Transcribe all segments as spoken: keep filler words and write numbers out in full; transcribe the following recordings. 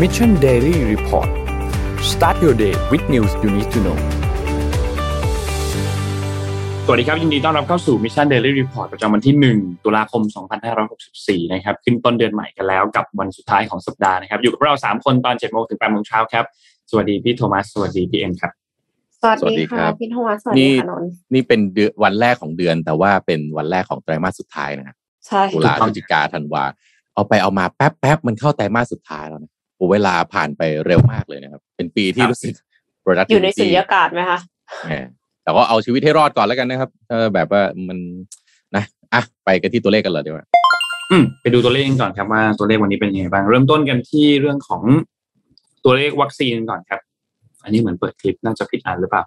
Mission Daily Report Start your day with news you need to know สวัสดีครับยินดีต้อนรับเข้าสู่ Mission Daily Report ประจำวันที่หนึ่งตุลาคมสองพันห้าร้อยหกสิบสี่นะครับขึ้นต้นเดือนใหม่กันแล้วกับวันสุดท้ายของสัปดาห์นะครับอยู่กับเราสามคนตอน เจ็ดโมง ถึง แปดโมง เช้าครับสวัสดีพี่โทมัสสวัสดีพี่เอ็มครับสวัสดีค่ะพี่โทมัสสวัสดีค่ะนนท์นี่เป็นเดือนวันแรกของเดือนแต่ว่าเป็นวันแรกของไตรมาสสุดท้ายนะครับใช่ตุลาพฤศจิกาธันวาเอาไปเอามาแป๊บๆมันเข้าไตรมาสสุดท้ายแล้วนะโอ้เวลาผ่านไปเร็วมากเลยนะครับเป็นปีที่รู้สึกอยู่ในสุญญากาศไหมคะแต่ก็เอาชีวิตให้รอดก่อนแล้วกันนะครับเออแบบว่ามันนะอ่ะไปกันที่ตัวเลขกันเลยดีกว่าอืมไปดูตัวเลขก่อนครับว่าตัวเลขวันนี้เป็นยังไงบ้างเริ่มต้นกันที่เรื่องของตัวเลขวัคซีนก่อนครับอันนี้เหมือนเปิดคลิปน่าจะผิดอันหรือเปล่า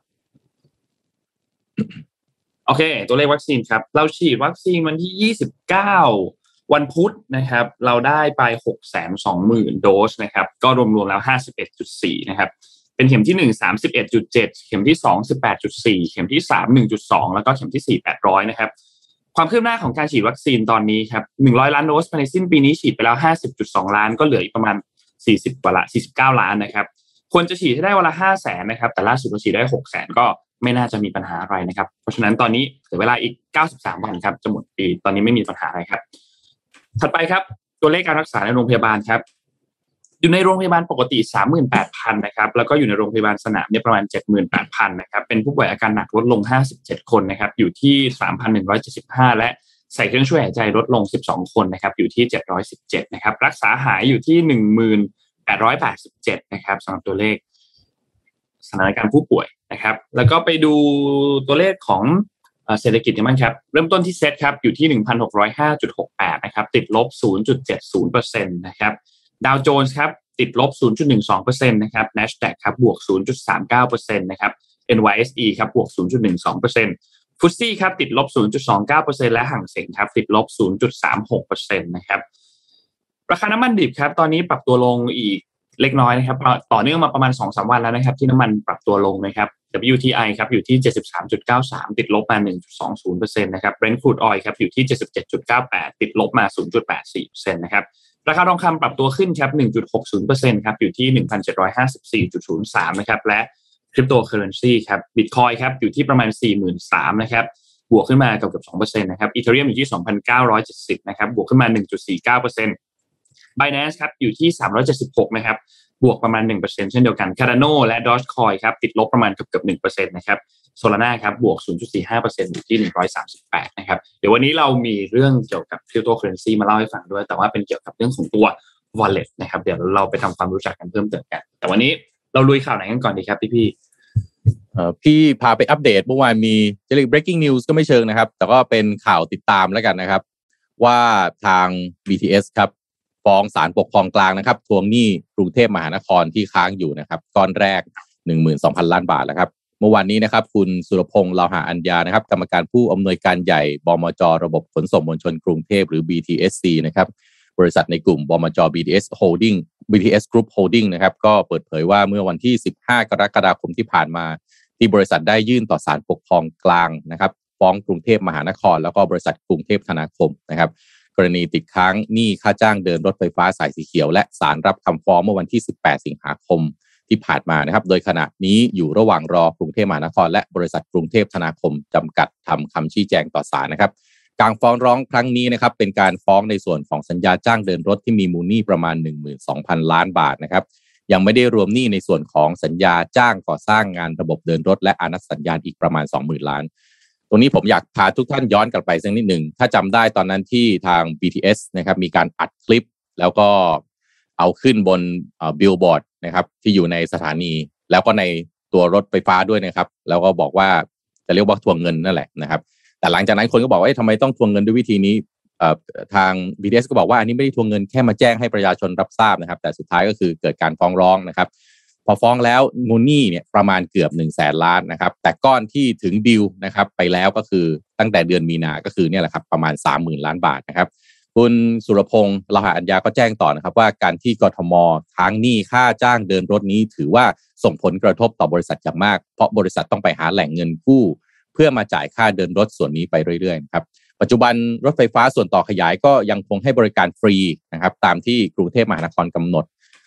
โอเคตัวเลขวัคซีนครับเราฉีดวัคซีนวันที่ยี่สิบเก้าวันพุธนะครับเราได้ไป หกแสนสองหมื่น โดสนะครับก็รวมๆแล้ว ห้าสิบเอ็ดจุดสี่ นะครับเป็นเข็มที่หนึ่ง สามสิบเอ็ดจุดเจ็ด เข็มที่สอง สิบแปดจุดสี่ เข็มที่สาม หนึ่งจุดสอง แล้วก็เข็มที่สี่ แปดร้อยนะครับความคืบหน้าของการฉีดวัคซีนตอนนี้ครับหนึ่งร้อยล้านโดสภายในสิ้นปีนี้ฉีดไปแล้ว ห้าสิบจุดสอง ล้านก็เหลืออีกประมาณสี่สิบกว่าละสี่สิบเก้าล้านนะครับควรจะฉีดให้ได้วันละ ห้าแสน นะครับแต่ล่าสุดเราฉีดได้ หกแสน ก็ไม่น่าจะมีปัญหาอะไรนะครับเพราะฉะนั้นตอนนี้เหลือเวลาอีกเก้าสิบสามวันครับจะหมดปีตอนนี้ไม่มีปัญหาอะไรครับถัดไปครับตัวเลขการรักษาในโรงพยาบาลครับอยู่ในโรงพยาบาลปกติ สามหมื่นแปดพัน นะครับแล้วก็อยู่ในโรงพยาบาลสนามเนี่ยประมาณ เจ็ดหมื่นแปดพัน นะครับเป็นผู้ป่วยอาการหนักลดลงห้าสิบเจ็ดคนนะครับอยู่ที่ สามพันหนึ่งร้อยเจ็ดสิบห้า และใส่เครื่องช่วยหายใจลดลงสิบสองคนนะครับอยู่ที่เจ็ดร้อยสิบเจ็ดนะครับรักษาหายอยู่ที่ หนึ่งพันแปดร้อยแปดสิบเจ็ด นะครับสำหรับตัวเลขสถานการณ์ผู้ป่วยนะครับแล้วก็ไปดูตัวเลขของเศรษฐกิจกันบ้างครับเริ่มต้นที่เซตครับอยู่ที่ หนึ่งพันหกร้อยห้าจุดหกแปด นะครับติดลบ ศูนย์จุดเจ็ดศูนย์เปอร์เซ็นต์ นะครับดาวโจนส์ครับติดลบ ศูนย์จุดหนึ่งสองเปอร์เซ็นต์ นะครับ NASDAQ ครับบวก ศูนย์จุดสามเก้าเปอร์เซ็นต์ นะครับ เอ็น วาย เอส อี ครับบวก ศูนย์จุดหนึ่งสองเปอร์เซ็นต์ ฟุตซี่ครับติดลบ ศูนย์จุดสองเก้าเปอร์เซ็นต์ และหั่งเส็งครับติดลบ ศูนย์จุดสามหกเปอร์เซ็นต์ นะครับราคาน้ำมันดิบครับตอนนี้ปรับตัวลงอีกเล็กน้อยนะครับต่อเนื่องมาประมาณ สองถึงสาม วันแล้วนะครับที่น้ำมันปรับตัวลงนะครับ ดับเบิลยู ที ไอ ครับอยู่ที่ เจ็ดสิบสามจุดเก้าสาม ติดลบมา หนึ่งจุดสองศูนย์เปอร์เซ็นต์ นะครับ Brent Crude Oil ครับอยู่ที่ เจ็ดสิบเจ็ดจุดเก้าแปด ติดลบมา ศูนย์จุดแปดสี่เปอร์เซ็นต์ นะครับราคาทองคำปรับตัวขึ้นครับ หนึ่งจุดหกศูนย์เปอร์เซ็นต์ ครับอยู่ที่ หนึ่งพันเจ็ดร้อยห้าสิบสี่จุดศูนย์สาม นะครับและคริปโตเคอเรนซีครับ Bitcoin ครับอยู่ที่ประมาณ สี่หมื่นสามพัน นะครับบวกขึ้นมาเกือบๆ สองเปอร์เซ็นต์ นะครับ Ethereum อยู่ที่ สองพันเก้าร้อยเจ็ดสิบ นะครับบวกขึ้นมา หนึ่งจุดสี่เก้าเปอร์เซ็นต์ Binance ครับอยู่ที่สามร้อยเจ็ดสิบหกนะครับบวกประมาณ หนึ่งเปอร์เซ็นต์ เช่นเดียวกัน Cardano และ Dogecoin ครับติดลบประมาณเกือบๆ หนึ่งเปอร์เซ็นต์ นะครับ Solana ครับบวก ศูนย์จุดสี่ห้าเปอร์เซ็นต์ อยู่ที่หนึ่งร้อยสามสิบแปดนะครับเดี๋ยววันนี้เรามีเรื่องเกี่ยวกับ Cryptocurrency มาเล่าให้ฟังด้วยแต่ว่าเป็นเกี่ยวกับเรื่องของตัว Wallet นะครับเดี๋ยวเราไปทำความรู้จักกันเพิ่มเติมกันแต่วันนี้เราลุยข่าวไหนกันก่อนดีครับพี่ๆเอ่อพี่พาไปอัปเดตเมื่อวานมีจะเรียก breaking news ก็ไม่เชิงนะครับแต่ก็เป็นข่าวติดตามแล้วกันนะครับว่าทาง บี ที เอส ครับฟ้องศาลปกครองกลางนะครับทวงหนี้กรุงเทพมหานครที่ค้างอยู่นะครับก้อนแรก หนึ่งหมื่นสองพัน ล้านบาทแล้วครับเมื่อวานนี้นะครับคุณสุรพงษ์เลาหะอัญญานะครับกรรมการผู้อำนวยการใหญ่บมจ.ระบบขนส่งมวลชนกรุงเทพหรือ บี ที เอส ซี นะครับบริษัทในกลุ่มบมจ. บี ที เอส Holding บี ที เอส Group Holding นะครับก็เปิดเผยว่าเมื่อวันที่สิบห้ากรกฎาคมที่ผ่านมาที่บริษัทได้ยื่นต่อศาลปกครองกลางนะครับฟ้องกรุงเทพมหานครแล้วก็บริษัทกรุงเทพธนาคมนะครับกรณีติดค้างหนี้ค่าจ้างเดินรถไฟฟ้าสายสีเขียวและศาลรับคำฟ้องเมื่อวันที่สิบแปดสิงหาคมที่ผ่านมานะครับโดยขณะนี้อยู่ระหว่างรอกรุงเทพมหานครและบริษัทกรุงเทพธนาคมจำกัดทำคำชี้แจงต่อศาลนะครับการฟ้องร้องครั้งนี้นะครับเป็นการฟ้องในส่วนของสัญญาจ้างเดินรถที่มีมูลหนี้ประมาณ หนึ่งหมื่นสองพัน ล้านบาทนะครับยังไม่ได้รวมหนี้ในส่วนของสัญญาจ้างก่อสร้างงานระบบเดินรถและอนุสัญญาอีกประมาณ สองหมื่น ล้านตรงนี้ผมอยากพาทุกท่านย้อนกลับไปสักนิดหนึ่งถ้าจำได้ตอนนั้นที่ทาง บี ที เอส นะครับมีการอัดคลิปแล้วก็เอาขึ้นบนบิลบอร์ดนะครับที่อยู่ในสถานีแล้วก็ในตัวรถไฟฟ้าด้วยนะครับแล้วก็บอกว่าจะเรียกว่าทวงเงินนั่นแหละนะครับแต่หลังจากนั้นคนก็บอกว่าทำไมต้องทวงเงินด้วยวิธีนี้ทาง บี ที เอส ก็บอกว่าอันนี้ไม่ได้ทวงเงินแค่มาแจ้งให้ประชาชนรับทราบนะครับแต่สุดท้ายก็คือเกิดการฟ้องร้องนะครับพอฟ้องแล้วมูลหนี้เนี่ยประมาณเกือบ หนึ่งแสน ล้านนะครับแต่ก้อนที่ถึงดีลนะครับไปแล้วก็คือตั้งแต่เดือนมีนาก็คือเนี่ยแหละครับประมาณ สามหมื่น ล้านบาทนะครับคุณสุรพงษ์เลาหะอัญญาก็แจ้งต่อนะครับว่าการที่กทม.ค้างหนี้ค่าจ้างเดินรถนี้ถือว่าส่งผลกระทบต่อบริษัทอย่างมากเพราะบริษัทต้องไปหาแหล่งเงินกู้เพื่อมาจ่ายค่าเดินรถส่วนนี้ไปเรื่อยๆครับปัจจุบันรถไฟฟ้าส่วนต่อขยายก็ยังคงให้บริการฟรีนะครับตามที่กรุงเทพมหานครกำหนด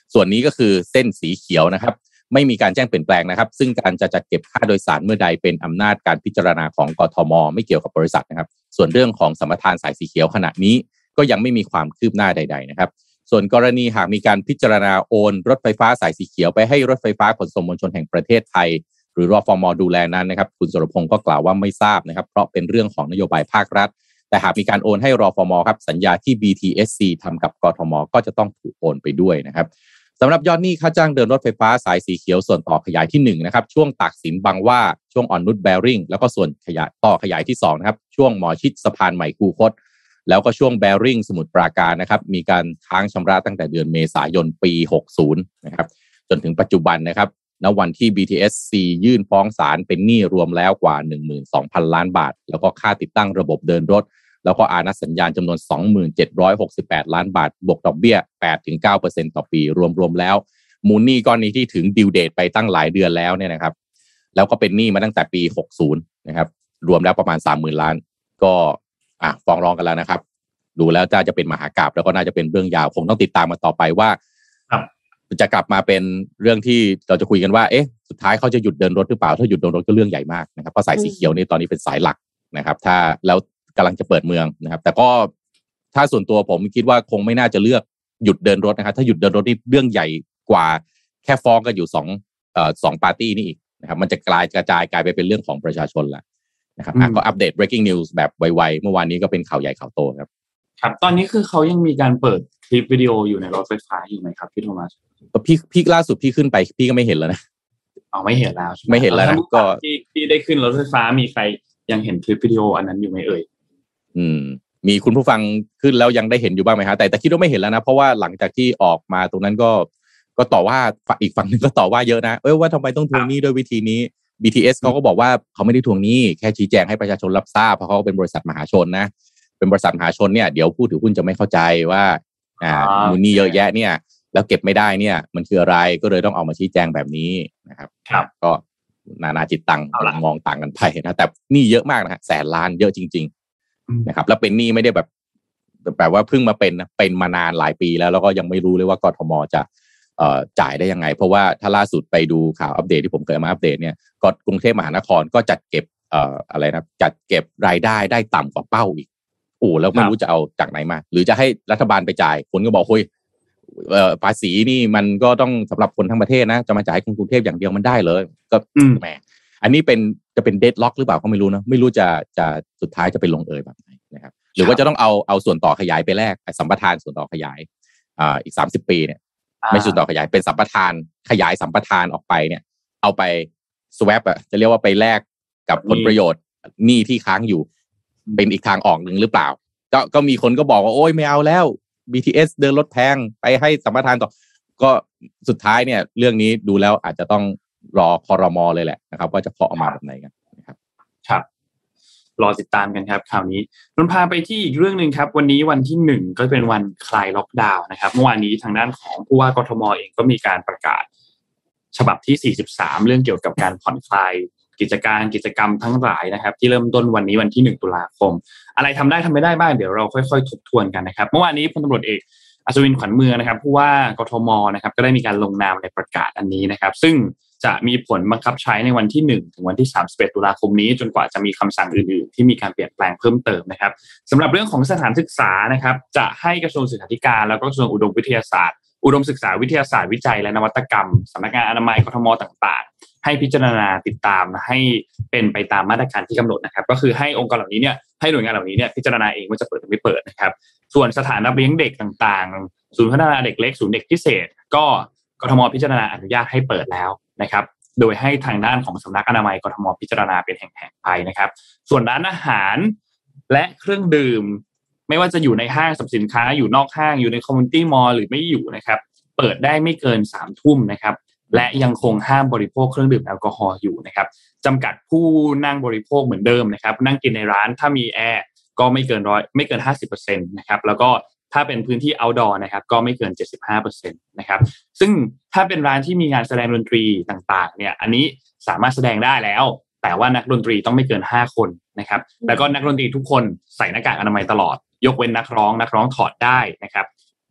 ส่วนนี้ก็คือเส้นสีเขียวนะครับไม่มีการแจ้งเปลี่ยนแปลงนะครับซึ่งการจะจัดเก็บค่าโดยสารเมื่อใดเป็นอำนาจการพิจารณาของกทม.ไม่เกี่ยวกับบริษัทนะครับส่วนเรื่องของสัมปทานสายสีเขียวขณะนี้ก็ยังไม่มีความคืบหน้าใดๆนะครับส่วนกรณีหากมีการพิจารณาโอนรถไฟฟ้าสายสีเขียวไปให้รถไฟฟ้าขนส่งมวลชนแห่งประเทศไทยหรือรฟม.ดูแลนั้นนะครับคุณสุรพงศ์ก็กล่าวว่าไม่ทราบนะครับเพราะเป็นเรื่องของนโยบายภาครัฐแต่หากมีการโอนให้รฟม.ครับสัญญาที่ บี ที เอส ซี ทำกับกทม.ก็จะต้องถูกโอนไปด้วยนะครับสำหรับยอดหนี้ค่าจ้างเดินรถไฟฟ้าสายสีเขียวส่วนต่อขยายที่หนึ่งนะครับช่วงตากสินบางหว่าช่วงอ่อนนุชแบริ่งแล้วก็ส่วนขยายต่อขยายที่สองนะครับช่วงหมอชิดสะพานใหม่คูคตแล้วก็ช่วงแบริ่งสมุทรปราการนะครับมีการค้างชำระตั้งแต่เดือนเมษายนปีหกสิบนะครับจนถึงปัจจุบันนะครับณวันที่ บี ที เอส ซี ยื่นฟ้องศาลเป็นหนี้รวมแล้วกว่า หนึ่งหมื่นสองพัน ล้านบาทแล้วก็ค่าติดตั้งระบบเดินรถแล้วก็อานัดสัญญาณจำนวน สองหมื่นเจ็ดร้อยหกสิบแปด ล้านบาทบวกดอกเบี้ย แปดถึงเก้าเปอร์เซ็นต์ ต่อปีรวมๆแล้วมูลหนี้ก้อนนี้ที่ถึงดิวเดทไปตั้งหลายเดือนแล้วเนี่ยนะครับแล้วก็เป็นหนี้มาตั้งแต่ปีหกสิบนะครับรวมแล้วประมาณ สามหมื่น ล้านก็อ่ะฟ้องร้องกันแล้วนะครับดูแล้วจะจะเป็นมหากาพย์แล้วก็น่าจะเป็นเรื่องยาวคงต้องติดตามมาต่อไปว่าจะกลับมาเป็นเรื่องที่เราจะคุยกันว่าเอ๊ะสุดท้ายเขาจะหยุดเดินรถหรือเปล่าถ้าหยุดเดินรถก็เรื่องใหญ่มากนะครับเพราะสายสีเขียวนี่ตอนนี้เป็นสายหลักนะครับถ้าแล้วกำลังจะเปิดเมืองนะครับแต่ก็ถ้าส่วนตัวผมคิดว่าคงไม่น่าจะเลือกหยุดเดินรถนะครับถ้าหยุดเดินรถนี่เรื่องใหญ่กว่าแค่ฟ้องกันอยู่สองเอ่อสองปาร์ตี้นี่อีกนะครับมันจะกลายกระจายกลายไปเป็นเรื่องของประชาชนละนะครับก็อัปเดต breaking news แบบไวๆเมื่อวานนี้ก็เป็นข่าวใหญ่ข่าวโตครับครับตอนนี้คือเขายังมีการเปิดคลิปวิดีโออยู่ในรถไฟฟ้าอยู่ไหมครับพี่โทมัสพี่พี่ล่าสุดพี่ขึ้นไปพี่ก็ไม่เห็นแล้วนะอ๋อไม่เห็นแล้วไม่เห็นแล้วนะก็ที่ที่ได้ขึ้นรถไฟฟ้ามีใครยังเห็นคลิปวิดีโออันนั้นอยู่ไหมเอ่ยอืมมีคุณผู้ฟังขึ้นแล้วยังได้เห็นอยู่บ้างไหมฮะแต่แต่คิดว่าไม่เห็นแล้วนะเพราะว่าหลังจากที่ออกมาตรงนั้นก็ก็ต่อว่าอีกฝั่งนึงก็ต่อว่าเยอะนะเอ้ยว่าทำไมต้องทวงหนี้ด้วยวิธีนี้ บี ที เอส เขาก็บอกว่าเขาไม่ได้ทวงหนี้แค่ชี้แจงให้ประชาชนรับทราบเพราะเขาเป็นบริษัทมหาชนนะเป็นบริษัทมหาชนเนี่ยเดี๋ยวผู้ถือหุ้นจะไม่เข้าใจว่าอ่ามูลหนี้เยอะแยะเนี่ยแล้วเก็บไม่ได้เนี่ยมันคืออะไรก็เลยต้องเอามาชี้แจงแบบนี้นะครับก็นานาจิตตังมองต่างกันไปนะแต่หนี้เยอะมากนะฮะแสนล้านเยอะจริงๆนะครับแล้วเป็นหนี้ไม่ได้แบบแบบว่าเพิ่งมาเป็นนะเป็นมานานหลายปีแล้วแล้วก็ยังไม่รู้เลยว่ากทมจะเอ่อจ่ายได้ยังไงเพราะว่าถ้าล่าสุดไปดูข่าวอัปเดตที่ผมเคยมาอัปเดตเนี่ยก็กรุงเทพมหานครก็จัดเก็บเอ่ออะไรนะจัดเก็บรายได้ได้ต่ำกว่าเป้าอีกโอ้แล้วไม่รู้จะเอาจากไหนมาหรือจะให้รัฐบาลไปจ่ายคนก็บอกเฮ้ยเอ่อภาษีนี่มันก็ต้องสำหรับคนทั้งประเทศนะจะมาจ่ายกรุงเทพอย่างเดียวมันได้เลยก็แหมอันนี้เป็นจะเป็นเดดล็อกหรือเปล่าก็ไม่รู้นะไม่รู้จะจะสุดท้ายจะไปลงเอยแบบไหนนะครับหรือว่าจะต้องเอาเอาส่วนต่อขยายไปแลกสัมปทานส่วนต่อขยายอ่าอีกสามสิบปีเนี่ยไม่ส่วนต่อขยายเป็นสัมปทานขยายสัมปทานออกไปเนี่ยเอาไป swap อ่ะจะเรียกว่าไปแลกกับผลประโยชน์หนี้ที่ค้างอยู่เป็นอีกทางออกนึงหรือเปล่าก็ก็มีคนก็บอกว่าโอ๊ยไม่เอาแล้ว บี ที เอส เดินรถแพงไปให้สัมปทานต่อก็สุดท้ายเนี่ยเรื่องนี้ดูแล้วอาจจะต้องรอครม.เลยแหละนะครับว่าจะเคาะออกมาแบบไหนกันนะครับครับรอติดตามกันครับข่าวนี้นนพาไปที่อีกเรื่องนึงครับวันนี้วันที่หนึ่งก็เป็นวันคลายล็อกดาวน์นะครับเมื่อวานนี้ทางด้านของผู้ว่ากทม.เองก็มีการประกาศฉบับที่สี่สิบสามเรื่องเกี่ยวกับการผ่อนคลายกิจการกิจกรรมทั้งหลายนะครับที่เริ่มต้นวันนี้วันที่หนึ่งตุลาคมอะไรทำได้ทำไม่ได้บ้างเดี๋ยวเราค่อยๆทบทวนกันนะครับเมื่อวานนี้พลตำรวจเอกอัศวินขวัญเมืองนะครับผู้ว่ากทม.นะครับก็ได้มีการลงนามในประกาศอันนี้นะครับซึ่งจะมีผลบังคับใช้ในวันที่หนึ่งถึงวันที่สามสิบเอ็ดตุลาคมนี้จนกว่าจะมีคำสั่งอื่นๆที่มีการเปลี่ยนแปลงเพิ่มเติมนะครับสำหรับเรื่องของสถานศึกษานะครับจะให้กระทรวงศึกษาธิการแล้วก็กระทรวงอุดมวิทยาศาสตร์อุดมศึกษาวิทยาศาสตร์วิจัยและนวัตกรรมสำนักงานอนามัยกทม.ต่างๆให้พิจารณาติดตามให้เป็นไปตามมาตรการที่กำหนดนะครับก็คือให้องค์กรเหล่านี้เนี่ยให้หน่วยงานเหล่านี้เนี่ยพิจารณาเองว่าจะเปิดหรือไม่เปิดนะครับส่วนสถานรับเลี้ยงเด็กต่างๆศูนย์พัฒนาเด็กเล็กศูนย์เด็กพิเศษก็กทม.พิจารณาอนุญาตให้เปิดแล้วนะครับโดยให้ทางด้านของสำนักอนามัยกทม.พิจารณาเป็นแห่งๆไปนะครับส่วนร้านอาหารและเครื่องดื่มไม่ว่าจะอยู่ในห้างสรรพสินค้าอยู่นอกห้างอยู่ในคอมมูนิตี้มอลล์หรือไม่อยู่นะครับเปิดได้ไม่เกินสามทุ่มนะครับและยังคงห้ามบริโภคเครื่องดื่มแอลกอฮอล์อยู่นะครับจำกัดผู้นั่งบริโภคเหมือนเดิมนะครับนั่งกินในร้านถ้ามีแอร์ก็ไม่เกินร้อยไม่เกิน ห้าสิบเปอร์เซ็นต์ นะครับแล้วก็ถ้าเป็นพื้นที่ outdoor นะครับก็ไม่เกิน เจ็ดสิบห้าเปอร์เซ็นต์ นะครับซึ่งถ้าเป็นร้านที่มีงานแสดงดนตรีต่างๆเนี่ยอันนี้สามารถแสดงได้แล้วแต่ว่านักดนตรีต้องไม่เกินห้าคนนะครับแล้วก็นักดนตรีทุกคนใส่หน้ากากอนามัยตลอดยกเว้นนักร้องนักร้องถอดได้นะครับ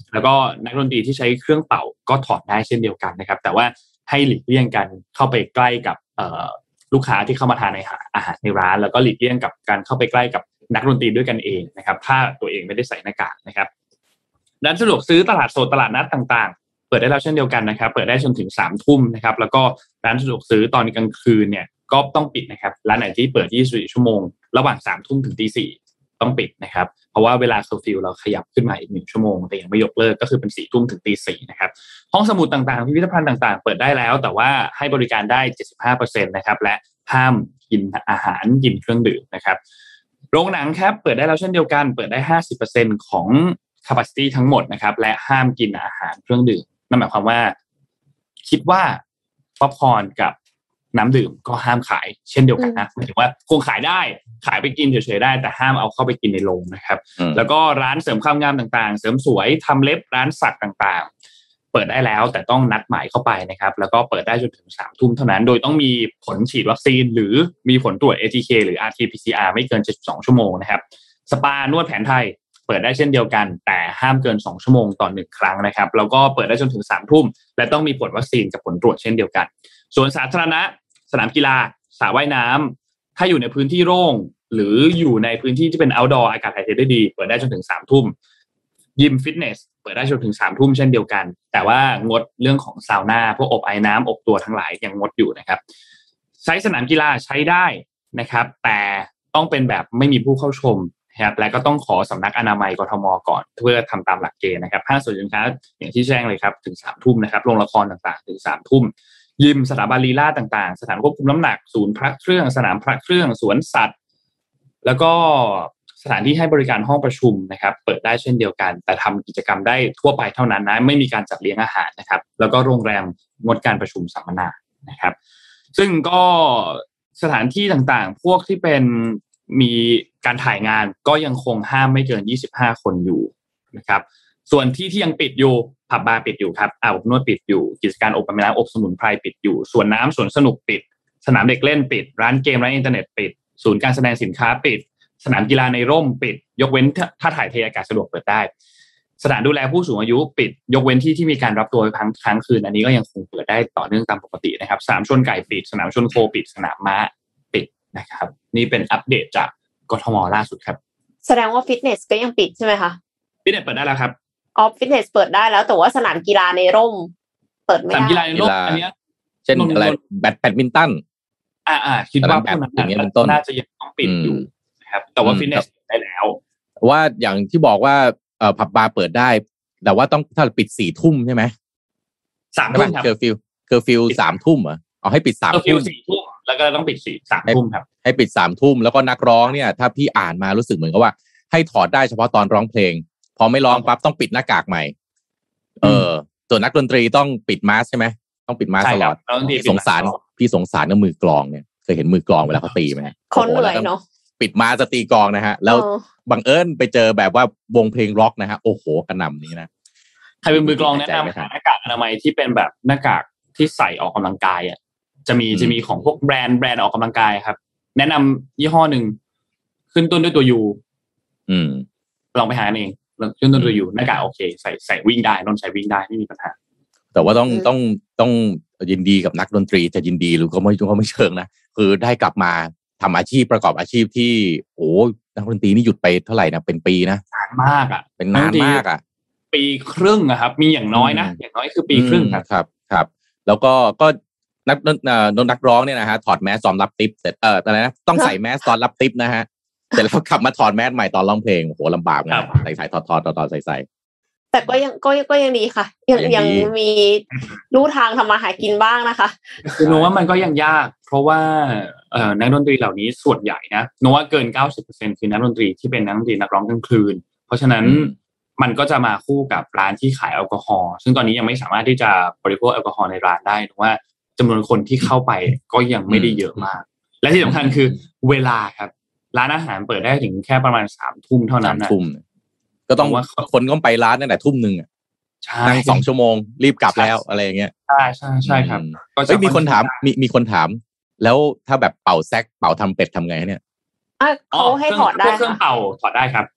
แล้วก็นักดนตรีที่ใช้เครื่องเป่าก็ถอดได้เช่นเดียวกันนะครับแต่ว่าให้หลีกเลี่ยงกันเข้าไปใกล้กับลูกค้าที่เข้ามาทานอาหารในร้านแล้วก็หลีกเลี่ยงกับการเข้าไปใกล้กับนักดนตรีด้วยกันเองนะครับถ้าตัวเองไม่ได้ใส่หน้ากากนะครับร้านสะดวกซื้อตลาดสดตลาดนัดต่างๆเปิดได้แล้วเช่นเดียวกันนะครับเปิดได้จนถึงสามทุ่มนะครับแล้วก็ร้านสะดวกซื้อตอนกลางคืนเนี่ยก็ต้องปิดนะครับร้านไหนที่เปิดยี่สิบสี่ชั่วโมงระหว่างสามทุ่มถึงตีสี่ต้องปิดนะครับเพราะว่าเวลาเคอร์ฟิวเราขยับขึ้นมาอีกหนึ่งชั่วโมงแต่ยังไม่ยกเลิกก็คือเป็นสี่ทุ่มถึงตีสี่นะครับห้องสมุดต่างๆพิพิธภัณฑ์ต่างๆเปิดได้แล้วแต่ว่าให้บริการได้ เจ็ดสิบห้าเปอร์เซ็นต์ นะครับและห้ามกินอาหารกินเครื่องดื่มนะครับโรงหนังครับเปิดได้แล้วเช่นเดียวกันเปิดได้ ห้าสิบเปอร์เซ็นต์ ของ capacity ทั้งหมดนะครับและห้ามกินอาหารเครื่องดื่มนั่นหมายความว่าคิดว่าป๊อปคอร์นกับน้ำดื่มก็ห้ามขายเช่นเดียวกันนะหมายถึงว่าคงขายได้ขายไปกินเฉยๆได้แต่ห้ามเอาเข้าไปกินในโรงนะครับแล้วก็ร้านเสริมความงามต่างๆเสริมสวยทำเล็บร้านสักต่างๆเปิดได้แล้วแต่ต้องนัดหมายเข้าไปนะครับแล้วก็เปิดได้จนถึงสามทุ่มเท่านั้นโดยต้องมีผลฉีดวัคซีนหรือมีผลตรวจ เอ ที เค หรือ อาร์ ที พี ซี อาร์ ไม่เกินเจ็ดสิบสองชั่วโมงนะครับสปานวดแผนไทยเปิดได้เช่นเดียวกันแต่ห้ามเกินสองชั่วโมงต่อหนึ่งครั้งนะครับแล้วก็เปิดได้จนถึงสามทุ่มและต้องมีผลวัคซีนกับผลตรวจเช่นเดียวกันส่วนสาธารณะสนามกีฬาสระว่ายน้ำถ้าอยู่ในพื้นที่โล่งหรืออยู่ในพื้นที่ที่เป็น outdoor อากาศถ่ายเทได้ดีเปิดได้จนถึงสามทุ่มยิมฟิตเนสเปิดได้จนถึงสามทุ่มเช่นเดียวกันแต่ว่างดเรื่องของซาวน่าพวกอบไอน้ำอบตัวทั้งหลายยังงดอยู่นะครับใช้สนามกีฬาใช้ได้นะครับแต่ต้องเป็นแบบไม่มีผู้เข้าชมนะครับและก็ต้องขอสำนักอนามัยกทมก่อนเพื่อทำตามหลักเกณฑ์นะครับห้างสรรพสินค้าอย่างที่แจ้งเลยครับถึงสามทุ่มนะครับโรงละครต่างๆถึงสามทุ่มยิมสถาบันลีลาต่างๆสถานควบคุมน้ำหนักศูนย์พระเครื่องสนามพระเครื่องสวนสัตว์แล้วก็สถานที่ให้บริการห้องประชุมนะครับเปิดได้เช่นเดียวกันแต่ทำกิจกรรมได้ทั่วไปเท่านั้นนะไม่มีการจัดเลี้ยงอาหารนะครับแล้วก็โรงแรมงดการประชุมสัมมนานะครับซึ่งก็สถานที่ต่างๆพวกที่เป็นมีการถ่ายงานก็ยังคงห้ามไม่เกินยี่สิบห้าคนอยู่นะครับส่วนที่ที่ยังปิดอยู่ผับบาร์ปิดอยู่ครับอาบอบนวดปิดอยู่กิจการอบน้ำอบสมุนไพรปิดอยู่ส่วนน้ำสวนสนุกปิดสนามเด็กเล่นปิดร้านเกมร้านอินเทอร์เน็ตปิดศูนย์การแสดงสินค้าปิดสนามกีฬาในร่มปิดยกเว้นถ้าถ่ายเทอากาศสะดวกเปิดได้สถานดูแลผู้สูงอายุปิดยกเว้นที่ที่มีการรับตัวค้างค้างคืนอันนี้ก็ยังคงเปิดได้ต่อเนื่องตามปกตินะครับสนามชนไก่ปิดสนามชนโคปิดสนามม้าปิดนะครับนี่เป็นอัปเดตจากกทมล่าสุดครับแสดงว่าฟิตเนสก็ยังปิดใช่ไหมคะฟิตเนสเปิดได้แล้วครับอ๋อฟิตเนสเปิดได้แล้วแต่ว่าสนามกีฬาในร่มเปิดไม่ได้สนามกีฬาในร่มอันนี้เช่นอะไรแบดแบดมินตันอ่าอ่าคิดว่าพวกนั้นน่าจะยังต้องปิดอยู่นะครับแต่ว่าฟิตเนสได้แล้วว่าอย่างที่บอกว่าเอ่อผับบาร์เปิดได้แต่ว่าต้องถ้าปิดสี่ทุ่มใช่ไหมสามทุ่มครับเคอร์ฟิวเคอร์ฟิวสามทุ่มเหรอเอาให้ปิดสามทุ่มสี่ทุ่มแล้วก็ต้องปิดสี่สามทุ่มครับให้ปิดสามทุ่มแล้วก็นักร้องเนี่ยถ้าพี่อ่านมารู้สึกเหมือนกับว่าให้ถอดได้เฉพาะตอนร้องเพลงพอไม่ร้องปั๊บต้องปิดหน้ากากใหม่เออส่วนนักดนตรีต้องปิดมาสใช่ไหมต้องปิดมาสตลอดสงสารพี่สงสารกับมือกลองเนี่ยเคยเห็นมือกลองเวลาเขาตีไหมคนเหนื่อยเนาะปิดมาจะตีกลองนะฮะแล้วบังเอิญไปเจอแบบว่าวงเพลงร็อกนะฮะโอ้โหกระหน่ำนี้นะใครเป็นมือกลองแนะนำหาหน้ากากอนามัยที่เป็นแบบหน้ากากที่ใส่ออกกำลังกายอ่ะจะมีจะมีของพวกแบรนด์แบรนด์ออกกำลังกายครับแนะนำยี่ห้อหนึ่งขึ้นต้นด้วยตัวยูอืมลองไปหาเองขึ้นต้นด้วยยูหน้ากากโอเคใส่ใส่วิ่งได้นนใส่วิ่งได้ไม่มีปัญหาแต่ว่าต้องต้องต้องยินดีกับนักดนตรีจะยินดีหรือก็ไม่ก็ไม่เชิงนะคือได้กลับมาทำอาชีพประกอบอาชีพที่โอ้นักดนตรีนี่หยุดไปเท่าไหร่นะเป็นปีนะนานมากอ่ะเป็นนานมากอ่ะปีครึ่งอะครับมีอย่างน้อยนะอย่างน้อยคือปีครึ่งครับครับครับแล้วก็ก็นักนักนักร้องเนี่ยนะฮะถอดแมสตอนรับทิปเสร็จเอออะไรนะต้องใส่แมสตอนรับทิปนะฮะเสร็จแล้วกลับมาถอดแมสใหม่ตอนร้องเพลงโอ้โหลำบากนะใส่ใส่ถอดถอดถอดถอดใส่ใส่แต่ก็ยังก็ก็ยังดีค่ะยังยังมีรู้ทางทำมาหากินบ้างนะคะคือโน้ว่ามันก็ยังยากเพราะว่าเอ่อนักดนตรีเหล่านี้ส่วนใหญ่นะโน้ว่าเกิน เก้าสิบเปอร์เซ็นต์ คือนักดนตรีที่เป็นนักดนตรีนักร้องกลางคืนเพราะฉะนั้นมันก็จะมาคู่กับร้านที่ขายแอลกอฮอล์ซึ่งตอนนี้ยังไม่สามารถที่จะบริโภคแอลกอฮอล์ในร้านได้เพราะว่าจำนวนคนที่เข้าไปก็ยังไม่ได้เยอะมากและที่สำคัญคือเวลาครับร้านอาหารเปิดได้ถึงแค่ประมาณสามทุ่มเท่านั้นนะก็ต้องว่าคนก็ไปร้านตั้งแต่ทุ่มนึงอ่ะนั่งสองชั่วโมงรีบกลับแล้วอะไรอย่างเงี้ยใช่ใช่ใช่ครับก็จะมีคนถามมีมีคนถามแล้วถ้าแบบเป่าแซกเป่าทำเป็ดทำไงเนี่ยเขาให้ถอดได้เครื่องเป่าถอดได้ครับ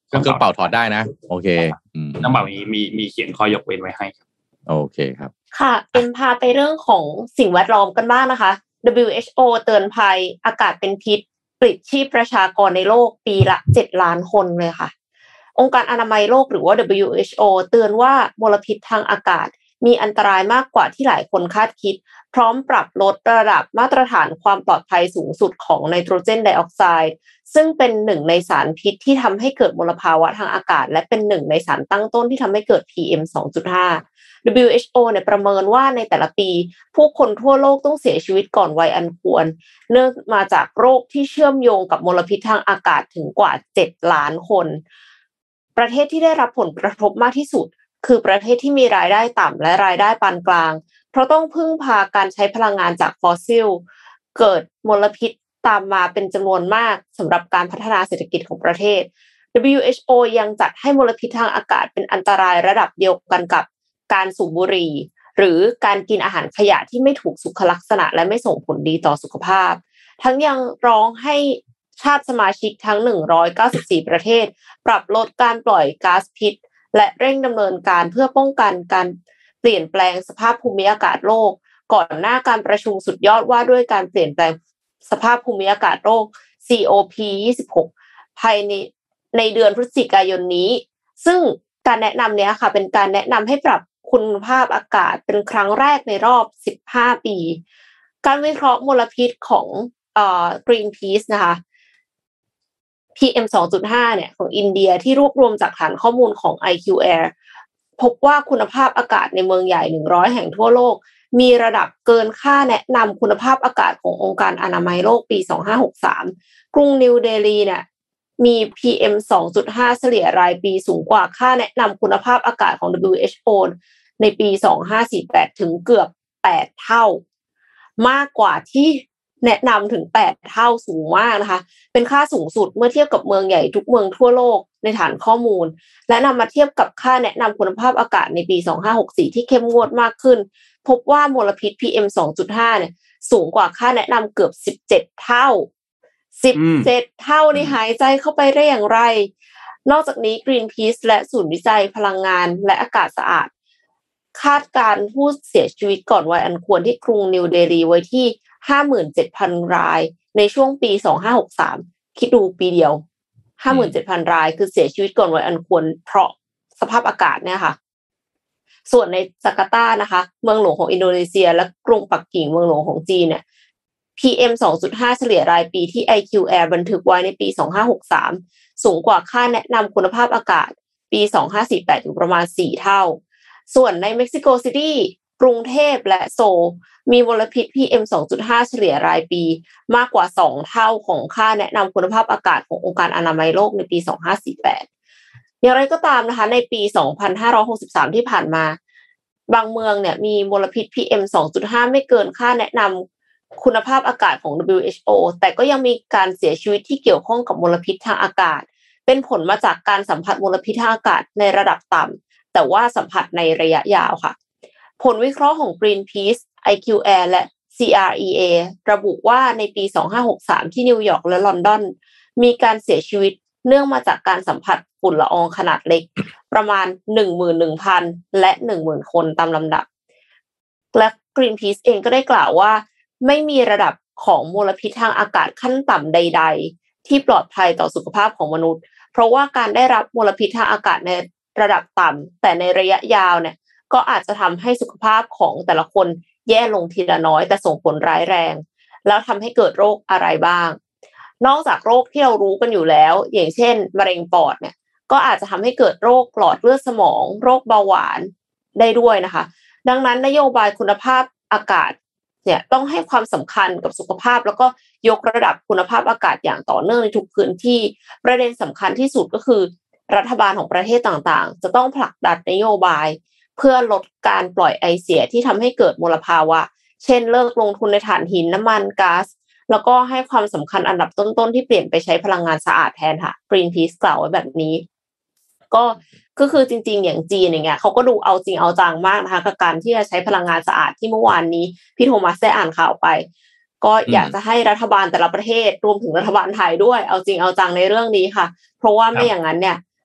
เครื่องเป่าถอดได้นะโอเคเครื่องเป่ามีมีมีเขียนข้อยกเว้นไว้ให้ครับโอเคครับค่ะเป็นพาไปเรื่องของสิ่งแวดล้อมกันบ้างนะคะ ดับเบิลยู เอช โอ เตือนภัยอากาศเป็นพิษปลิดชีพประชากรในโลกปีละเจ็ดล้านคนเลยค่ะองค์การอนามัยโลกหรือว่า ดับเบิลยู เอช โอ เตือนว่ามลพิษทางอากาศมีอันตรายมากกว่าที่หลายคนคาดคิดพร้อมปรับลดระดับมาตรฐานความปลอดภัยสูงสุดของไนโตรเจนไดออกไซด์ซึ่งเป็นหนึ่งในสารพิษที่ทำให้เกิดมลภาวะทางอากาศและเป็นหนึ่งในสารตั้งต้นที่ทำให้เกิด พี เอ็ม สองจุดห้า ดับเบิลยู เอช โอ เนี่ยประเมินว่าในแต่ละปีผู้คนทั่วโลกต้องเสียชีวิตก่อนวัยอันควรเนื่องมาจากโรคที่เชื่อมโยงกับมลพิษทางอากาศถึงกว่าเจ็ดล้านคนประเทศที่ได้รับผลกระทบมากที่สุดคือประเทศที่มีรายได้ต่ำและรายได้ปานกลางเพราะต้องพึ่งพาการใช้พลังงานจากฟอสซิลเกิดมลพิษตามมาเป็นจำนวนมากสำหรับการพัฒนาเศรษฐกิจของประเทศ ดับเบิลยู เอช โอ ยังจัดให้มลพิษทางอากาศเป็นอันตรายระดับเดียวกันกับการสูบบุหรี่หรือการกินอาหารขยะที่ไม่ถูกสุขลักษณะและไม่ส่งผลดีต่อสุขภาพทั้งยังร้องให้ชาติสมาชิกทั้งหนึ่งร้อยเก้าสิบสี่ประเทศปรับลดการปล่อยก๊าซพิษและเร่งดำเนินการเพื่อป้องกันการเปลี่ยนแปลงสภาพภูมิอากาศโลกก่อนหน้าการประชุมสุดยอดว่าด้วยการเปลี่ยนแปลงสภาพภูมิอากาศโลก ซี โอ พี ยี่สิบหก ภายในในเดือนพฤศจิกายนนี้ซึ่งการแนะนำเนี้ยค่ะเป็นการแนะนำให้ปรับคุณภาพอากาศเป็นครั้งแรกในรอบสิบห้าปีการวิเคราะห์มลพิษของเอ่อ Greenpeace นะคะ พี เอ็ม สองจุดห้า เนี่ยของอินเดียที่รวบรวมจากฐานข้อมูลของ ไอ คิว Air พบว่าคุณภาพอากาศในเมืองใหญ่หนึ่งร้อยแห่งทั่วโลกมีระดับเกินค่าแนะนำคุณภาพอากาศขององค์การอนามัยโลกปีสองพันห้าร้อยหกสิบสามกรุงนิวเดลีเนี่ยมี พี เอ็ม สองจุดห้า เฉลี่ยรายปีสูงกว่าค่าแนะนำคุณภาพอากาศของ ดับเบิลยู เอช โอ ในปีสองพันห้าร้อยสี่สิบแปดถึงเกือบแปดเท่ามากกว่าที่แนะนำถึงแปดเท่าสูงมากนะคะเป็นค่าสูงสุดเมื่อเทียบกับเมืองใหญ่ทุกเมืองทั่วโลกในฐานข้อมูลและนำมาเทียบกับค่าแนะนำคุณภาพอากาศในปีสองพันห้าร้อยหกสิบสี่ที่เข้มงวดมากขึ้นพบว่ามลพิษ พี เอ็ม สองจุดห้า เนี่ยสูงกว่าค่าแนะนำเกือบสิบเจ็ดเท่าสิบเจ็ดเท่านี่หายใจเข้าไปได้อย่างไรนอกจากนี้ Greenpeace และศูนย์วิจัยพลังงานและอากาศสะอาดคาดการณ์ผู้เสียชีวิตก่อนวัยอันควรที่กรุงนิวเดลีไว้ที่ ห้าหมื่นเจ็ดพัน รายในช่วงปีสองพันห้าร้อยหกสิบสามคิดดูปีเดียว ห้าหมื่นเจ็ดพัน รายคือเสียชีวิตก่อนวัยอันควรเพราะสภาพอากาศเนี่ยค่ะส่วนในจาการ์ตานะคะเมืองหลวงของอินโดนีเซียและกรุงปักกิ่งเมืองหลวงของจีนเนี่ย พี เอ็ม สองจุดห้า เฉลี่ยรายปีที่ ไอ คิว Air บันทึกไว้ในปีสองพันห้าร้อยหกสิบสามสูงกว่าค่าแนะนำคุณภาพอากาศปีสองพันห้าร้อยสี่สิบแปดอยู่ประมาณสี่เท่าส่วนในเม็กซิโกซิตี้กรุงเทพและโซลมีมลพิษ พี เอ็ม สองจุดห้า เฉลี่ยรายปีมากกว่าสองเท่าของค่าแนะนำคุณภาพอากาศขององค์การอนามัยโลกในปีสองพันห้าร้อยสี่สิบแปดอย่างไรก็ตามนะคะในปีสองพันห้าร้อยหกสิบสามที่ผ่านมาบางเมืองเนี่ยมีมลพิษ พี เอ็ม สองจุดห้า ไม่เกินค่าแนะนำคุณภาพอากาศของ ดับเบิลยู เอช โอ แต่ก็ยังมีการเสียชีวิตที่เกี่ยวข้องกับมลพิษทางอากาศเป็นผลมาจากการสัมผัสมลพิษทางอากาศในระดับต่ำแต่ว่าสัมผัสในระยะยาวค่ะผลวิเคราะห์ของ Greenpeace ไอ คิว Air และ ซี อาร์ อี เอ ระบุว่าในปีสองพันห้าร้อยหกสิบสามที่นิวยอร์กและลอนดอนมีการเสียชีวิตเนื่องมาจากการสัมผัสฝุ่นละอองขนาดเล็กประมาณ หนึ่งหมื่นหนึ่งพัน และ หนึ่งหมื่น คนตามลำดับและ Greenpeace เองก็ได้กล่าวว่าไม่มีระดับของมลพิษทางอากาศขั้นต่ำใดๆที่ปลอดภัยต่อสุขภาพของมนุษย์เพราะว่าการได้รับมลพิษทางอากาศในระดับต่ำแต่ในระยะยาวเนี่ยก็อาจจะทำให้สุขภาพของแต่ละคนแย่ลงทีละน้อยแต่ส่งผลร้ายแรงแล้วทำให้เกิดโรคอะไรบ้างนอกจากโรคที่เรารู้กันอยู่แล้วอย่างเช่นมะเร็งปอดเนี่ยก็อาจจะทำให้เกิดโรคหลอดเลือดสมองโรคเบาหวานได้ด้วยนะคะดังนั้นนโยบายคุณภาพอากาศเนี่ยต้องให้ความสำคัญกับสุขภาพแล้วก็ยกระดับคุณภาพอากาศอย่างต่อเนื่องในทุกพื้นที่ประเด็นสำคัญที่สุดก็คือรัฐบาลของประเทศต่างๆจะต้องผลักดันนโยบายเพื่อลดการปล่อยไอเสียที่ทำให้เกิดมลภาวะเช่นเลิกลงทุนในถ่านหินน้ำมันก๊าซแล้วก็ให้ความสำคัญอันดับต้นๆที่เปลี่ยนไปใช้พลังงานสะอาดแทนค่ะ Greenpeace กล่าวไว้แบบนี้ก็ก็คือจริงๆอย่างจีนอย่างเงี้ยเขาก็ดูเอาจริงเอาจังมากนะคะกับการที่จะใช้พลังงานสะอาดที่เมื่อวานนี้พี่โทมัสได้อ่านข่าวไปก็อยากจะให้รัฐบาลแต่ละประเทศรวมถึงรัฐบาลไทยด้วยเอาจริงเอาจังในเรื่องนี้ค่ะเพราะว่าไม่อย่างนั้นเนี่ย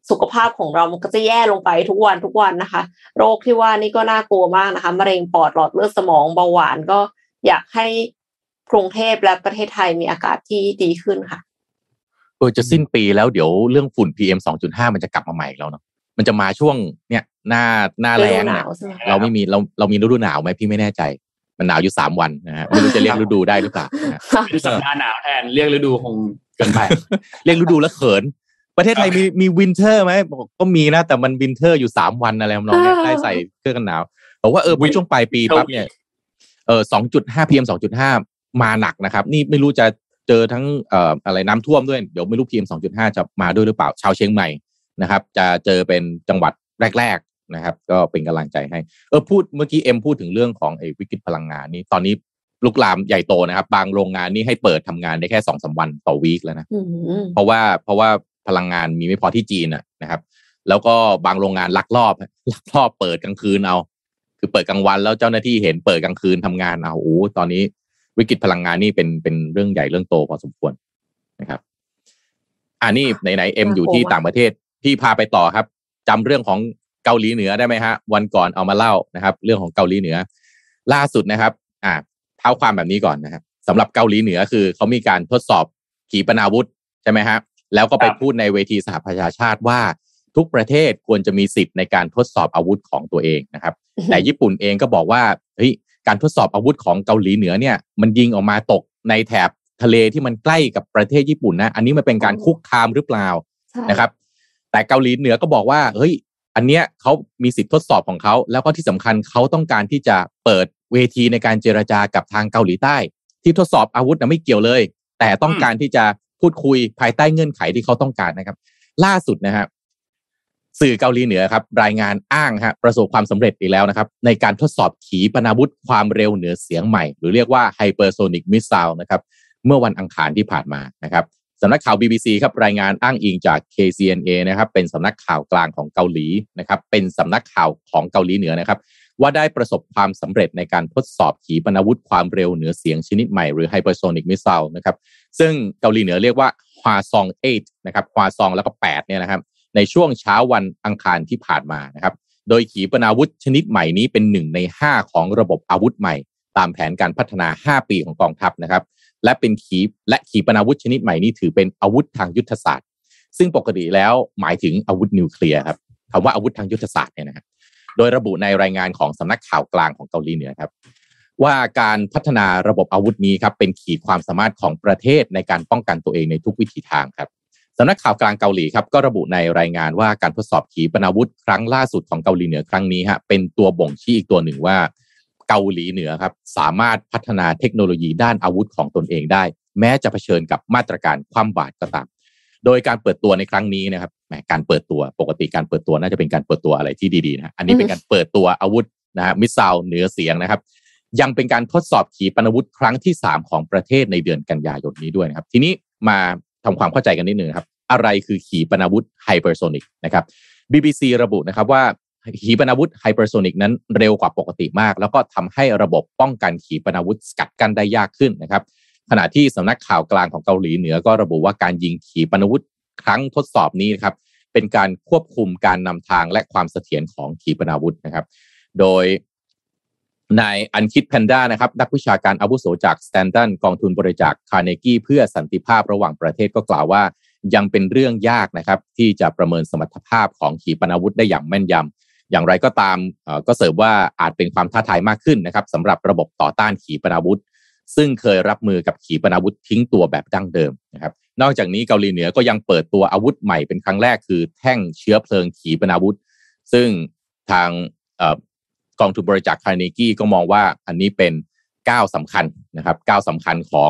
สุขภาพของเรามันก็จะแย่ลงไปทุกวันทุกวันนะคะโรคที่ว่านี่ก็น่ากลัวมากนะคะมะเร็งปอดหลอดเลือดสมองเบาหวานก็อยากให้กรุงเทพและประเทศไทยมีอากาศที่ดีขึ้นค่ะเออจะสิ้นปีแล้วเดี๋ยวเรื่องฝุ่น พี เอ็ม สองจุดห้า มันจะกลับมาใหม่แล้วเนาะมันจะมาช่วงเนี่ยหน้าหน้าแล้งเนี่ยเราไม่มีเราเรามีฤดูหนาวไหมพี่ไม่แน่ใจมันหนาวอยู่สามวันนะฮะไม่รู้จะเรียกฤดูได้หรือเปล่าเป็นสัปดาห์หนาวแทนเรียกฤดูคงเกินไปเรียกฤดูแล้วเขินประเทศไทยมีมีวินเทอร์ไหมก็มีนะแต่มันวินเทอร์อยู่สามวันอะไรน้องๆได้ใส่เสื้อกันหนาวบอกว่าเออช่วงปลายปีปั๊บเนี่ยเออ สองจุดห้า พี เอ็ม สองจุดห้า มาหนักนะครับนี่ไม่รู้จะเจอทั้งเอ่ออะไรน้ำท่วมด้วยเดี๋ยวไม่รู้ พี เอ็ม สองจุดห้า จะมาด้วยหรือเปล่าชาวเชียงใหม่นะครับจะเจอเป็นจังหวัดแรกๆนะครับก็เป็นกำลังใจให้เออพูดเมื่อกี้เอ็มพูดถึงเรื่องของไอ้วิกฤตพลังงานนี่ตอนนี้ลุกลามใหญ่โตนะครับบางโรงงานนี่ให้เปิดทำงานได้แค่ สองถึงสาม วันต่อวีคแล้วนะเพราะว่าเพราะว่าพลังงานมีไม่พอที่จีนอ่ะนะครับแล้วก็บางโรงงานลักลอบลักลอบเปิดกลางคืนเอาคือเปิดกลางวันแล้วเจ้าหน้าที่เห็นเปิดกลางคืนทำงานเอาโอ้ตอนนี้วิกฤตพลังงานนี่เป็นเป็นเรื่องใหญ่เรื่องโตพอสมควรนะครับอ่านี่ไหนๆเอ็มอยู่ที่ต่างประเทศพี่พาไปต่อครับจำเรื่องของเกาหลีเหนือได้ไหมฮะวันก่อนเอามาเล่านะครับเรื่องของเกาหลีเหนือล่าสุดนะครับอ่าเท้าความแบบนี้ก่อนนะครับสำหรับเกาหลีเหนือคือเขามีการทดสอบขีปนาวุธใช่ไหมฮะแล้วก็ไปพูดในเวทีสหประชาชาติว่าทุกประเทศควรจะมีสิทธิ์ในการทดสอบอาวุธของตัวเองนะครับแต่ญี่ปุ่นเองก็บอกว่าเฮ้ยการทดสอบอาวุธของเกาหลีเหนือเนี่ยมันยิงออกมาตกในแถบทะเลที่มันใกล้กับประเทศญี่ปุ่นนะอันนี้มันเป็นการคุกคามหรือเปล่านะครับแต่เกาหลีเหนือก็บอกว่าเฮ้ยอันเนี้ยเขามีสิทธิ์ทดสอบของเขาแล้วก็ที่สำคัญเขาต้องการที่จะเปิดเวทีในการเจรจากับทางเกาหลีใต้ที่ทดสอบอาวุธนะไม่เกี่ยวเลยแต่ต้องการที่จะพูดคุยภายใต้เงื่อนไขที่เขาต้องการนะครับล่าสุดนะฮะสื่อเกาหลีเหนือครับรายงานอ้างฮะประสบความสำเร็จอีกแล้วนะครับในการทดสอบขีปนาวุธความเร็วเหนือเสียงใหม่หรือเรียกว่า Hypersonic Missile นะครับเมื่อวันอังคารที่ผ่านมานะครับสำนักข่าว บี บี ซี ครับรายงานอ้างอิงจาก เค ซี เอ็น เอ นะครับเป็นสำนักข่าวกลางของเกาหลีนะครับเป็นสำนักข่าวของเกาหลีเหนือนะครับว่าได้ประสบความสำเร็จในการทดสอบขีปนาวุธความเร็วเหนือเสียงชนิดใหม่หรือ Hypersonic Missile นะครับซึ่งเกาหลีเหนือเรียกว่าฮวาซองแปดนะครับฮวาซองแล้วก็แปดเนี่ยนะครับในช่วงเช้าวันอังคารที่ผ่านมานะครับโดยขีปนาวุธชนิดใหม่นี้เป็นหนึ่งในห้าของระบบอาวุธใหม่ตามแผนการพัฒนาห้าปีของกองทัพนะครับและเป็นขีปและขีปนาวุธชนิดใหม่นี้ถือเป็นอาวุธทางยุทธศาสตร์ซึ่งปกติแล้วหมายถึงอาวุธนิวเคลียร์ครับคำว่าอาวุธทางยุทธศาสตร์เนี่ยนะครับโดยระบุในรายงานของสำนักข่าวกลางของเกาหลีเหนือครับว่าการพัฒนาระบบอาวุธนี้ครับเป็นขีดความสามารถของประเทศในการป้องกันตัวเองในทุกวิถีทางครับสำนักข่าวกลางเกาหลีครับก็ระบุในรายงานว่าการทดสอบขีปนาวุธครั้งล่าสุดของเกาหลีเหนือครั้งนี้ฮะเป็นตัวบ่งชี้อีกตัวหนึ่งว่าเกาหลีเหนือครับสามารถพัฒนาเทคโนโลยีด้านอาวุธของตนเองได้แม้จะเผชิญกับมาตรการคว่ำบาตรก็ตามโดยการเปิดตัวในครั้งนี้นะครับแหมการเปิดตัวปกติการเปิดตัวน่าจะเป็นการเปิดตัวอะไรที่ดีๆนะอันนี้เป็นการเปิดตัวอาวุธนะฮะมิสไซล์เหนือเสียงนะครับยังเป็นการทดสอบขีปนาวุธครั้งที่สามของประเทศในเดือนกันยายนนี้ด้วยนะครับทีนี้มาทำความเข้าใจกันนิดนึงครับอะไรคือขีปนาวุธไฮเปอร์โซนิกนะครับ บี บี ซี ระบุนะครับว่าขีปนาวุธไฮเปอร์โซนิกนั้นเร็วกว่าปกติมากแล้วก็ทำให้ระบบป้องกันขีปนาวุธสกัดกั้นได้ยากขึ้นนะครับขณะที่สำนักข่าวกลางของเกาหลีเหนือก็ระบุว่าการยิงขีปนาวุธครั้งทดสอบนี้นะครับเป็นการควบคุมการนำทางและความเสถียรของขีปนาวุธนะครับโดยนายอันคิดแพนด้านะครับนักวิชาการอาวุโสจากสแตนตันกองทุนบริจาคคาร์เนกี้เพื่อสันติภาพระหว่างประเทศก็กล่าวว่ายังเป็นเรื่องยากนะครับที่จะประเมินสมรรถภาพของขีปนาวุธได้อย่างแม่นยำอย่างไรก็ตามก็เสริมว่าอาจเป็นความท้าทายมากขึ้นนะครับสำหรับระบบต่อต้านขีปนาวุธซึ่งเคยรับมือกับขีปนาวุธทิ้งตัวแบบดั้งเดิมนะครับนอกจากนี้เกาหลีเหนือก็ยังเปิดตัวอาวุธใหม่เป็นครั้งแรกคือแท่งเชื้อเพลิงขีปนาวุธซึ่งทางกองทุนบริจาคคาร์เนกี้ก็มองว่าอันนี้เป็นก้าวสำคัญนะครับก้าวสำคัญของ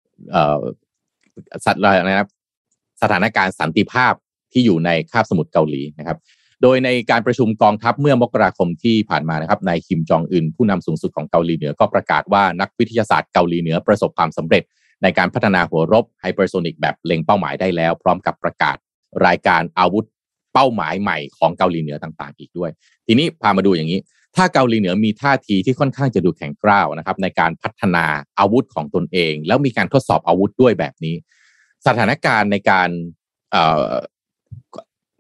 สัตว์นะครับสถานการณ์สันติภาพที่อยู่ในคาบสมุทรเกาหลีนะครับโดยในการประชุมกองทัพเมื่อมกราคมที่ผ่านมานะครับนายคิมจองอึนผู้นำสูงสุดของเกาหลีเหนือก็ประกาศว่านักวิทยาศาสตร์เกาหลีเหนือประสบความสำเร็จในการพัฒนาหัวรบไฮเปอร์โซนิกแบบเล็งเป้าหมายได้แล้วพร้อมกับประกาศรายการอาวุธเป้าหมายใหม่ของเกาหลีเหนือต่างๆอีกด้วยทีนี้พามาดูอย่างนี้ถ้าเกาหลีเหนือมีท่าทีที่ค่อนข้างจะดูแข็งกร้าวนะครับในการพัฒนาอาวุธของตนเองแล้วมีการทดสอบอาวุธด้วยแบบนี้สถานการณ์ในการ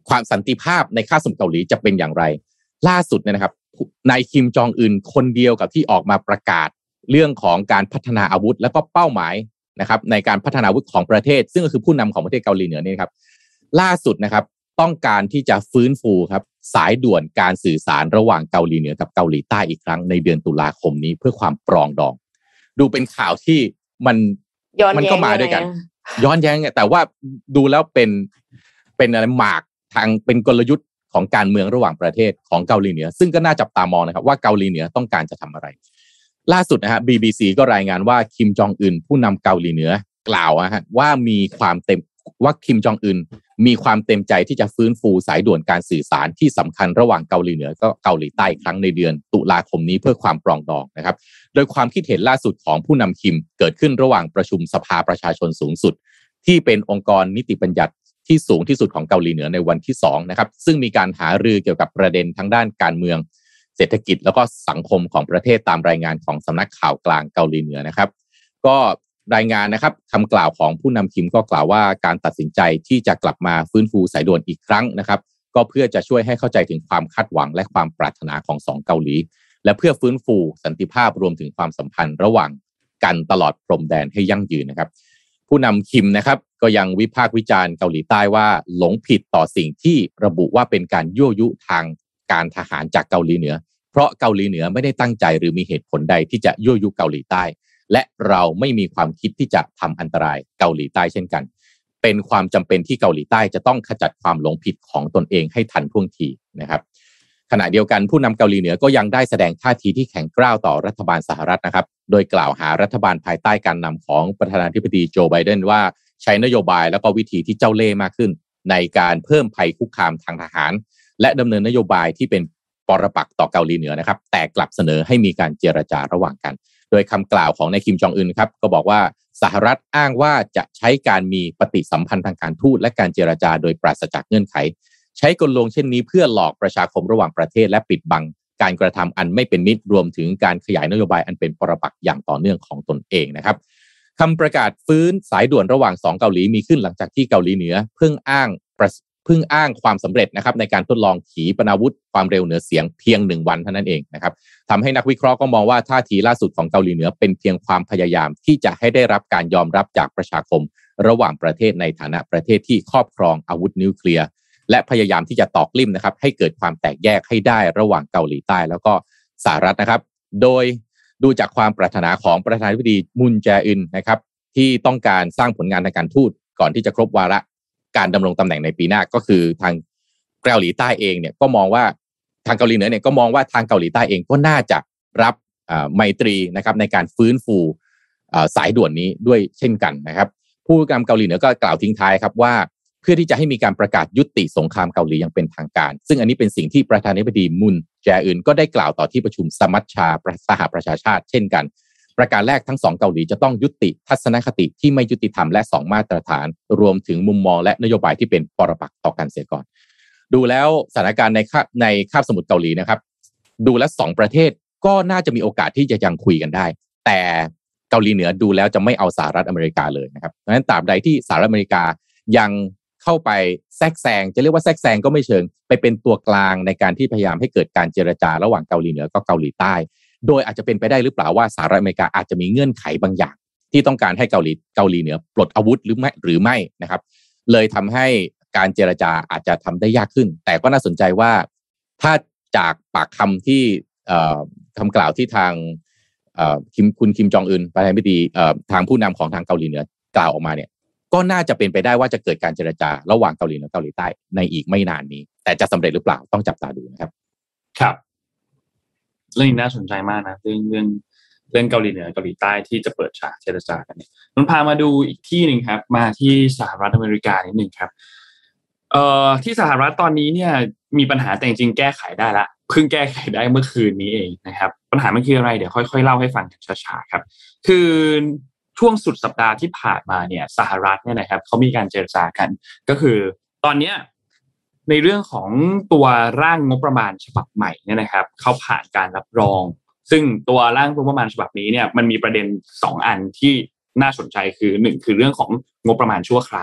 ความสันติภาพในคาบสมุทรเกาหลีจะเป็นอย่างไรล่าสุดเนี่ยนะครับนายคิมจองอึนคนเดียวกับที่ออกมาประกาศเรื่องของการพัฒนาอาวุธแล้วก็เป้าหมายนะครับในการพัฒนาอาวุธของประเทศซึ่งก็คือผู้นำของประเทศเกาหลีเหนือนี่ครับล่าสุดนะครับต้องการที่จะฟื้นฟูครับสายด่วนการสื่อสารระหว่างเกาหลีเหนือกับเกาหลีใต้อีกครั้งในเดือนตุลาคมนี้เพื่อความปรองดองดูเป็นข่าวที่มันมันก็มาด้วยกันย้อนแย้งแต่ว่าดูแล้วเป็นเป็นอะไรหมากทางเป็นกลยุทธ์ของการเมืองระหว่างประเทศของเกาหลีเหนือซึ่งก็น่าจับตามองนะครับว่าเกาหลีเหนือต้องการจะทำอะไรล่าสุดนะฮะ บี บี ซี ก็รายงานว่าคิมจองอึนผู้นำเกาหลีเหนือกล่าวนะฮะว่ามีความเต็มว่าคิมจองอึนมีความเต็มใจที่จะฟื้นฟูสายด่วนการสื่อสารที่สำคัญระหว่างเกาหลีเหนือก็เกาหลีใต้ครั้งในเดือนตุลาคมนี้เพื่อความปรองดองนะครับโดยความคิดเห็นล่าสุดของผู้นำคิมเกิดขึ้นระหว่างประชุมสภาประชาชนสูงสุดที่เป็นองค์กรนิติบัญญัติที่สูงที่สุดของเกาหลีเหนือในวันที่สองนะครับซึ่งมีการหารือเกี่ยวกับประเด็นทั้งด้านการเมืองเศรษฐกิจแล้วก็สังคมของประเทศตามรายงานของสำนักข่าวกลางเกาหลีเหนือนะครับก็รายงานนะครับคำกล่าวของผู้นำคิมก็กล่าวว่าการตัดสินใจที่จะกลับมาฟื้นฟูสายด่วนอีกครั้งนะครับก็เพื่อจะช่วยให้เข้าใจถึงความคาดหวังและความปรารถนาของสองเกาหลีและเพื่อฟื้นฟูสันติภาพรวมถึงความสัมพันธ์ระหว่างกันตลอดพรมแดนให้ยั่งยืนนะครับผู้นำคิมนะครับก็ยังวิพากษ์วิจารณ์เกาหลีใต้ว่าหลงผิดต่อสิ่งที่ระบุว่าเป็นการยั่วยุทางการทหารจากเกาหลีเหนือเพราะเกาหลีเหนือไม่ได้ตั้งใจหรือมีเหตุผลใดที่จะยั่วยุเกาหลีใต้และเราไม่มีความคิดที่จะทำอันตรายเกาหลีใต้เช่นกันเป็นความจำเป็นที่เกาหลีใต้จะต้องขจัดความหลงผิดของตนเองให้ทันท่วงทีนะครับขณะเดียวกันผู้นำเกาหลีเหนือก็ยังได้แสดงท่าทีที่แข็งกร้าวต่อรัฐบาลสหรัฐนะครับโดยกล่าวหารัฐบาลภายใต้การนำของประธานาธิบดีโจไบเดนว่าใช้นโยบายและก็วิธีที่เจ้าเล่ห์มากขึ้นในการเพิ่มภัยคุกคามทางทหารและดำเนินนโยบายที่เป็นปรปักษ์ต่อเกาหลีเหนือนะครับแต่กลับเสนอให้มีการเจรจาระหว่างกันโดยคำกล่าวของนายคิมจองอึนครับก็บอกว่าสหรัฐอ้างว่าจะใช้การมีปฏิสัมพันธ์ทางการทูตและการเจรจาโดยปราศจากเงื่อนไขใช้กลลวงเช่นนี้เพื่อหลอกประชาคมระหว่างประเทศและปิดบังการกระทำอันไม่เป็นมิตรรวมถึงการขยายนโยบายอันเป็นปรปักษ์อย่างต่อเนื่องของตนเองนะครับคำประกาศฟื้นสายด่วนระหว่างสองเกาหลีมีขึ้นหลังจากที่เกาหลีเหนือเพิ่งอ้างเพิ่งอ้างความสำเร็จนะครับในการทดลองขีปนาวุธความเร็วเหนือเสียงเพียงหนึ่งวันเท่านั้นเองนะครับทำให้นักวิเคราะห์ก็มองว่าท่าทีล่าสุดของเกาหลีเหนือเป็นเพียงความพยายามที่จะให้ได้รับการยอมรับจากประชาคมระหว่างประเทศในฐานะประเทศที่ครอบครองอาวุธนิวเคลียร์และพยายามที่จะตอกลิ่มนะครับให้เกิดความแตกแยกให้ได้ระหว่างเกาหลีใต้แล้วก็สหรัฐนะครับโดยดูจากความปรารถนาของประธานาธิบดีมุนแจอินนะครับที่ต้องการสร้างผลงานทางการทูตก่อนที่จะครบวาระการดำรงตำแหน่งในปีหน้าก็คือทางเกาหลีใต้เองเนี่ยก็มองว่าทางเกาหลีเหนือเนี่ยก็มองว่าทางเกาหลีใต้เองก็น่าจะรับไมตรีนะครับในการฟื้นฟูสายด่วนนี้ด้วยเช่นกันนะครับผู้นำเกาหลีเหนือก็กล่าวทิ้งท้ายครับว่าเพื่อที่จะให้มีการประกาศยุติสงครามเกาหลีอย่างเป็นทางการซึ่งอันนี้เป็นสิ่งที่ประธานาธิบดีมุนแจอินก็ได้กล่าวต่อที่ประชุมสมัชชาสหประชาชาติเช่นกันประการแรกทั้งสองเกาหลีจะต้องยุติทัศนคติที่ไม่ยุติธรรมและสองมาตรฐานรวมถึงมุมมองและนโยบายที่เป็นปรปักษ์ต่อกันเสียก่อนดูแล้วสถานการณ์ในคาบในคาบสมุทรเกาหลีนะครับดูแล้วสองประเทศก็น่าจะมีโอกาสที่จะยังคุยกันได้แต่เกาหลีเหนือดูแล้วจะไม่เอาสหรัฐอเมริกาเลยนะครับเพราะฉะนั้นตราบใดที่สหรัฐอเมริกายังเข้าไปแทรกแซงจะเรียกว่าแทรกแซงก็ไม่เชิงไปเป็นตัวกลางในการที่พยายามให้เกิดการเจรจาระหว่างเกาหลีเหนือกับเกาหลีใต้โดยอาจจะเป็นไปได้หรือเปล่าว่าสหรัฐอเมริกาอาจจะมีเงื่อนไขบางอย่างที่ต้องการให้เกาหลีเกาหลีเหนือปลดอาวุธหรือไม่หรือไม่นะครับเลยทำให้การเจรจาอาจจะทำได้ยากขึ้นแต่ก็น่าสนใจว่าถ้าจากปากคำที่คำกล่าวที่ทางคิมคุณคิมจองอึนประธานาธิบดีทางผู้นำของทางเกาหลีเหนือกล่าวออกมาเนี่ยก็น่าจะเป็นไปได้ว่าจะเกิดการเจรจาระหว่างเกาหลีเหนือเกาหลีใต้ในอีกไม่นานนี้แต่จะสำเร็จหรือเปล่าต้องจับตาดูนะครับครับเรื่องนี้น่าสนใจมากนะเรื่องเรื่องเรื่องเกาหลีเหนือเกาหลีใต้ที่จะเปิดฉากเจรจากันเนี่ยมันพามาดูอีกที่นึงครับมาที่สหรัฐอเมริกานิดนึงครับเอ่อที่สหรัฐตอนนี้เนี่ยมีปัญหาแต่จริงๆแก้ไขได้ละเพิ่งแก้ไขได้เมื่อคืนนี้เองนะครับปัญหามันคืออะไรเดี๋ยวค่อยๆเล่าให้ฟังกันช้าๆครับคือช่วงสุดสัปดาห์ที่ผ่านมาเนี่ยสหรัฐเนี่ยนะครับเขามีการเจรจากันก็คือตอนเนี้ยในเรื่องของตัวร่างงบประมาณฉบับใหม่เนี่ยนะครับเขาผ่านการรับรองซึ่งตัวร่างงบประมาณฉบับนี้เนี่ยมันมีประเด็นสองอันที่น่าสนใจคือหนึ่งคือเรื่องของงบประมาณชั่วคราว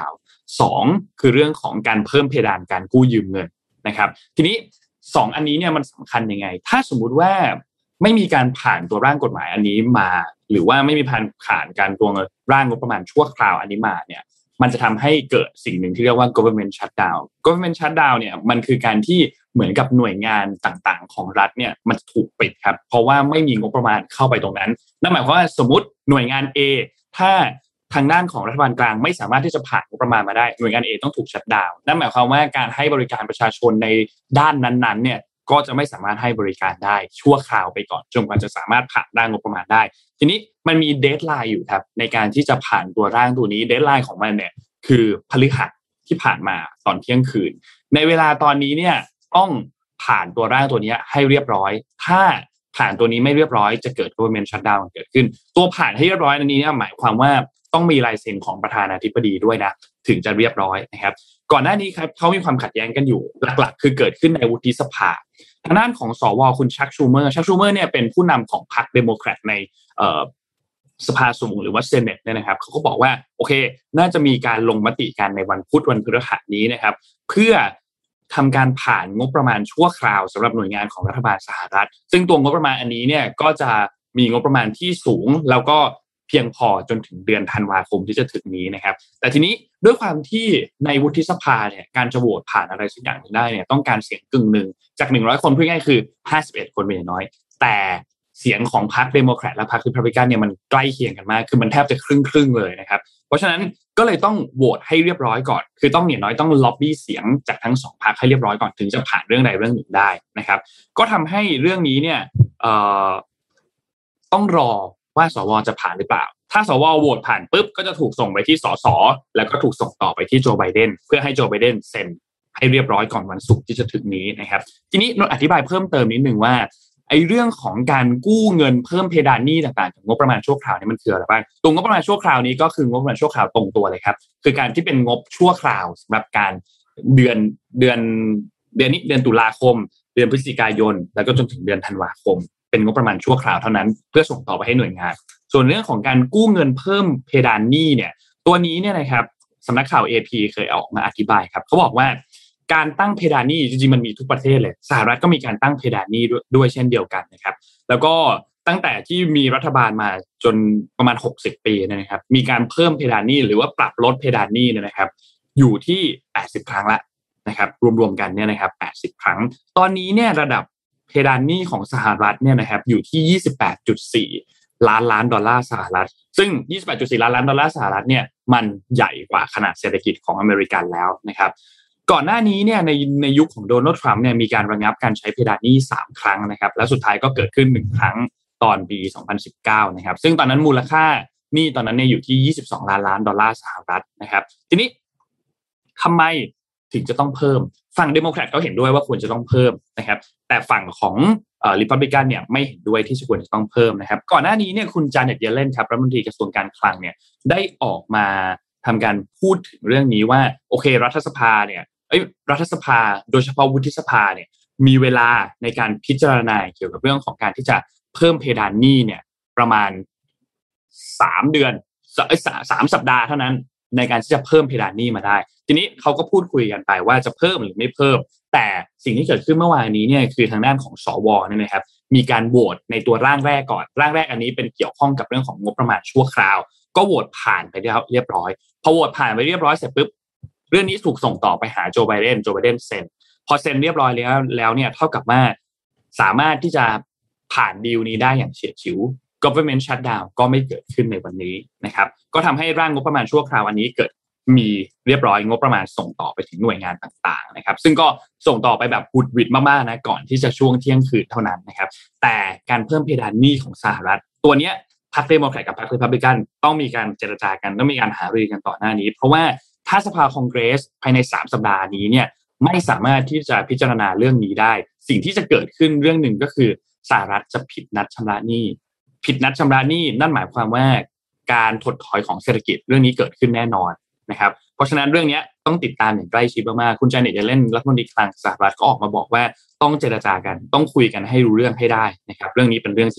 สองคือเรื่องของการเพิ่มเพดานการกู้ยืมเงินนะครับทีนี้สองอันนี้เนี่ยมันสำคัญยังไงถ้าสมมุติว่าไม่มีการผ่านตัวร่างกฎหมายอันนี้มาหรือว่าไม่มีผ่านผ่านการตัวร่างงบประมาณชั่วคราวอันนี้มาเนี่ยมันจะทำให้เกิดสิ่งหนึ่งที่เรียกว่า government shutdown government shutdown เนี่ยมันคือการที่เหมือนกับหน่วยงานต่างๆของรัฐเนี่ยมันถูกปิดครับเพราะว่าไม่มีงบประมาณเข้าไปตรงนั้นนั่นหมายความว่าสมมติหน่วยงาน A ถ้าทางด้านของรัฐบาลกลางไม่สามารถที่จะผ่านงบประมาณมาได้หน่วยงาน A ต้องถูกชัตดาวน์นั่นหมายความว่าการให้บริการประชาชนในด้านนั้นๆเนี่ยก็จะไม่สามารถให้บริการได้ชั่วคราวไปก่อนจนกว่าจะสามารถผ่านร่างงบประมาณได้ทีนี้มันมีเดดไลน์อยู่ครับในการที่จะผ่านตัวร่างตัวนี้เดดไลน์ของมันเนี่ยคือพฤหัสที่ผ่านมาตอนเที่ยงคืนในเวลาตอนนี้เนี่ยต้องผ่านตัวร่างตัวนี้ให้เรียบร้อยถ้าผ่านตัวนี้ไม่เรียบร้อยจะเกิด government shutdown เกิดขึ้นตัวผ่านให้เรียบร้อยอันนี้เนี่ยหมายความว่าต้องมีลายเซ็นของประธานาธิบดีด้วยนะถึงจะเรียบร้อยนะครับก่อนหน้านี้ครับเขามีความขัดแย้งกันอยู่หลักๆคือเกิดขึ้นในวุฒิสภาทางด้านของสวคุณชักชูเมอร์ชักชูเมอร์เนี่ยเป็นผู้นำของพรรคเดโมแครตในเอ่อสภาสูงหรือว่าเซเนตเนี่ยนะครับเขาก็บอกว่าโอเคน่าจะมีการลงมติกันในวันพุธวันพฤหัสนี้นะครับเพื่อทำการผ่านงบประมาณชั่วคราวสำหรับหน่วยงานของรัฐบาลสหรัฐซึ่งตัวงบประมาณอันนี้เนี่ยก็จะมีงบประมาณที่สูงแล้วก็เพียงพอจนถึงเดือนธันวาคมที่จะถึงนี้นะครับแต่ทีนี้ด้วยความที่ในวุฒิสภาเนี่ยการจะโหวตผ่านอะไรสักอย่างได้เนี่ยต้องการเสียงกึ่งหนึ่งจากหนึ่งร้อยคนพูดง่ายๆคือห้าสิบเอ็ดคนเป็นอย่างน้อยแต่เสียงของพรรคเดโมแครตและพรรครีพับลิกันเนี่ยมันใกล้เคียงกันมากคือมันแทบจะครึ่งๆเลยนะครับเพราะฉะนั้นก็เลยต้องโหวตให้เรียบร้อยก่อนคือต้องอย่างน้อยต้องล็อบบี้เสียงจากทั้งสองพรรคให้เรียบร้อยก่อนถึงจะผ่านเรื่องใดเรื่องหนึ่งได้นะครับก็ทำให้เรื่องนี้เนี่ยเอ่อต้องรอว่าสวจะผ่านหรือเปล่าถ้าสวโหวตผ่านปุ๊บก็จะถูกส่งไปที่สสแล้วก็ถูกส่งต่อไปที่โจไบเดนเพื่อให้โจไบเดนเซ็นให้เรียบร้อยก่อนวันศุกร์ที่จะถึงนี้นะครับทีนี้นนท์อธิบายเพิ่มเติมนิดนึงว่าไอ้เรื่องของการกู้เงินเพิ่มเพดานหนี้ต่างๆจากงบประมาณชั่วคราวนี่มันคืออะไรบ้างตัวงบประมาณชั่วคราวนี้ก็คืองบประมาณชั่วคราวตรงตัวเลยครับคือการที่เป็นงบชั่วคราวสำหรับการเดือนเดือนเดือนนี้เดือนตุลาคมเดือนพฤศจิกายนแล้วก็จนถึงเดือนธันวาคมเป็นงบประมาณชั่วคราวเท่านั้นเพื่อส่งต่อไปให้หน่วยงานส่วนเรื่องของการกู้เงินเพิ่มเพดานหนี้เนี่ยตัวนี้เนี่ยนะครับสำนักข่าว เอ พี เคยออกมาอธิบายครับเขาบอกว่าการตั้งเพดานหนี้จริงๆมันมีทุกประเทศเลยสหรัฐก็มีการตั้งเพดานหนี้ด้วยเช่นเดียวกันนะครับแล้วก็ตั้งแต่ที่มีรัฐบาลมาจนประมาณหกสิบปีนะครับมีการเพิ่มเพดานหนี้หรือว่าปรับลดเพดานหนี้นะครับอยู่ที่แปดสิบครั้งละนะครับรวมๆกันเนี่ยนะครับแปดสิบครั้งตอนนี้เนี่ยระดับเพดานหนี้ของสหรัฐเนี่ยนะครับอยู่ที่ ยี่สิบแปดจุดสี่ ล้านล้านดอลลาร์สหรัฐซึ่ง ยี่สิบแปดจุดสี่ ล้านล้านดอลลาร์สหรัฐเนี่ยมันใหญ่กว่าขนาดเศรษฐกิจของอเมริกันแล้วนะครับก่อนหน้านี้เนี่ยในในยุคของโดนัลด์ทรัมป์เนี่ยมีการระงับการใช้เพดานหนี้สามครั้งนะครับแล้วสุดท้ายก็เกิดขึ้นหนึ่งครั้งตอนปีสองพันสิบเก้านะครับซึ่งตอนนั้นมูลค่าหนี้ตอนนั้นเนี่ยอยู่ที่ยี่สิบสองล้านล้านดอลลาร์สหรัฐนะครับทีนี้ทำไมถึงจะต้องเพิ่มฝั่งเดโมแครตเขาเห็นด้วยว่าควรจะต้องเพิ่มนะครับแต่ฝั่งของเอ่อริพับลิกันเนี่ยไม่เห็นด้วยที่ควรจะต้องเพิ่มนะครับก่อนหน้านี้เนี่ยคุณจาเน็ตเยเลนครับรัฐมนตรีกระทรวงการคลังเนี่ยได้ออกมาทำการพูดถึงเรื่องนี้ว่าโอเครัฐสภาเนี่ยเอ้ยรัฐสภาโดยเฉพาะวุฒิสภาเนี่ยมีเวลาในการพิจารณาเกี่ยวกับเรื่องของการที่จะเพิ่มเพดานหนี้เนี่ยประมาณสามเดือนเอ้ยสามสัปดาห์เท่านั้นในการที่จะเพิ่มเพดานหนี้มาได้ทีนี้เขาก็พูดคุยกันไปว่าจะเพิ่มหรือไม่เพิ่มแต่สิ่งที่เกิดขึ้นเมื่อวานนี้เนี่ยคือทางด้านของสวเนี่ยนะครับมีการโหวตในตัวร่างแรกก่อนร่างแรกอันนี้เป็นเกี่ยวข้องกับเรื่องของงบประมาณชั่วคราวก็โหวตผ่านไปเรียบร้อยพอโหวตผ่านไปเรียบร้อยเสร็จปุ๊บเรื่องนี้ถูกส่งต่อไปหาโจไบเดนโจไบเดนเซ็นพอเซ็นเรียบร้อยแล้วแล้วเนี่ยเท่ากับว่าสามารถที่จะผ่านดีลนี้ได้อย่างเฉียดฉิว government shutdown ก็ไม่เกิดขึ้นในวันนี้นะครับก็ทำให้ร่างงบประมาณชั่วคราวอันนี้เกิดมีเรียบร้อยงบประมาณส่งต่อไปถึงหน่วยงานต่างๆนะครับซึ่งก็ส่งต่อไปแบบบุดหวิดมากๆนะก่อนที่จะช่วงเที่ยงคืนเท่านั้นนะครับแต่การเพิ่มเพดานหนี้ของสหรัฐตัวเนี้ยพรรคเดโมแครตกับพรรครีพับลิกันต้องมีการเจรจากันต้องมีการหารือกันต่อหน้านี้เพราะว่าถ้าสภาคองเกรสภายในสามสัปดาห์นี้เนี่ยไม่สามารถที่จะพิจารณาเรื่องนี้ได้สิ่งที่จะเกิดขึ้นเรื่องนึงก็คือสหรัฐจะผิดนัดชำระหนี้ผิดนัดชำระหนี้นั่นหมายความว่าการถดถอยของเศรษฐกิจเรื่องนี้เกิดขึ้นแน่นอนนะครับเพราะฉะนั้นเรื่องนี้ต้องติดตามอย่างใกล้ชิดมากๆคุณจาเน็ตเยเลนรัฐมนตรีคลังสหรัฐก็ออกมาบอกว่าต้องเจรจากันต้องคุยกันให้รู้เรื่องให้ได้นะครับเรื่องนี้เป็นเรื่องที่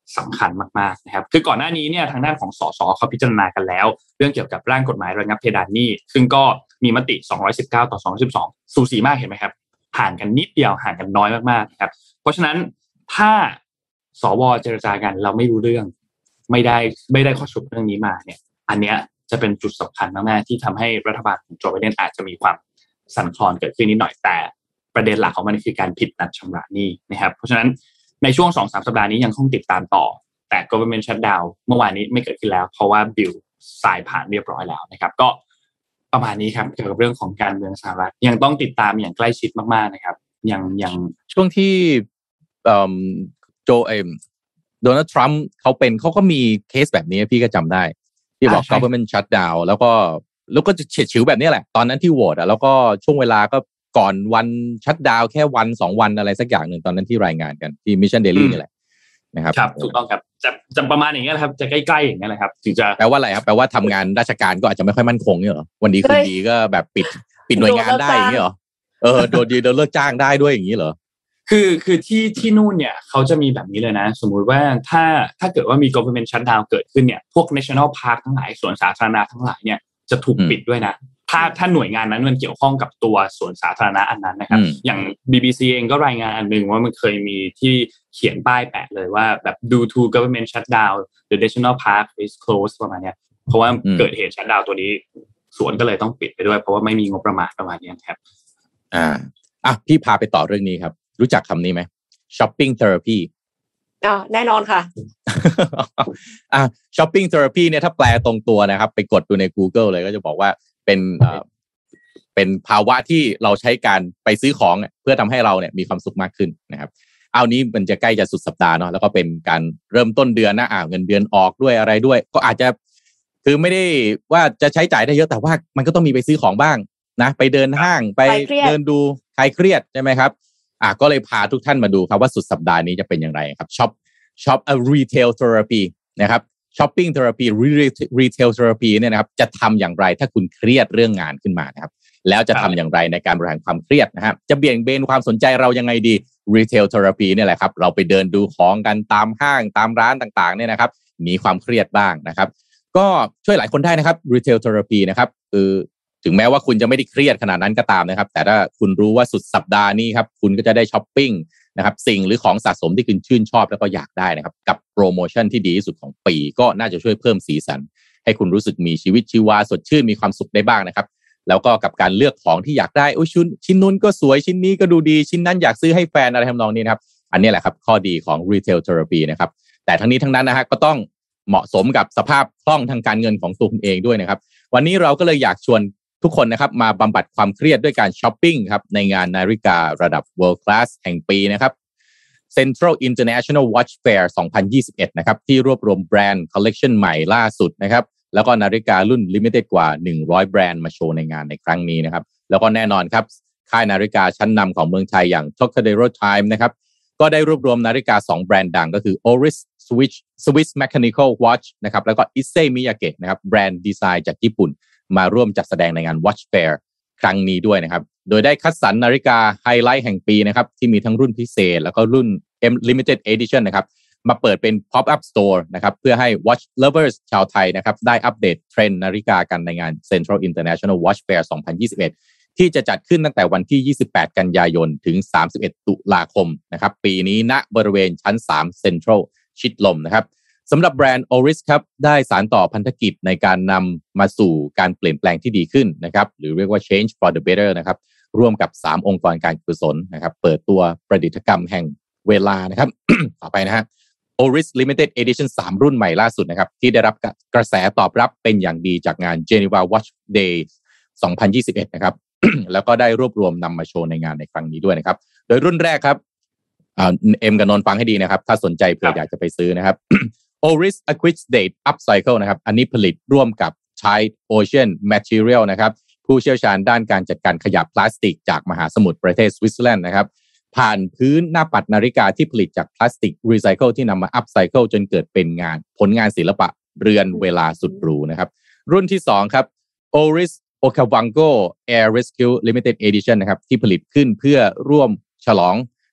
สำคัญมากๆนะครับคือก่อนหน้านี้เนี่ยทางด้านของสสเขาพิจารณากันแล้วเรื่องเกี่ยวกับร่างกฎหมายระงับเพดานหนี้ซึ่งก็มีมติสองร้อยสิบเก้าต่อสองร้อยสิบสองสูสีมากเห็นไหมครับห่างกันนิดเดียวห่างกันน้อยมากๆนะครับเพราะฉะนั้นถ้าสวเจรจากันเราไม่รู้เรื่องไม่ได้ไม่ได้ข้อสรุปเรื่องนี้มาเนี่ยอันเนี้ยจะเป็นจุดสำคัญมากๆที่ทำให้รัฐบาลของโจไบเดนอาจจะมีความสั่นคลอนเกิดขึ้นนิดหน่อยแต่ประเด็นหลักของมันคือการผิดนัดชำระหนี้นะครับเพราะฉะนั้นในช่วง สองถึงสาม สัปดาห์นี้ยังคงติดตามต่อแต่ government shutdown เมื่อวานนี้ไม่เกิดขึ้นแล้วเพราะว่าบิลสายผ่านเรียบร้อยแล้วนะครับก็ประมาณนี้ครับเกี่ยวกับเรื่องของการเมืองสหรัฐยังต้องติดตามอย่างใกล้ชิดมากๆนะครับยังยังช่วงที่โจเอมโดนัลด์ทรัมป์เขาเป็นเขาก็มีเคสแบบนี้พี่ก็จำได้ที่บอก government shutdown แล้วก็แล้วก็จะเฉียดฉิวแบบนี้แหละตอนนั้นที่โหวตอ่ะแล้วก็ช่วงเวลาก็ก่อนวันชัตดาวน์แค่วันสองวันอะไรสักอย่างหนึ่งตอนนั้นที่รายงานกันที่ Mission Daily นี่แหละนะครับครับถูกต้องครับจะจะประมาณอย่างเงี้ยครับจะใกล้ๆอย่างเงี้ยแหละครับถึงจะแปลว่าอะไรครับแปลว่าทำงานราชการก็อาจจะไม่ค่อยมั่นคงเนี่ยเหรอวันดีคืนดีก็แบบปิดปิดหน่วยงานได้อย่างเงี้ยเหรอเออโดนดีโดนเลิกจ้างได้ด้วยอย่างงี้เหรอคือคือที่ที่นู่นเนี่ยเขาจะมีแบบนี้เลยนะสมมุติว่าถ้าถ้าเกิดว่ามี government shutdown เกิดขึ้นเนี่ยพวก national park ทั้งหลายสวนสาธารณะทั้งหลายเนี่ยจะถูกปิดด้วยนะถ้าถ้าหน่วยงานนั้นมันเกี่ยวข้องกับตัวสวนสาธารณะอันนั้นนะครับอย่าง บี บี ซี เองก็รายงานอันนึงว่ามันเคยมีที่เขียนป้ายแปะเลยว่าแบบ due to government shutdown the national park is closed ประมาณนี้เพราะว่าเกิดเหตุ shutdown ตัวนี้สวนก็เลยต้องปิดไปด้วยเพราะว่าไม่มีงบประมาณประมาณนี้ครับอ่าอ่ะพี่พาไปต่อเรื่องนี้ครับรู้จักคำนี้ไหม shopping therapy อ๋อแน่นอนค่ะอ่ะ shopping therapy เนี่ยถ้าแปลตรงตัวนะครับไปกดดูใน Google เลยก็จะบอกว่าเป็นเอ่อเป็นภาวะที่เราใช้การไปซื้อของเพื่อทำให้เราเนี่ยมีความสุขมากขึ้นนะครับเอานี้มันจะใกล้จะสุดสัปดาห์เนาะแล้วก็เป็นการเริ่มต้นเดือนนะอ่าเงินเดือนออกด้วยอะไรด้วยก็อาจจะคือไม่ได้ว่าจะใช้จ่ายได้เยอะแต่ว่ามันก็ต้องมีไปซื้อของบ้างนะไปเดินห้างไปเดินดูคลายเครียดใช่ไหมครับอ่ะก็เลยพาทุกท่านมาดูครับว่าสุดสัปดาห์นี้จะเป็นอย่างไรครับช็อปช็อป a retail therapy นะครับช้อปปิ้งเทอราปีรีเทลเทอราปีเนี่ยนะครับจะทำอย่างไรถ้าคุณเครียดเรื่องงานขึ้นมานะครับแล้วจะทำอย่างไรในการบริหารความเครียดนะครับจะเบี่ยงเบนความสนใจเรายังไงดีรีเทลเทอราปีเนี่ยแหละครับเราไปเดินดูของกันตามห้างตามร้านต่างๆเนี่ยนะครับหนีความเครียดบ้างนะครับก็ช่วยหลายคนได้นะครับรีเทลเทอราปีนะครับคือถึงแม้ว่าคุณจะไม่ได้เครียดขนาดนั้นก็ตามนะครับแต่ถ้าคุณรู้ว่าสุดสัปดาห์นี้ครับคุณก็จะได้ช้อปปิ้งนะครับสิ่งหรือของสะสมที่คุณชื่นชอบแล้วก็อยากได้นะครับกับโปรโมชั่นที่ดีที่สุดของปีก็น่าจะช่วยเพิ่มสีสันให้คุณรู้สึกมีชีวิตชีวาสดชื่นมีความสุขได้บ้างนะครับแล้วก็กับการเลือกของที่อยากได้โอ้ยชิ้นชิ้นนู้นก็สวยชิ้นนี้ก็ดูดีชิ้นนั้นอยากซื้อให้แฟนอะไรทำนองนี้นะครับอันนี้แหละครับข้อดีของ Retail Therapy นะครับแต่ทั้งนี้ทั้งนั้นนะฮะก็ต้องเหมาะสมกับสภาพคล่องทางการเงินของตัวคุณเองด้วยนะครับวันนี้เราก็เลยอยากชวนทุกคนนะครับมาบำบัดความเครียดด้วยการช้อปปิ้งครับในงานนาฬิการะดับ World Class แห่งปีนะครับ Central International Watch Fair สองพันยี่สิบเอ็ดนะครับที่รวบรวมแบรนด์คอลเลกชันใหม่ล่าสุดนะครับแล้วก็นาฬิการุ่น Limited กว่าหนึ่งร้อยแบรนด์มาโชว์ในงานในครั้งนี้นะครับแล้วก็แน่นอนครับค่ายนาฬิกาชั้นนำของเมืองไทยอย่าง Tokyo Time นะครับก็ได้รวบรวมนาฬิกาสองแบรนด์ดังก็คือ Oris Swiss Swiss Mechanical Watch นะครับแล้วก็ Issey Miyake นะครับแบรนด์ดีไซน์จากญี่ปุ่นมาร่วมจัดแสดงในงาน Watch Fair ครั้งนี้ด้วยนะครับโดยได้คัดสรรนาฬิกาไฮไลท์แห่งปีนะครับที่มีทั้งรุ่นพิเศษแล้วก็รุ่น Limited Edition นะครับมาเปิดเป็น Pop-up Store นะครับเพื่อให้ Watch Lovers ชาวไทยนะครับได้อัปเดตเทรนด์นาฬิกากันในงาน Central International Watch Fair สองพันยี่สิบเอ็ดที่จะจัดขึ้นตั้งแต่วันที่ยี่สิบแปดกันยายนถึงสามสิบเอ็ดตุลาคมนะครับปีนี้ณบริเวณชั้นสาม Central ชิดลมนะครับสำหรับแบรนด์ Oris ครับได้สานต่อพันธกิจในการนำมาสู่การเปลี่ยนแปลงที่ดีขึ้นนะครับหรือเรียกว่า Change for the Better นะครับร่วมกับสามองค์กรการกุศลนะครับเปิดตัวประดิษฐกรรมแห่งเวลานะครับ ต่อไปนะฮะ Oris Limited Edition สามรุ่นใหม่ล่าสุดนะครับที่ได้รับกระแสตอบรับเป็นอย่างดีจากงาน Geneva Watch Day สองพันยี่สิบเอ็ดนะครับ แล้วก็ได้รวบรวมนำมาโชว์ในงานในครั้งนี้ด้วยนะครับโดยรุ่นแรกครับอ่าเอ็มกับนนท์ฟังให้ดีนะครับถ้าสนใจเผื่ออยากจะไปซื้อนะครับ Oris Aquis Date Upcycle นะครับอันนี้ผลิตร่วมกับ Tide Ocean Material นะครับผู้เชี่ยวชาญด้านการจัดการขยะพลาสติกจากมหาสมุทรประเทศสวิตเซอร์แลนด์นะครับผ่านพื้นหน้าปัดนาฬิกาที่ผลิตจากพลาสติกรีไซเคิลที่นำมาอัพไซเคิลจนเกิดเป็นงานผลงานศิลปะเรือนเวลาสุดหรูนะครับรุ่นที่สองครับ Oris Okavango Air Rescue Limited Edition นะครับที่ผลิตขึ้นเพื่อร่วมฉลอง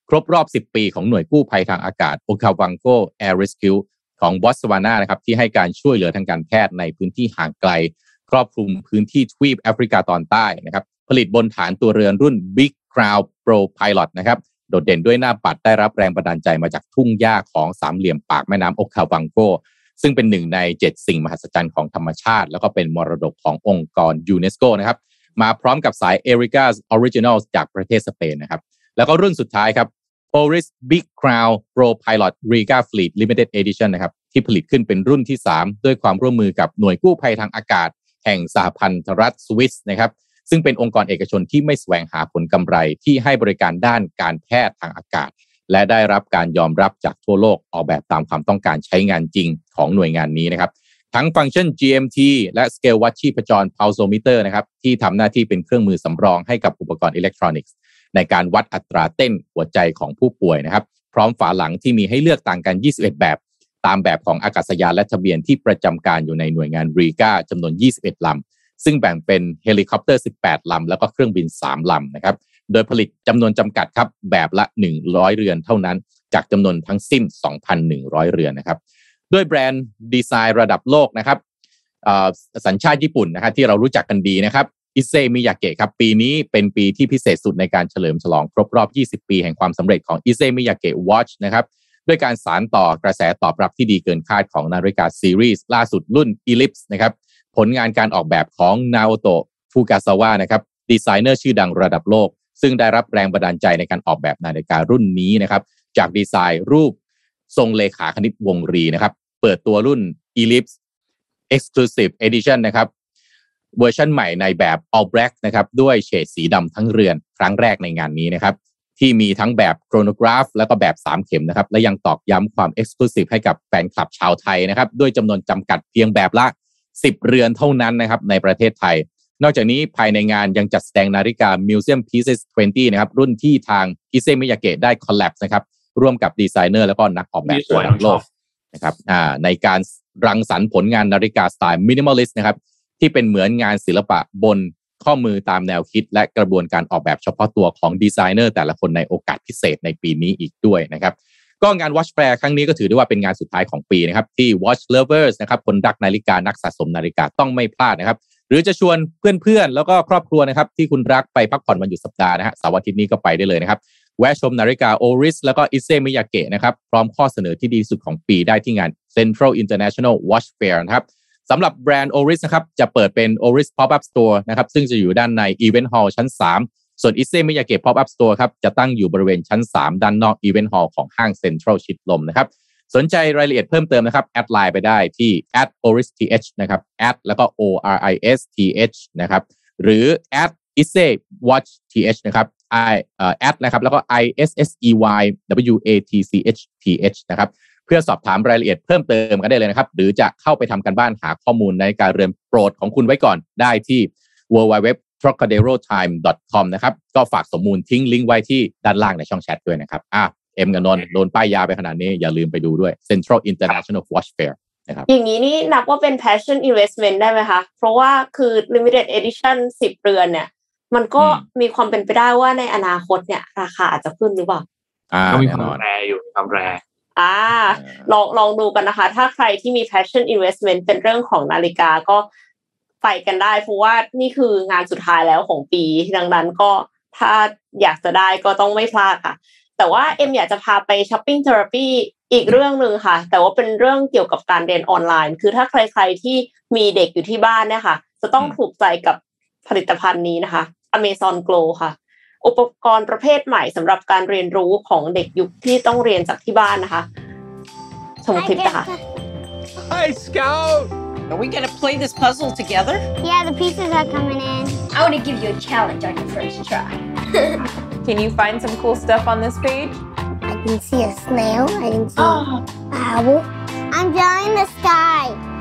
ครบรอบสิบปีของหน่วยกู้ภัยทางอากาศ Okavango Air Rescue ของบอตสวานานะครับที่ให้การช่วยเหลือทางการแพทย์ในพื้นที่ห่างไกลครอบคลุมพื้นที่ทวีปแอฟริกาตอนใต้นะครับผลิตบนฐานตัวเรือนรุ่น Big Crown Pro Pilot นะครับโดดเด่นด้วยหน้าปัดได้รับแรงบันดาลใจมาจากทุ่งหญ้าของสามเหลี่ยมปากแม่น้ำโอคาวังโกซึ่งเป็นหนึ่งในเจ็ดสิ่งมหัศจรรย์ของธรรมชาติแล้วก็เป็นมรดกขององค์กรยูเนสโกนะครับมาพร้อมกับสาย Erica's Originals จากประเทศสเปนนะครับแล้วก็รุ่นสุดท้ายครับ Oris Big Crown Pro Pilot Riga Fleet Limited Edition นะครับที่ผลิตขึ้นเป็นรุ่นที่สามด้วยความร่วมมือกับหน่วยกู้ภัยทางอากาศแห่งสหพันธรัฐสวิสนะครับซึ่งเป็นองค์กรเอกชนที่ไม่แสวงหาผลกำไรที่ให้บริการด้านการแพทย์ทางอากาศและได้รับการยอมรับจากทั่วโลกออกแบบตามความต้องการใช้งานจริงของหน่วยงานนี้นะครับทั้งฟังก์ชัน จี เอ็ม ที และสเกลวัดชีพจร Pulsometer นะครับที่ทำหน้าที่เป็นเครื่องมือสำรองให้กับอุปกรณ์อิเล็กทรอนิกส์ในการวัดอัตราเต้นหัวใจของผู้ป่วยนะครับพร้อมฝาหลังที่มีให้เลือกต่างกันยี่สิบเอ็ดแบบตามแบบของอากาศยานและทะเบียนที่ประจำการอยู่ในหน่วยงาน Riga จำนวนยี่สิบเอ็ดลำซึ่งแบ่งเป็นเฮลิคอปเตอร์สิบแปดลำแล้วก็เครื่องบินสามลำนะครับโดยผลิตจำนวนจำกัดครับแบบละหนึ่งร้อยเรือนเท่านั้นจากจำนวนทั้งสิ้น สองพันหนึ่งร้อย เรือนนะครับด้วยแบรนด์ดีไซน์ระดับโลกนะครับสัญชาติญี่ปุ่นนะครับที่เรารู้จักกันดีนะครับอิเซมิยาเกะครับปีนี้เป็นปีที่พิเศษสุดในการเฉลิมฉลองครบรอบยี่สิบปีแห่งความสำเร็จของอิเซมิยาเกะวอชนะครับด้วยการสานต่อกระแสตอบรับที่ดีเกินคาดของนาฬิกาซีรีส์ล่าสุดรุ่น Ellipse นะครับผลงานการออกแบบของนาโอโตะฟูกาซาวะนะครับดีไซเนอร์ชื่อดังระดับโลกซึ่งได้รับแรงบันดาลใจในการออกแบบนาฬิการุ่นนี้นะครับจากดีไซน์รูปทรงเลขาคณิตวงรีนะครับเปิดตัวรุ่น Ellipse Exclusive Edition นะครับเวอร์ชันใหม่ในแบบ All Black นะครับด้วยเฉดสีดำทั้งเรือนครั้งแรกในงานนี้นะครับที่มีทั้งแบบโครโนกราฟแล้วก็แบบสามเข็มนะครับและยังตอกย้ำความ Exclusive ให้กับแฟนคลับชาวไทยนะครับด้วยจำนวนจำกัดเพียงแบบละสิบเรือนเท่านั้นนะครับในประเทศไทยนอกจากนี้ภายในงานยังจัดแสดงนาฬิกา Museum Pieces ยี่สิบนะครับรุ่นที่ทางอิเซมิยาเกะได้คอลแลบนะครับร่วมกับดีไซเนอร์แล้วก็นักออกแบบระดับโลกนะครับอ่าในการรังสรรค์ผลงานนาฬิกาสไตล์ Minimalist นะครับที่เป็นเหมือนงานศิลปะบนข้อมือตามแนวคิดและกระบวนการออกแบบเฉพาะตัวของดีไซเนอร์แต่ละคนในโอกาสพิเศษในปีนี้อีกด้วยนะครับก็งาน Watch Fair ครั้งนี้ก็ถือได้ว่าเป็นงานสุดท้ายของปีนะครับที่ Watch Lovers นะครับคนรักนาฬิกานักสะสมนาฬิกาต้องไม่พลาดนะครับหรือจะชวนเพื่อนๆแล้วก็ครอบครัวนะครับที่คุณรักไปพักผ่อนวันหยุดสัปดาห์นะฮะเสาร์อาทิตย์นี้ก็ไปได้เลยนะครับแวะชมนาฬิกา Oris แล้วก็ Ise Miyake นะครับพร้อมข้อเสนอที่ดีสุดของปีได้ที่งาน Central International Watch Fair นะครับสำหรับแบรนด์ Oris นะครับจะเปิดเป็น Oris Pop-up Store นะครับซึ่งจะอยู่ด้านใน Event Hall ชั้นสามส่วน Ise Miyake Pop-up Store ครับจะตั้งอยู่บริเวณชั้นสามด้านนอก Event Hall ของห้าง Central ชิดลมนะครับสนใจรายละเอียดเพิ่มเติมนะครับแอดไลน์ไปได้ที่ แอท โอริส ที เอช นะครับ แอท แล้วก็ โอ อาร์ ไอ เอส ที เอช นะครับหรือ แอท อิเซ วอทช์ ที เอช นะครับ i เอ่อ แอท นะครับแล้วก็ ไอ เอส เอส อี วาย ดับเบิลยู เอ ที ซี เอช ที เอช นะครับเพื่อสอบถามรายละเอียดเพิ่มเติมกันได้เลยนะครับหรือจะเข้าไปทำกันบ้านหาข้อมูลในการเรือนโปรดของคุณไว้ก่อนได้ที่ ดับเบิลยู ดับเบิลยู ดับเบิลยู ดอท ทรอคาเดโรไทม์ ดอท คอม นะครับก็ฝากสมมูลทิ้งลิงก์ไว้ที่ด้านล่างในช่องแชทด้วยนะครับอ่ะเอ็มกับนนท์โดนป้ายยาไปขนาดนี้อย่าลืมไปดูด้วย Central International Watch Fair นะครับอย่างนี้นี่นับว่าเป็น passion investment ได้ไหมคะเพราะว่าคือ limited edition สิบเรือนเนี่ยมันก็มีความเป็นไปได้ว่าในอนาคตเนี่ยราคาอาจจะขึ้นหรือเปล่าก็มีความแรงอยู่มีความแรงอ่าลองลองดูกันนะคะถ้าใครที่มี passion investment เป็นเรื่องของนาฬิกาก็ไปกันได้เพราะว่านี่คืองานสุดท้ายแล้วของปีดังนั้นก็ถ้าอยากจะได้ก็ต้องไม่พลาดค่ะแต่ว่าเอ็มอยากจะพาไปช้อปปิ้งเทอราปีอีกเรื่องนึงค่ะแต่ว่าเป็นเรื่องเกี่ยวกับการเรียนออนไลน์คือถ้าใครๆที่มีเด็กอยู่ที่บ้านเนี่ยค่ะจะต้องถูกใจกับผลิตภัณฑ์นี้นะคะ Amazon Glow ค่ะอุปกรณ์ประเภทใหม่สำหรับการเรียนรู้ของเด็กยุคที่ต้องเรียนจากที่บ้านนะคะชมคลิปค่ะ Hi Scout Are we gonna play this puzzle together? Yeah, the pieces are coming in. I want to give you a challenge on your first try. Can you find some cool stuff on this page? I can see a snail. I can see oh. an owl. I'm drawing the sky.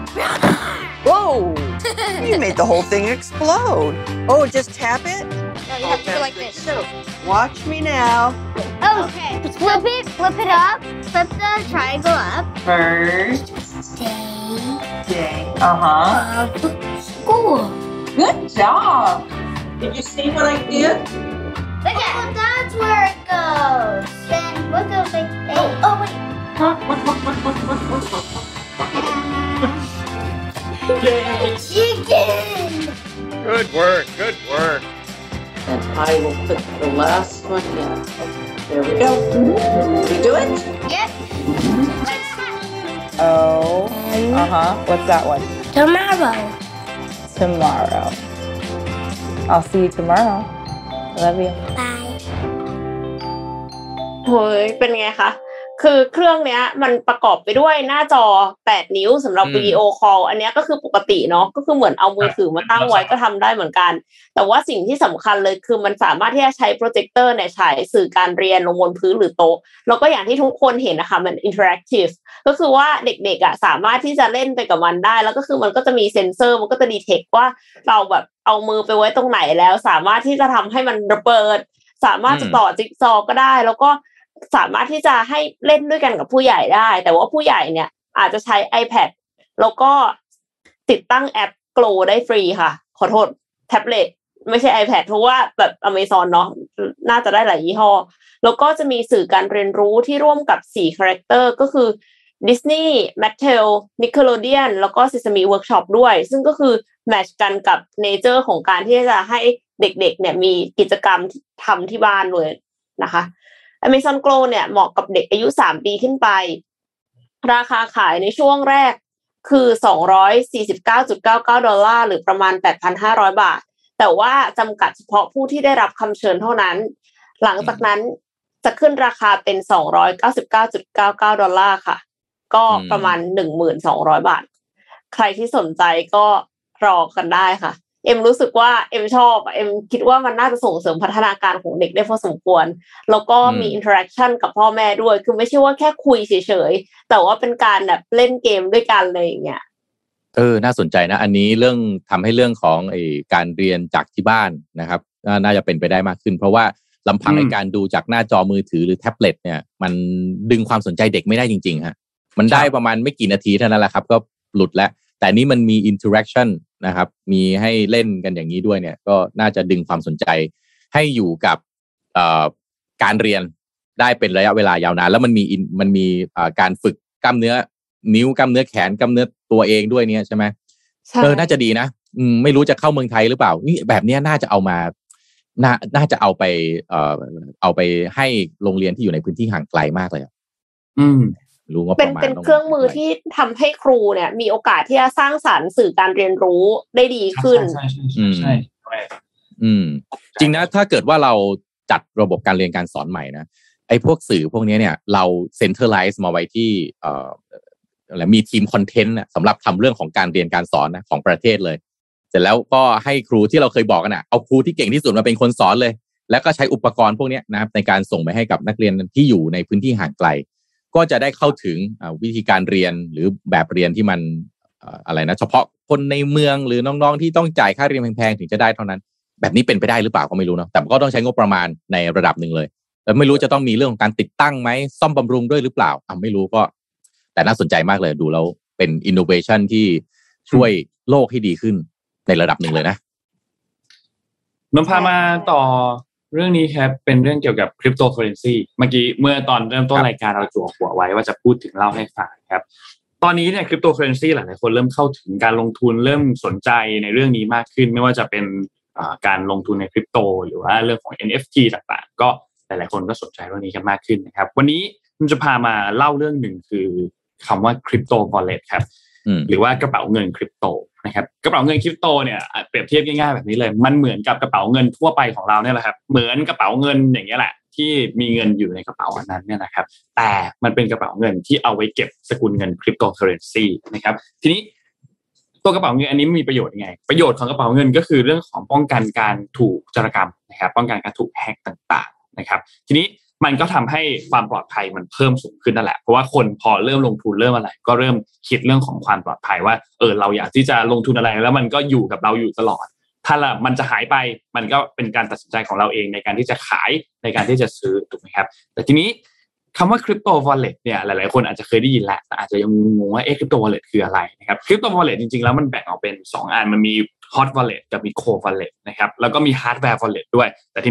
Whoa! You made the whole thing explode. Oh, just tap it? No, you have to go like this. Watch me now. Oh, okay. Flip it, flip it up. Flip the triangle up. First. Day. Day. Uh-huh. Of school. Good job. Did you see what I did? Look at oh, that's where it goes. Then what goes like eight? Oh, oh wait. Chicken. Good work. Good work. And I will put the last one in. There we go. Did we do it? Yep. Oh. Uh-huh. What's that one? Tomorrow. Tomorrow. I'll see you tomorrow. Love you. Bye. เฮ้ยเป็นไงคะคือเครื่องเนี้ยมันประกอบไปด้วยหน้าจอแปดนิ้วสำหรับวิดีโอคอลอันเนี้ยก็คือปกติเนาะก็คือเหมือนเอามือถือมาตั้งไว้ก็ทำได้เหมือนกันแต่ว่าสิ่งที่สำคัญเลยคือมันสามารถที่จะใช้โปรเจคเตอร์เนี่ยฉายสื่อการเรียนลงบนพื้นหรือโต๊ะแล้วก็อย่างที่ทุกคนเห็นนะคะมันอินเทอร์แอคทีฟก็คือว่าเด็กๆอ่ะสามารถที่จะเล่นไปกับมันได้แล้วก็คือมันก็จะมีเซ็นเซอร์มันก็จะดีเทคว่าเราแบบเอามือไปไว้ตรงไหนแล้วสามารถที่จะทำให้มันระเบิดสามารถจะต่อจิ๊กซอว์ก็ได้แล้วก็สามารถที่จะให้เล่นด้วยกันกับผู้ใหญ่ได้แต่ว่าผู้ใหญ่เนี่ยอาจจะใช้ iPad แล้วก็ติดตั้งแอป Glow ได้ฟรีค่ะขอโทษแท็บเล็ตไม่ใช่ iPad เพราะว่าแบบ Amazon เนาะน่าจะได้หลายยี่ห้อแล้วก็จะมีสื่อการเรียนรู้ที่ร่วมกับสี่คาแรคเตอร์ก็คือ Disney, Mattel, Nickelodeon แล้วก็ Sesame Workshop ด้วยซึ่งก็คือแมทช์กันกับเนเจอร์ของการที่จะให้เด็กๆเนี่ยมีกิจกรรมทำที่บ้านเลยนะคะAmazon Glow เนี่ยเหมาะกับเด็กอายุสามปีขึ้นไปราคาขายในช่วงแรกคือ สองร้อยสี่สิบเก้าจุดเก้าเก้า ดอลลาร์หรือประมาณ แปดพันห้าร้อย บาทแต่ว่าจำกัดเฉพาะผู้ที่ได้รับคำเชิญเท่านั้นหลังจากนั้นจะขึ้นราคาเป็น สองร้อยเก้าสิบเก้าจุดเก้าเก้า ดอลลาร์ค่ะก็ประมาณ หนึ่งพันสองร้อย บาทใครที่สนใจก็รอกันได้ค่ะเอ็มรู้สึกว่าเอ็มชอบเอ็มคิดว่ามันน่าจะส่งเสริมพัฒนาการของเด็กได้พอสมควรแล้วก็มีอินเทอร์แอคชั่นกับพ่อแม่ด้วยคือไม่ใช่ว่าแค่คุยเฉยๆแต่ว่าเป็นการแบบเล่นเกมด้วยกันเลยอย่างเงี้ยเออน่าสนใจนะอันนี้เรื่องทำให้เรื่องของไอ้การเรียนจากที่บ้านนะครับน่าจะเป็นไปได้มากขึ้นเพราะว่าลำพังในการดูจากหน้าจอมือถือหรือแท็บเล็ตเนี่ยมันดึงความสนใจเด็กไม่ได้จริงๆฮะมันได้ประมาณไม่กี่นาทีเท่านั้นแหละครับก็หลุดแล้วแต่นี้มันมีอินเทอร์แอคชั่นนะครับมีให้เล่นกันอย่างนี้ด้วยเนี่ยก็น่าจะดึงความสนใจให้อยู่กับการเรียนได้เป็นระยะเวลายาวนานแล้วมันมีมันมีการฝึกกล้ามเนื้อนิ้วกล้ามเนื้อแขนกล้ามเนื้อตัวเองด้วยเนี่ยใช่ไหมเออน่าจะดีนะอืมไม่รู้จะเข้าเมืองไทยหรือเปล่านี่แบบนี้น่าจะเอามาน่าน่าจะเอาไปเอ่อเอาไปให้โรงเรียนที่อยู่ในพื้นที่ห่างไกลมากเลยอืมเป็นเป็นเครื่องมือที่ทำให้ครูเนี่ยมีโอกาสที่จะสร้างสรรค์สื่อการเรียนรู้ได้ดีขึ้นใช่ใช่ใช่ใช่อืมจริงนะถ้าเกิดว่าเราจัดระบบการเรียนการสอนใหม่นะไอ้พวกสื่อพวกนี้เนี่ยเราเซ็นเตอร์ไลซ์มาไว้ที่เอ่ออะไรมีทีมคอนเทนต์สำหรับทำเรื่องของการเรียนการสอนนะของประเทศเลยเสร็จแล้วก็ให้ครูที่เราเคยบอกกันนะเอาครูที่เก่งที่สุดมาเป็นคนสอนเลยแล้วก็ใช้อุปกรณ์พวกนี้นะครับในการส่งไปให้กับนักเรียนที่อยู่ในพื้นที่ห่างไกลก็จะได้เข้าถึงวิธีการเรียนหรือแบบเรียนที่มันอะไรนะเฉพาะคนในเมืองหรือน้องๆที่ต้องจ่ายค่าเรียนแพงๆถึงจะได้เท่านั้นแบบนี้เป็นไปได้หรือเปล่าก็ไม่รู้เนาะแต่ก็ต้องใช้งบประมาณในระดับหนึ่งเลยแล้วไม่รู้จะต้องมีเรื่องของการติดตั้งไหมซ่อมบำรุงด้วยหรือเปล่าอ่ะไม่รู้ก็แต่น่าสนใจมากเลยดูแล้วเป็นอินโนเวชันที่ช่วยโลกให้ดีขึ้นในระดับหนึ่งเลยนะนำพามาต่อเรื่องนี้ครับเป็นเรื่องเกี่ยวกับคริปโตเคอเรนซีเมื่อกี้เมื่อตอนเริ่มต้นรายการเราจั่วหัวไว้ว่าจะพูดถึงเล่าให้ฟังครับตอนนี้เนี่ยคริปโตเคอเรนซีหลายๆคนเริ่มเข้าถึงการลงทุนเริ่มสนใจในเรื่องนี้มากขึ้นไม่ว่าจะเป็นการลงทุนในคริปโตหรือว่าเรื่องของ เอ็น เอฟ ที ต่างๆก็หลายๆคนก็สนใจเรื่องนี้กันมากขึ้นนะครับวันนี้ผมจะพามาเล่าเรื่องหนึ่งคือคำว่าคริปโตวอลเล็ตครับหรือว่ากระเป๋าเงินคริปโตนะครับกระเป๋าเงินคริปโตเนี่ยเปรียบเทียบง่ายๆแบบนี้เลยมันเหมือนกับกระเป๋าเงินทั่วไปของเราเนี่ยแหละครับเหมือนกระเป๋าเงินอย่างเงี้ยแหละที่มีเงินอยู่ในกระเป๋าอันนั้นเนี่ยนะครับแต่มันเป็นกระเป๋าเงินที่เอาไว้เก็บสกุลเงินคริปโตเคอเรนซีนะครับทีนี้ตัวกระเป๋าเงินอันนี้มีประโยชน์ยังไงประโยชน์ของกระเป๋าเงินก็คือเรื่องของป้องกันการถูกโจรกรรมนะครับป้องกันการถูกแฮกต่างๆนะครับทีนี้มันก็ทำให้ความปลอดภัยมันเพิ่มสูงขึ้นนั่นแหละเพราะว่าคนพอเริ่มลงทุนเริ่มอะไรก็เริ่มคิดเรื่องของความปลอดภัยว่าเออเราอยากที่จะลงทุนอะไรแล้วมันก็อยู่กับเราอยู่ตลอดถ้าละมันจะหายไปมันก็เป็นการตัดสินใจของเราเองในการที่จะขายในการที่จะซื้อถูกไหมครับแต่ทีนี้คำว่าคริปโตวอลเล็ตเนี่ยหลายๆคนอาจจะเคยได้ยินแหละแต่อาจจะยังงงว่าเอ๊ะคริปโตวอลเล็ตคืออะไรนะครับคริปโตวอลเล็ตจริงๆแล้วมันแบ่งออกเป็นสองอันมันมี hot wallet กับมี cold wallet นะครับแล้วก็มี hardware wallet ด้วยแต่ทีนี้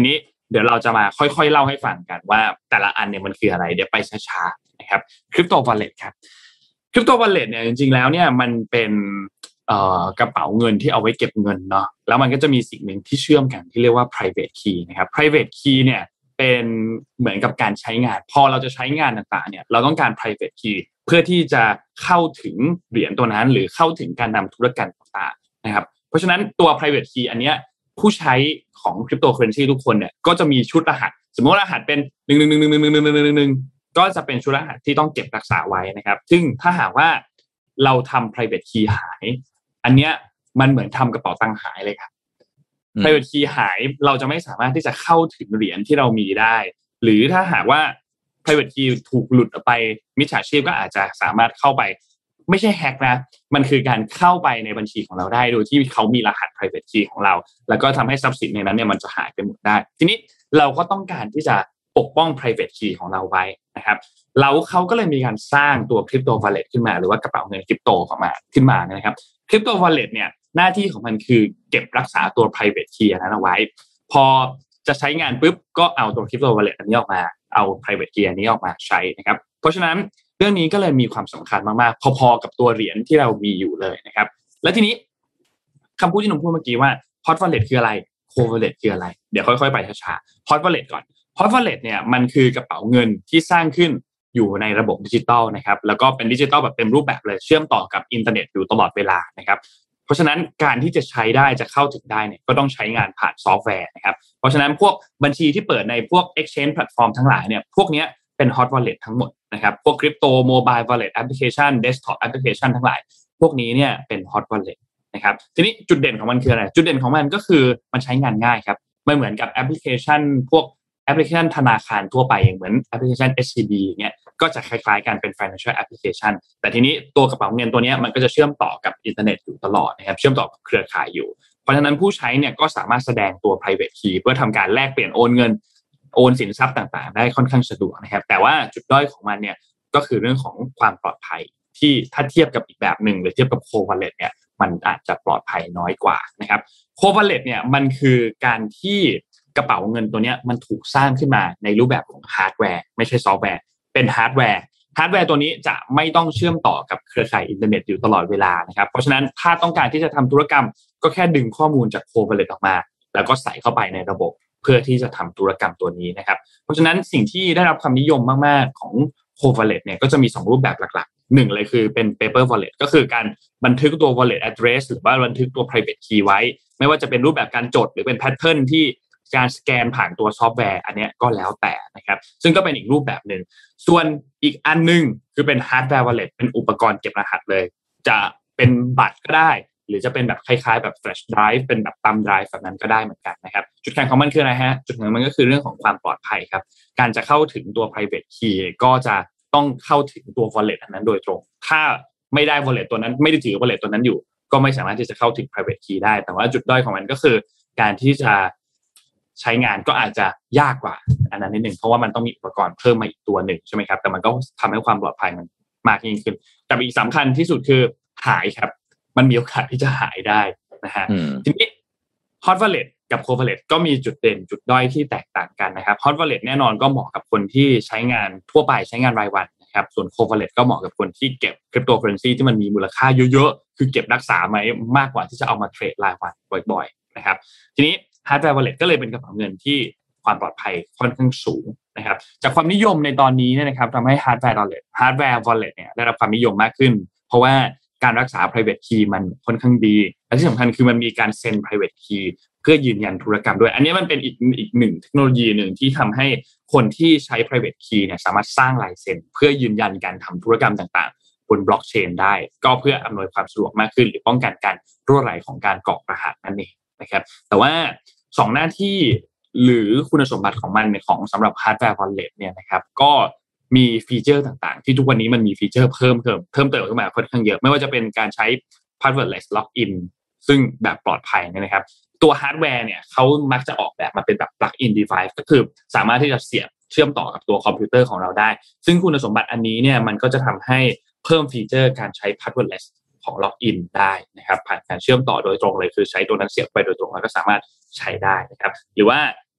เดี๋ยวเราจะมาค่อยๆเล่าให้ฟังกันว่าแต่ละอันเนี่ยมันคืออะไรเดี๋ยวไปช้าๆนะครับคริปโตวอลเล็ตครับคริปโตวอลเล็ตเนี่ยจริงๆแล้วเนี่ยมันเป็นเอ่อกระเป๋าเงินที่เอาไว้เก็บเงินเนาะแล้วมันก็จะมีสิ่งหนึ่งที่เชื่อมกันที่เรียกว่า private key นะครับ private key เนี่ยเป็นเหมือนกับการใช้งานพอเราจะใช้งานต่างๆเนี่ยเราต้องการ private key เพื่อที่จะเข้าถึงเหรียญตัวนั้นหรือเข้าถึงการนำธุรกรรมต่างๆนะครับเพราะฉะนั้นตัว private key อันเนี้ยผู้ใช้ของ cryptocurrency ทุกคนเนี่ยก็จะมีชุดรหัสสมมติว่ารหัสเป็นหนึ่ง หนึ่ง หนึ่ง หนึ่ง หนึ่ง หนึ่ง หนึ่ง หนึ่ง หนึ่งก็จะเป็นชุดรหัสที่ต้องเก็บรักษาไว้นะครับซึ่งถ้าหากว่าเราทำ private key หายอันเนี้ยมันเหมือนทำกระเป๋าตังค์หายเลยครับ private key หายเราจะไม่สามารถที่จะเข้าถึงเหรียญที่เรามีได้หรือถ้าหากว่า private key ถูกหลุดออกไปมิจฉาชีพก็อาจจะสามารถเข้าไปไม่ใช่แฮกนะมันคือการเข้าไปในบัญชีของเราได้โดยที่เขามีรหัส private key ของเราแล้วก็ทำให้ทรัพย์สินในนั้นเนี่ยมันจะหายไปหมดได้ทีนี้เราก็ต้องการที่จะปกป้อง private key ของเราไว้นะครับแล้วเขาก็เลยมีการสร้างตัว crypto wallet ขึ้นมาหรือว่ากระเป๋าเงินคริปโตออกมาขึ้นมานะครับ crypto wallet เนี่ยหน้าที่ของมันคือเก็บรักษาตัว private key นั้นเอาไว้พอจะใช้งานปุ๊บก็เอาตัว crypto wallet อันนี้ออกมาเอา private key อันนี้ออกมาใช้นะครับเพราะฉะนั้นเรื่องนี้ก็เลยมีความสำคัญมากๆพอๆกับตัวเหรียญที่เรามีอยู่เลยนะครับและทีนี้คำพูดที่หนุ่มพูดเมื่อกี้ว่า hot wallet คืออะไร cold wallet คืออะไรเดี๋ยวค่อยๆไปช้าๆ hot wallet ก่อน hot wallet เนี่ยมันคือกระเป๋าเงินที่สร้างขึ้นอยู่ในระบบดิจิตอลนะครับแล้วก็เป็นดิจิตอลแบบเต็มรูปแบบเลยเชื่อมต่อกับอินเทอร์เน็ตอยู่ตลอดเวลานะครับเพราะฉะนั้นการที่จะใช้ได้จะเข้าถึงได้เนี่ยก็ต้องใช้งานผ่านซอฟต์แวร์นะครับเพราะฉะนั้นพวกบัญชีที่เปิดในพวก exchange platform ทั้งหลายเนี่ยพวกเนี้ยเป็น hot wallet ทั้งหมดนะครับพวก crypto mobile wallet application desktop application ทั้งหลายพวกนี้เนี่ยเป็น hot wallet นะครับทีนี้จุดเด่นของมันคืออะไรจุดเด่นของมันก็คือมันใช้งานง่ายครับไม่เหมือนกับแอปพลิเคชันพวกแอปพลิเคชันธนาคารทั่วไปอย่างเหมือนแอปพลิเคชัน เอส ซี บี อย่างเงี้ยก็จะคล้ายๆกันเป็น financial application แต่ทีนี้ตัวกระเป๋าเงินตัวนี้มันก็จะเชื่อมต่อกับอินเทอร์เน็ตอยู่ตลอดนะครับเชื่อมต่อกับเครือข่ายอยู่เพราะฉะนั้นผู้ใช้เนี่ยก็สามารถแสดงตัว private key เพื่อทำการแลกเปลี่ยนโอนเงินโอนสินทรัพย์ต่างๆได้ค่อนข้างสะดวกนะครับแต่ว่าจุดด้อยของมันเนี่ยก็คือเรื่องของความปลอดภัยที่ถ้าเทียบกับอีกแบบหนึ่งหรือเทียบกับ cold wallet เนี่ยมันอาจจะปลอดภัยน้อยกว่านะครับ cold wallet เนี่ยมันคือการที่กระเป๋าเงินตัวนี้มันถูกสร้างขึ้นมาในรูปแบบของฮาร์ดแวร์ไม่ใช่ซอฟต์แวร์เป็นฮาร์ดแวร์ฮาร์ดแวร์ตัวนี้จะไม่ต้องเชื่อมต่อกับเครือข่ายอินเทอร์เน็ตอยู่ตลอดเวลานะครับเพราะฉะนั้นถ้าต้องการที่จะทำธุรกรรมก็แค่ดึงข้อมูลจาก cold wallet ออกมาแล้วก็ใส่เข้าไปในระบบเพื่อที่จะทำธุรกรรมตัวนี้นะครับเพราะฉะนั้นสิ่งที่ได้รับความนิยมมากๆของ cold wallet เนี่ยก็จะมีสองรูปแบบหลักๆหนึ่งเลยคือเป็น paper wallet ก็คือการบันทึกตัว wallet address หรือว่าบันทึกตัว private key ไว้ไม่ว่าจะเป็นรูปแบบการจดหรือเป็น pattern ที่การสแกนผ่านตัวซอฟต์แวร์อันนี้ก็แล้วแต่นะครับซึ่งก็เป็นอีกรูปแบบหนึ่งส่วนอีกอันนึงคือเป็น hardware wallet เป็นอุปกรณ์เก็บรหัสเลยจะเป็นบัตรก็ได้หรือจะเป็นแบบคล้ายๆแบบ flash drive เป็นแบบthumb drive แบบนั้นก็ได้เหมือนกันนะครับจุดแข็งของมันคืออะไรฮะจุดแข็งมันก็คือเรื่องของความปลอดภัยครับการจะเข้าถึงตัว private key ก็จะต้องเข้าถึงตัว wallet อันนั้นโดยตรงถ้าไม่ได้ wallet ตัวนั้นไม่ได้ถือ wallet ตัวนั้นอยู่ก็ไม่สามารถที่จะเข้าถึง private key ได้แต่ว่าจุดด้อยของมันก็คือการที่จะใช้งานก็อาจจะยากกว่าอันนั้นนิดนึงเพราะว่ามันต้องมีอุปกรณ์เพิ่มมาอีกตัวหนึ่งใช่ไหมครับแต่มันก็ทำให้ความปลอดภัยมันมากยิ่งขึ้นแต่อีกสำคัญที่สุดคือหายครับมันมีโอกาสที่จะหายได้นะฮะทีนี้ hot wallet กับ cold wallet ก็มีจุดเด่นจุดด้อยที่แตกต่างกันนะครับ hot wallet แน่นอนก็เหมาะกับคนที่ใช้งานทั่วไปใช้งานรายวันนะครับส่วน cold wallet ก็เหมาะกับคนที่เก็บ cryptocurrency ที่มันมีมูลค่าเยอะๆคือเก็บรักษาไว้มากกว่าที่จะเอามาเทรดรายวันบ่อยๆนะครับทีนี้hardware wallet ก็เลยเป็นกระเป๋าเงินที่ความปลอดภัยค่อนข้างสูงนะครับจากความนิยมในตอนนี้เนี่ยนะครับทำให้ hardware wallet hardware wallet เนี่ยได้รับความนิยมมากขึ้นเพราะว่าการรักษา private key มันค่อนข้างดีและที่สำคัญคือมันมีการเซ็น private key เพื่อยืนยันธุรกรรมด้วยอันนี้มันเป็นอีกอีกหนึ่งเทคโนโลยีหนึ่งที่ทำให้คนที่ใช้ private key เนี่ยสามารถสร้างลายเซ็นเพื่อยืนยันการทำธุรกรรมต่างๆบนบล็อกเชนได้ก็เพื่ออำนวยความสะดวกมากขึ้นหรือป้องกันการรั่วไหลของการกรอกรหัสนั่นเองนะครับแต่ว่าสองหน้าที่หรือคุณสมบัติของมันในของสำหรับ hardware wallet เนี่ยนะครับก็มีฟีเจอร์ต่างๆที่ทุกวันนี้มันมีฟีเจอร์เพิ่มเติมเพิ่มเติมขึ้นมาค่อนข้างเยอะไม่ว่าจะเป็นการใช้ passwordless login ซึ่งแบบปลอดภัยนะครับตัวฮาร์ดแวร์เนี่ยเขามักจะออกแบบมาเป็นแบบ plug in device ก็คือสามารถที่จะเสียบเชื่อมต่อกับตัวคอมพิวเตอร์ของเราได้ซึ่งคุณสมบัติอันนี้เนี่ยมันก็จะทำให้เพิ่มฟีเจอร์การใช้ passwordless ของ login ได้นะครับผ่านการเชื่อมต่อโดยตรงเลยคือใช้ตัวนั้นเสียบไปโดยตรงแล้วก็สามารถใช้ได้นะครับหรือว่า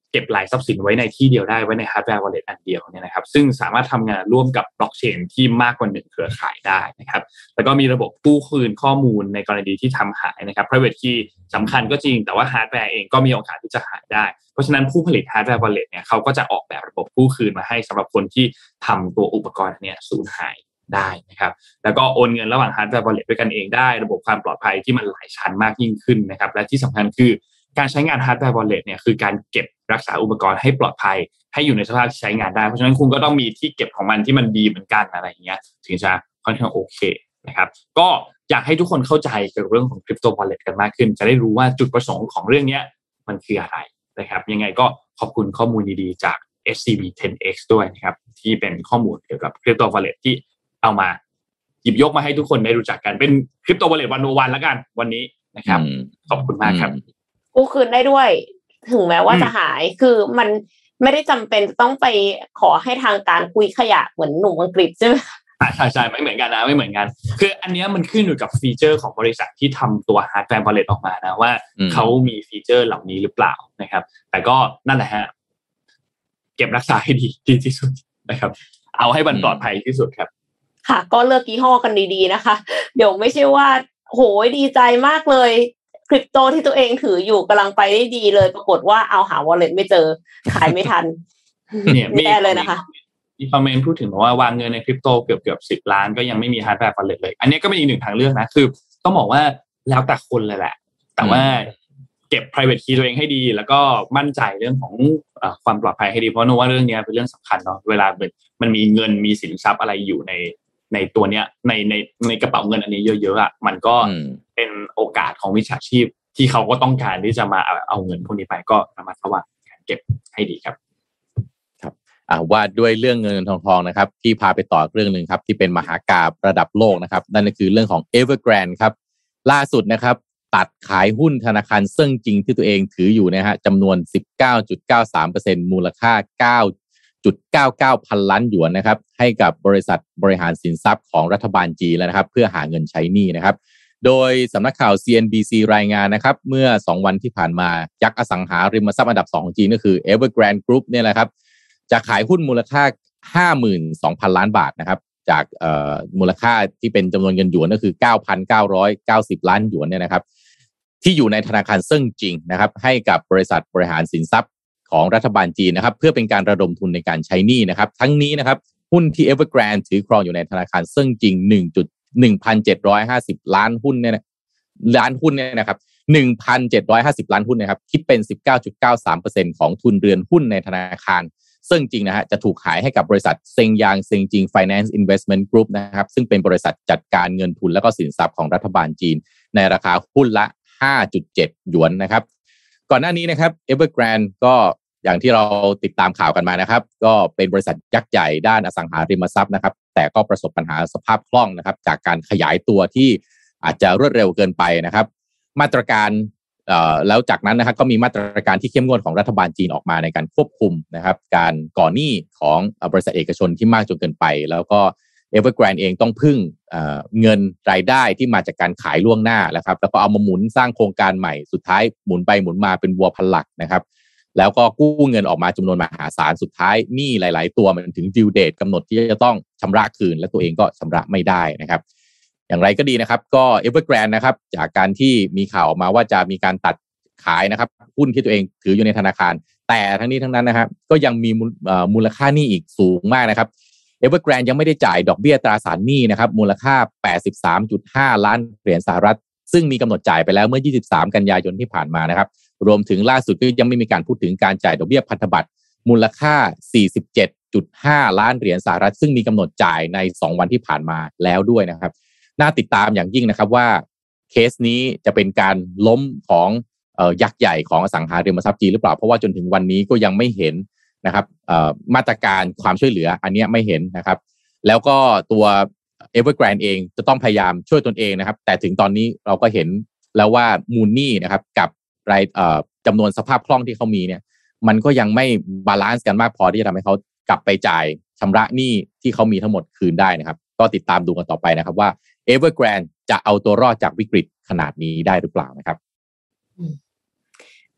เก็บหลายทรัพย์สินไว้ในที่เดียวได้ไว้ใน hardware wallet อันเดียวเนี่ยนะครับซึ่งสามารถทำงานร่วมกับบล็อกเชนที่มากกว่าหนึ่งเครือข่ายได้นะครับแล้วก็มีระบบกู้คืนข้อมูลในกรณีที่ทำหายนะครับ private key สำคัญก็จริงแต่ว่า hardware เองก็มีโอกาสที่จะหายได้เพราะฉะนั้นผู้ผลิต hardware wallet เนี่ยเขาก็จะออกแบบระบบกู้คืนมาให้สำหรับคนที่ทำตัวอุปกรณ์เนี่ยสูญหายได้นะครับแล้วก็โอนเงินระหว่าง hardware wallet ด้วยกันเองได้ระบบความปลอดภัยที่มันหลายชั้นมากยิ่งขึ้นนะครับและที่สำคัญคือการใช้งาน hardware wallet เนี่ยคือการเก็บรักษาอุปกรณ์ให้ปลอดภัยให้อยู่ในสภาพที่ใช้งานได้เพราะฉะนั้นคุณก็ต้องมีที่เก็บของมันที่มันดีเหมือนกันอะไรอย่างเงี้ยถึงจะค่อนข้างโอเคนะครับก็อยากให้ทุกคนเข้าใจเกี่ยวกับเรื่องของ crypto wallet กันมากขึ้นจะได้รู้ว่าจุดประสงค์ของเรื่องนี้มันคืออะไรนะครับยังไงก็ขอบคุณข้อมูลดีๆจาก เอส ซี บี เท็น เอ็กซ์ ด้วยนะครับที่เป็นข้อมูลเกี่ยวกับ crypto wallet ที่เอามาหยิบยกมาให้ทุกคนได้รู้จักกันเป็น crypto wallet วันโอวันแล้วกันวันนี้นะครับขอบคุณมากครับกู้คืนได้ด้วยถึงแม้ว่าจะหายคือมันไม่ได้จำเป็นต้องไปขอให้ทางการคุยขยะเหมือนหนุ่มอังกฤษใช่ไหมใช่ใช่ไม่เหมือนกันนะไม่เหมือนกันคืออันนี้มันขึ้นอยู่กับฟีเจอร์ของบริษัทที่ทำตัว hardware wallet ออกมานะว่าเขามีฟีเจอร์เหล่านี้หรือเปล่านะครับแต่ก็นั่นแหละฮะเก็บรักษาให้ดีดีที่สุดนะครับเอาให้มันปลอดภัยที่สุดครับค่ะก็เลือกยี่ห้อกันดีๆนะคะเดี๋ยวไม่ใช่ว่าโหยดีใจมากเลยคริปโตที่ตัวเองถืออยู่กำลังไปได้ดีเลยปรากฏว่าเอาหา wallet ไม่เจอขายไม่ทันเนี่ยไม่ได้เลยนะคะมีคอมเมนต์พูดถึงว่าวางเงินในคริปโตเกือบเกือบสิบล้านก็ยังไม่มี hardware wallet เลยอันนี้ก็เป็นอีกหนึ่งทางเลือกนะคือต้องบอกว่าแล้วแต่คนเลยแหละแต่ว่าเก็บ private key ตัวเองให้ดีแล้วก็มั่นใจเรื่องของเอ่อความปลอดภัยให้ดีเพราะนึกว่าเรื่องนี้เป็นเรื่องสำคัญเนาะเวลามันมีเงินมีสินทรัพย์อะไรอยู่ในในตัวเนี้ยในในในกระเป๋าเงินอันนี้เยอะๆอ่ะมันก็เป็นโอกาสของมิจฉาชีพที่เขาก็ต้องการที่จะมาเอาเงินพวกนี้ไปก็ระมัดระวังการเก็บให้ดีครับครับอ่าว่าด้วยเรื่องเงินทองทองนะครับที่พาไปต่อเรื่องนึงครับที่เป็นมหากาพย์ระดับโลกนะครับนั่นก็คือเรื่องของ Evergrande ครับล่าสุดนะครับตัดขายหุ้นธนาคารเซิ่งจริงที่ตัวเองถืออยู่นะฮะจำนวน สิบเก้าจุดเก้าสามเปอร์เซ็นต์ มูลค่า เก้าจุดเก้าเก้า พันล้านหยวนนะครับให้กับบริษัทบริหารสินทรัพย์ของรัฐบาลจีนแล้วนะครับเพื่อหาเงินใช้หนี้นะครับโดยสำนักข่าว ซี เอ็น บี ซี รายงานนะครับเมื่อสองวันที่ผ่านมายักษ์อสังหาริมทรัพย์อันดับสองของจีนก็คือ Evergrande Group เนี่ยแหละครับจะขายหุ้นมูลค่า ห้าหมื่นสองพันล้านบาทนะครับจากเอ่อมูลค่าที่เป็นจำนวนเงินหยวนก็คือ เก้าพันเก้าร้อยเก้าสิบล้านหยวนเนี่ยนะครับที่อยู่ในธนาคารเซิ่งจริงนะครับให้กับบริษัทบริหารสินทรัพย์ของรัฐบาลจีนนะครับเพื่อเป็นการระดมทุนในการใช้หนี้นะครับทั้งนี้นะครับหุ้นที่ Evergrande ถือครองอยู่ในธนาคารเซิ่งจริง หนึ่งพันเจ็ดร้อยห้าสิบ ล้านหุ้นเนี่ยล้านหุ้นเนี่ยนะครับ หนึ่งพันเจ็ดร้อยห้าสิบ ล้านหุ้นนะครับคิดเป็น สิบเก้าจุดเก้าสามเปอร์เซ็นต์ ของทุนเรือนหุ้นในธนาคารเซิ่งจริงนะฮะจะถูกขายให้กับบริษัทเซิงยางเซิงจิง Finance Investment Group นะครับซึ่งเป็นบริษัทจัดการเงินทุนและก็สินทรัพย์ของรัฐบาลจีนในราคาหุ้นละ ห้าจุดเจ็ด หยวนนะครับก่อนหน้านี้นะครับ Evergrande ก็อย่างที่เราติดตามข่าวกันมานะครับก็เป็นบริษัทยักษ์ใหญ่ด้านอสังหาริมทรัพย์นะครับแต่ก็ประสบปัญหาสภาพคล่องนะครับจากการขยายตัวที่อาจจะรวดเร็วเกินไปนะครับมาตรการเอ่อแล้วจากนั้นนะครับก็มีมาตรการที่เข้มงวดของรัฐบาลจีนออกมาในการควบคุมนะครับการก่อหนี้ของบริษัทเอกชนที่มากจนเกินไปแล้วก็ Evergrande เองต้องพึ่งเอ่อเงินรายได้ที่มาจากการขายล่วงหน้านะครับแล้วก็เอามาหมุนสร้างโครงการใหม่สุดท้ายหมุนไปหมุนมาเป็นวัวพันหลักนะครับแล้วก็กู้เงินออกมาจำนวนมหาศาลสุดท้ายหนี้หลายๆตัวมันถึง due date กำหนดที่จะต้องชำระคืนและตัวเองก็ชำระไม่ได้นะครับอย่างไรก็ดีนะครับก็ Evergrande นะครับจากการที่มีข่าวออกมาว่าจะมีการตัดขายนะครับหุ้นที่ตัวเองถืออยู่ในธนาคารแต่ทั้งนี้ทั้งนั้นนะครับก็ยังมีมูลค่าหนี้อีกสูงมากนะครับ Evergrande ยังไม่ได้จ่ายดอกเบี้ยตราสารหนี้นะครับมูลค่า แปดสิบสามจุดห้า ล้านเหรียญสหรัฐซึ่งมีกำหนดจ่ายไปแล้วเมื่อยี่สิบสามกันยายนที่ผ่านมานะครับรวมถึงล่าสุดก็ยังไม่มีการพูดถึงการจ่ายดอกเบี้ยพันธบัตรมูลค่า สี่สิบเจ็ดจุดห้า ล้านเหรียญสหรัฐซึ่งมีกำหนดจ่ายในสองวันที่ผ่านมาแล้วด้วยนะครับน่าติดตามอย่างยิ่งนะครับว่าเคสนี้จะเป็นการล้มของเอ่อยักษ์ใหญ่ของอสังหาริมทรัพย์จีนหรือเปล่าเพราะว่าจนถึงวันนี้ก็ยังไม่เห็นนะครับเอ่อมาตรการความช่วยเหลืออันนี้ไม่เห็นนะครับแล้วก็ตัว Evergrande เองจะต้องพยายามช่วยตนเองนะครับแต่ถึงตอนนี้เราก็เห็นแล้วว่ามูลหนี้นะครับกับรายเอ่อจำนวนสภาพคล่องที่เขามีเนี่ยมันก็ยังไม่บาลานซ์กันมากพอที่จะทำให้เขากลับไปจ่ายชำระหนี้ที่เขามีทั้งหมดคืนได้นะครับก็ติดตามดูกันต่อไปนะครับว่า Evergrande จะเอาตัวรอดจากวิกฤตขนาดนี้ได้หรือเปล่านะครับ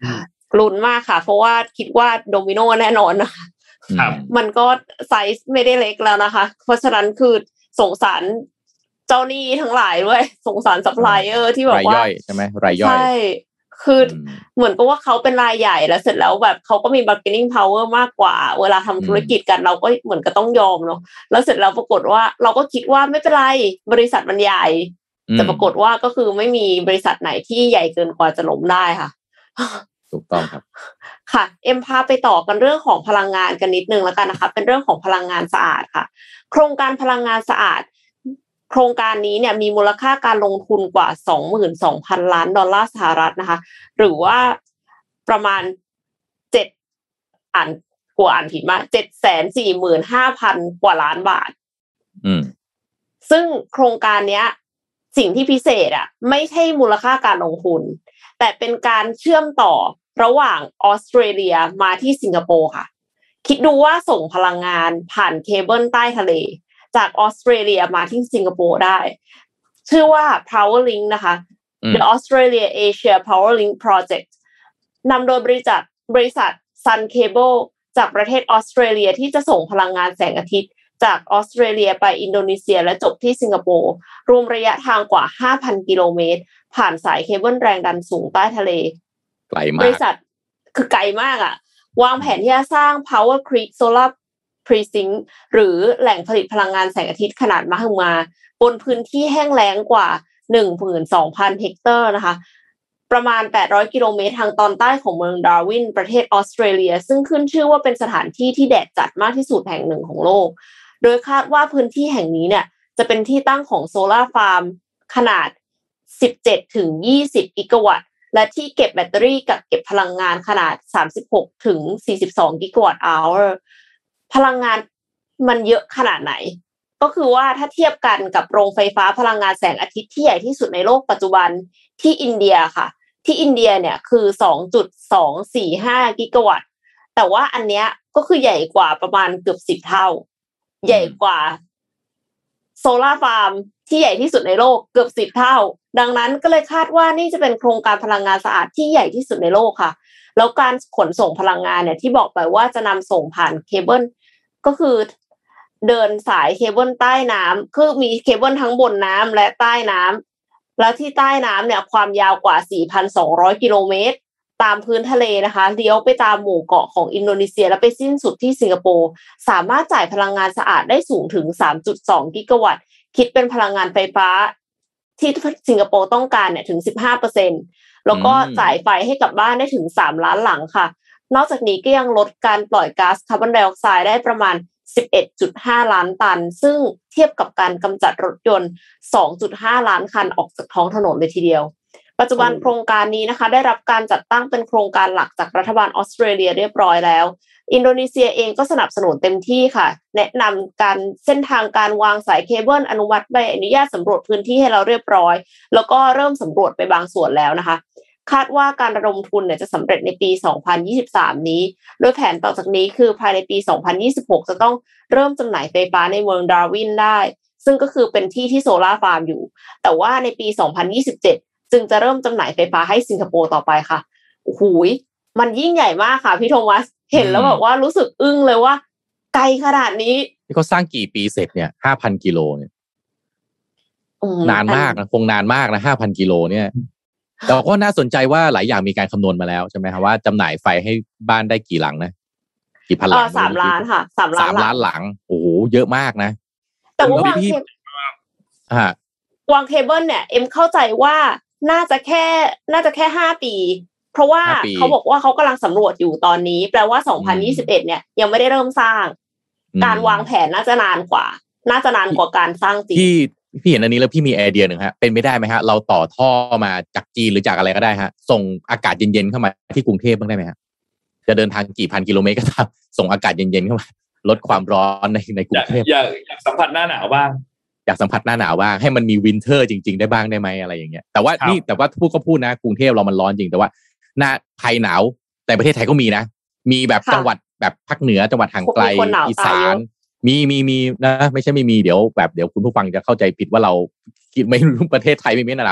ลุ้นมากค่ะเพราะว่าคิดว่าโดมิโนแน่นอนนะคะมันก็ไซส์ไม่ได้เล็กแล้วนะคะเพราะฉะนั้นคือสงสารเจ้าหนี้ทั้งหลายด้วยสงสารซัพพลายเออร์ที่แบบว่ารายย่อยใช่ไหมรายย่อยใช่คือเหมือนกับว่าเขาเป็นรายใหญ่แล้วเสร็จแล้วแบบเขาก็มี bargaining power มากกว่าเวลาทำธุรกิจกันเราก็เหมือนก็ต้องยอมเนาะแล้วเสร็จแล้วปรากฏว่าเราก็คิดว่าไม่เป็นไรบริษัทมันใหญ่แต่ปรากฏว่าก็คือไม่มีบริษัทไหนที่ใหญ่เกินกว่าจะล้มได้ค่ะถูกต้องครับค่ะเอ็มพาไปต่อกันเรื่องของพลังงานกันนิดนึงแล้วกันนะคะเป็นเรื่องของพลังงานสะอาดค่ะโครงการพลังงานสะอาดโครงการนี้เนี่ยมีมูลค่าการลงทุนกว่า สองหมื่นสองพัน ล้านดอลลาร์สหรัฐนะคะหรือว่าประมาณเจ็ดอ่านกว่าอ่านผิดมาก เจ็ดแสนสี่หมื่นห้าพัน กว่าล้านบาทอืมซึ่งโครงการเนี้ยสิ่งที่พิเศษอ่ะไม่ใช่มูลค่าการลงทุนแต่เป็นการเชื่อมต่อระหว่างออสเตรเลียมาที่สิงคโปร์ค่ะคิดดูว่าส่งพลังงานผ่านเคเบิลใต้ทะเลจากออสเตรเลียมาที่สิงคโปร์ได้ชื่อว่า Powerlink นะคะ The Australia Asia Powerlink Project นำโดยบริษัทบริษัท Sun Cable จากประเทศออสเตรเลียที่จะส่งพลังงานแสงอาทิตย์จากออสเตรเลียไปอินโดนีเซียและจบที่สิงคโปร์รวมระยะทางกว่า ห้าพัน กิโลเมตรผ่านสายเคเบิลแรงดันสูงใต้ทะเลไกลมากบริษัทคือไกลมากอ่ะวางแผนที่จะสร้าง Power Creek Solar Precinct หรือแหล่งผลิตพลังงานแสงอาทิตย์ขนาดมหึมาบนพื้นที่แห้งแล้งกว่า หนึ่งหมื่นสองพัน เฮกเตอร์นะคะประมาณแปดร้อยกิโลเมตรทางตอนใต้ของเมืองดาร์วินประเทศออสเตรเลียซึ่งขึ้นชื่อว่าเป็นสถานที่ที่แดดจัดมากที่สุดแห่งหนึ่งของโลกโดยคาดว่าพื้นที่แห่งนี้เนี่ยจะเป็นที่ตั้งของโซล่าร์ฟาร์มขนาด สิบเจ็ดถึงยี่สิบ กิกะวัตต์และที่เก็บแบตเตอรี่กักเก็บพลังงานขนาด สามสิบหกถึงสี่สิบสอง กิกะวัตต์ hour พลังงานมันเยอะขนาดไหนก็คือว่าถ้าเทียบกันกับโรงไฟฟ้าพลังงานแสงอาทิตย์ที่ใหญ่ที่สุดในโลกปัจจุบันที่อินเดียค่ะที่อินเดียเนี่ยคือ สองจุดสองสี่ห้า กิกะวัตต์แต่ว่าอันเนี้ยก็คือใหญ่กว่าประมาณเกือบสิบเท่าใหญ่กว่าโซล่าร์ฟาร์มที่ใหญ่ที่สุดในโลกเกือบสิบเท่าดังนั้นก็เลยคาดว่านี่จะเป็นโครงการพลังงานสะอาดที่ใหญ่ที่สุดในโลกค่ะแล้วการขนส่งพลังงานเนี่ยที่บอกไปว่าจะนำส่งผ่านเคเบิลก็คือเดินสายเคเบิลใต้น้ำคือมีเคเบิลทั้งบนน้ำและใต้น้ำแล้วที่ใต้น้ำเนี่ยความยาวกว่า สี่พันสองร้อย กิโลเมตรตามพื้นทะเลนะคะเลี้ยวไปตามหมู่เกาะของอินโดนีเซียแล้วไปสิ้นสุดที่สิงคโปร์สามารถจ่ายพลังงานสะอาดได้สูงถึง สามจุดสอง กิกะวัตต์คิดเป็นพลังงานไฟฟ้าที่สิงคโปร์ต้องการเนี่ยถึง สิบห้าเปอร์เซ็นต์ แล้วก็จ่ายไฟให้กับบ้านได้ถึงสามล้านหลังค่ะนอกจากนี้ก็ยังลดการปล่อยก๊าซคาร์บอนไดออกไซด์ได้ประมาณ สิบเอ็ดจุดห้า ล้านตันซึ่งเทียบกับการกำจัดรถยนต์ สองจุดห้า ล้านคันออกจากท้องถนนเลยทีเดียวปัจจุบันโครงการนี้นะคะได้รับการจัดตั้งเป็นโครงการหลักจากรัฐบาลออสเตรเลียเรียบร้อยแล้วอินโดนีเซียเองก็สนับสนุนเต็มที่ค่ะแนะนำการเส้นทางการวางสายเคเบิลอนุมัติใบอนุญาตสำรวจพื้นที่ให้เราเรียบร้อยแล้วก็เริ่มสำรวจไปบางส่วนแล้วนะคะคาดว่าการระดมทุนเนี่ยจะสำเร็จในปีสองพันยี่สิบสามนี้โดยแผนต่อจากนี้คือภายในปีสองพันยี่สิบหกจะต้องเริ่มจำหน่ายไฟฟ้าในเมืองดาร์วินได้ซึ่งก็คือเป็นที่ที่โซล่าร์ฟาร์มอยู่แต่ว่าในปีสองพันยี่สิบเจ็ดจึงจะเริ่มจำหน่ายไฟฟ้าให้สิงคโปร์ต่อไปค่ะโอ้โหมันยิ่งใหญ่มากค่ะพี่โทมัสเห็นแล้วแบบว่ารู้สึกอึ้งเลยว่าไกลขนาดนี้ที่เขาสร้างกี่ปีเสร็จเนี่ย ห้าพัน กิโลเนี่ยนานมากนะคงนานมากนะ ห้าพัน กิโลเนี่ยแต่ก็น่าสนใจว่าหลายอย่างมีการคำนวณมาแล้วใช่ไหมครับว่าจำหน่ายไฟให้บ้านได้กี่หลังนะกี่พันหลังสามล้านค่ะสามล้านสามล้านหลังโอ้โหเยอะมากนะแต่ว่าวางเคเบิลวางเคเบิลเนี่ยเอ็มเข้าใจว่าน่าจะแค่น่าจะแค่ห้าปีเพราะว่าเขาบอกว่าเขากำลังสำรวจอยู่ตอนนี้แปลว่าสองพันยี่สิบเอ็ดเนี่ยยังไม่ได้เริ่มสร้างการวางแผนน่าจะนานกว่าน่าจะนานกว่าการสร้างจริงพี่พี่เห็นอันนี้แล้วพี่มีไอเดียหนึ่งฮะเป็นไม่ได้ไหมฮะเราต่อท่อมาจากจีนหรือจากอะไรก็ได้ฮะส่งอากาศเย็นๆเข้ามาที่กรุงเทพบ้างได้ไหมฮะจะเดินทางกี่พันกิโลเมตรก็ตามส่งอากาศเย็นๆเข้ามาลดความร้อนในในกรุงเทพอยากอยากสัมผัสหน้าหนาวบ้างอยากสัมผัสหน้าหนาวบ้างให้มันมีวินเทอร์จริงๆได้บ้างได้ไหมอะไรอย่างเงี้ยแต่ว่านี่แต่ว่าพูดก็พูดนะกรุงเทพเรามันร้อนจริงแต่ว่าหน้าภายหนาวแต่ประเทศไทยก็มีนะมีแบบจังหวัดแบบภาคเหนือจังหวัดห่างไกลอีสานมีมีมีนะไม่ใช่ไม่มีเดี๋ยวแบบเดี๋ยวคุณผู้ฟังจะเข้าใจผิดว่าเราคิดไม่รู้ประเทศไทยไม่มีหนาว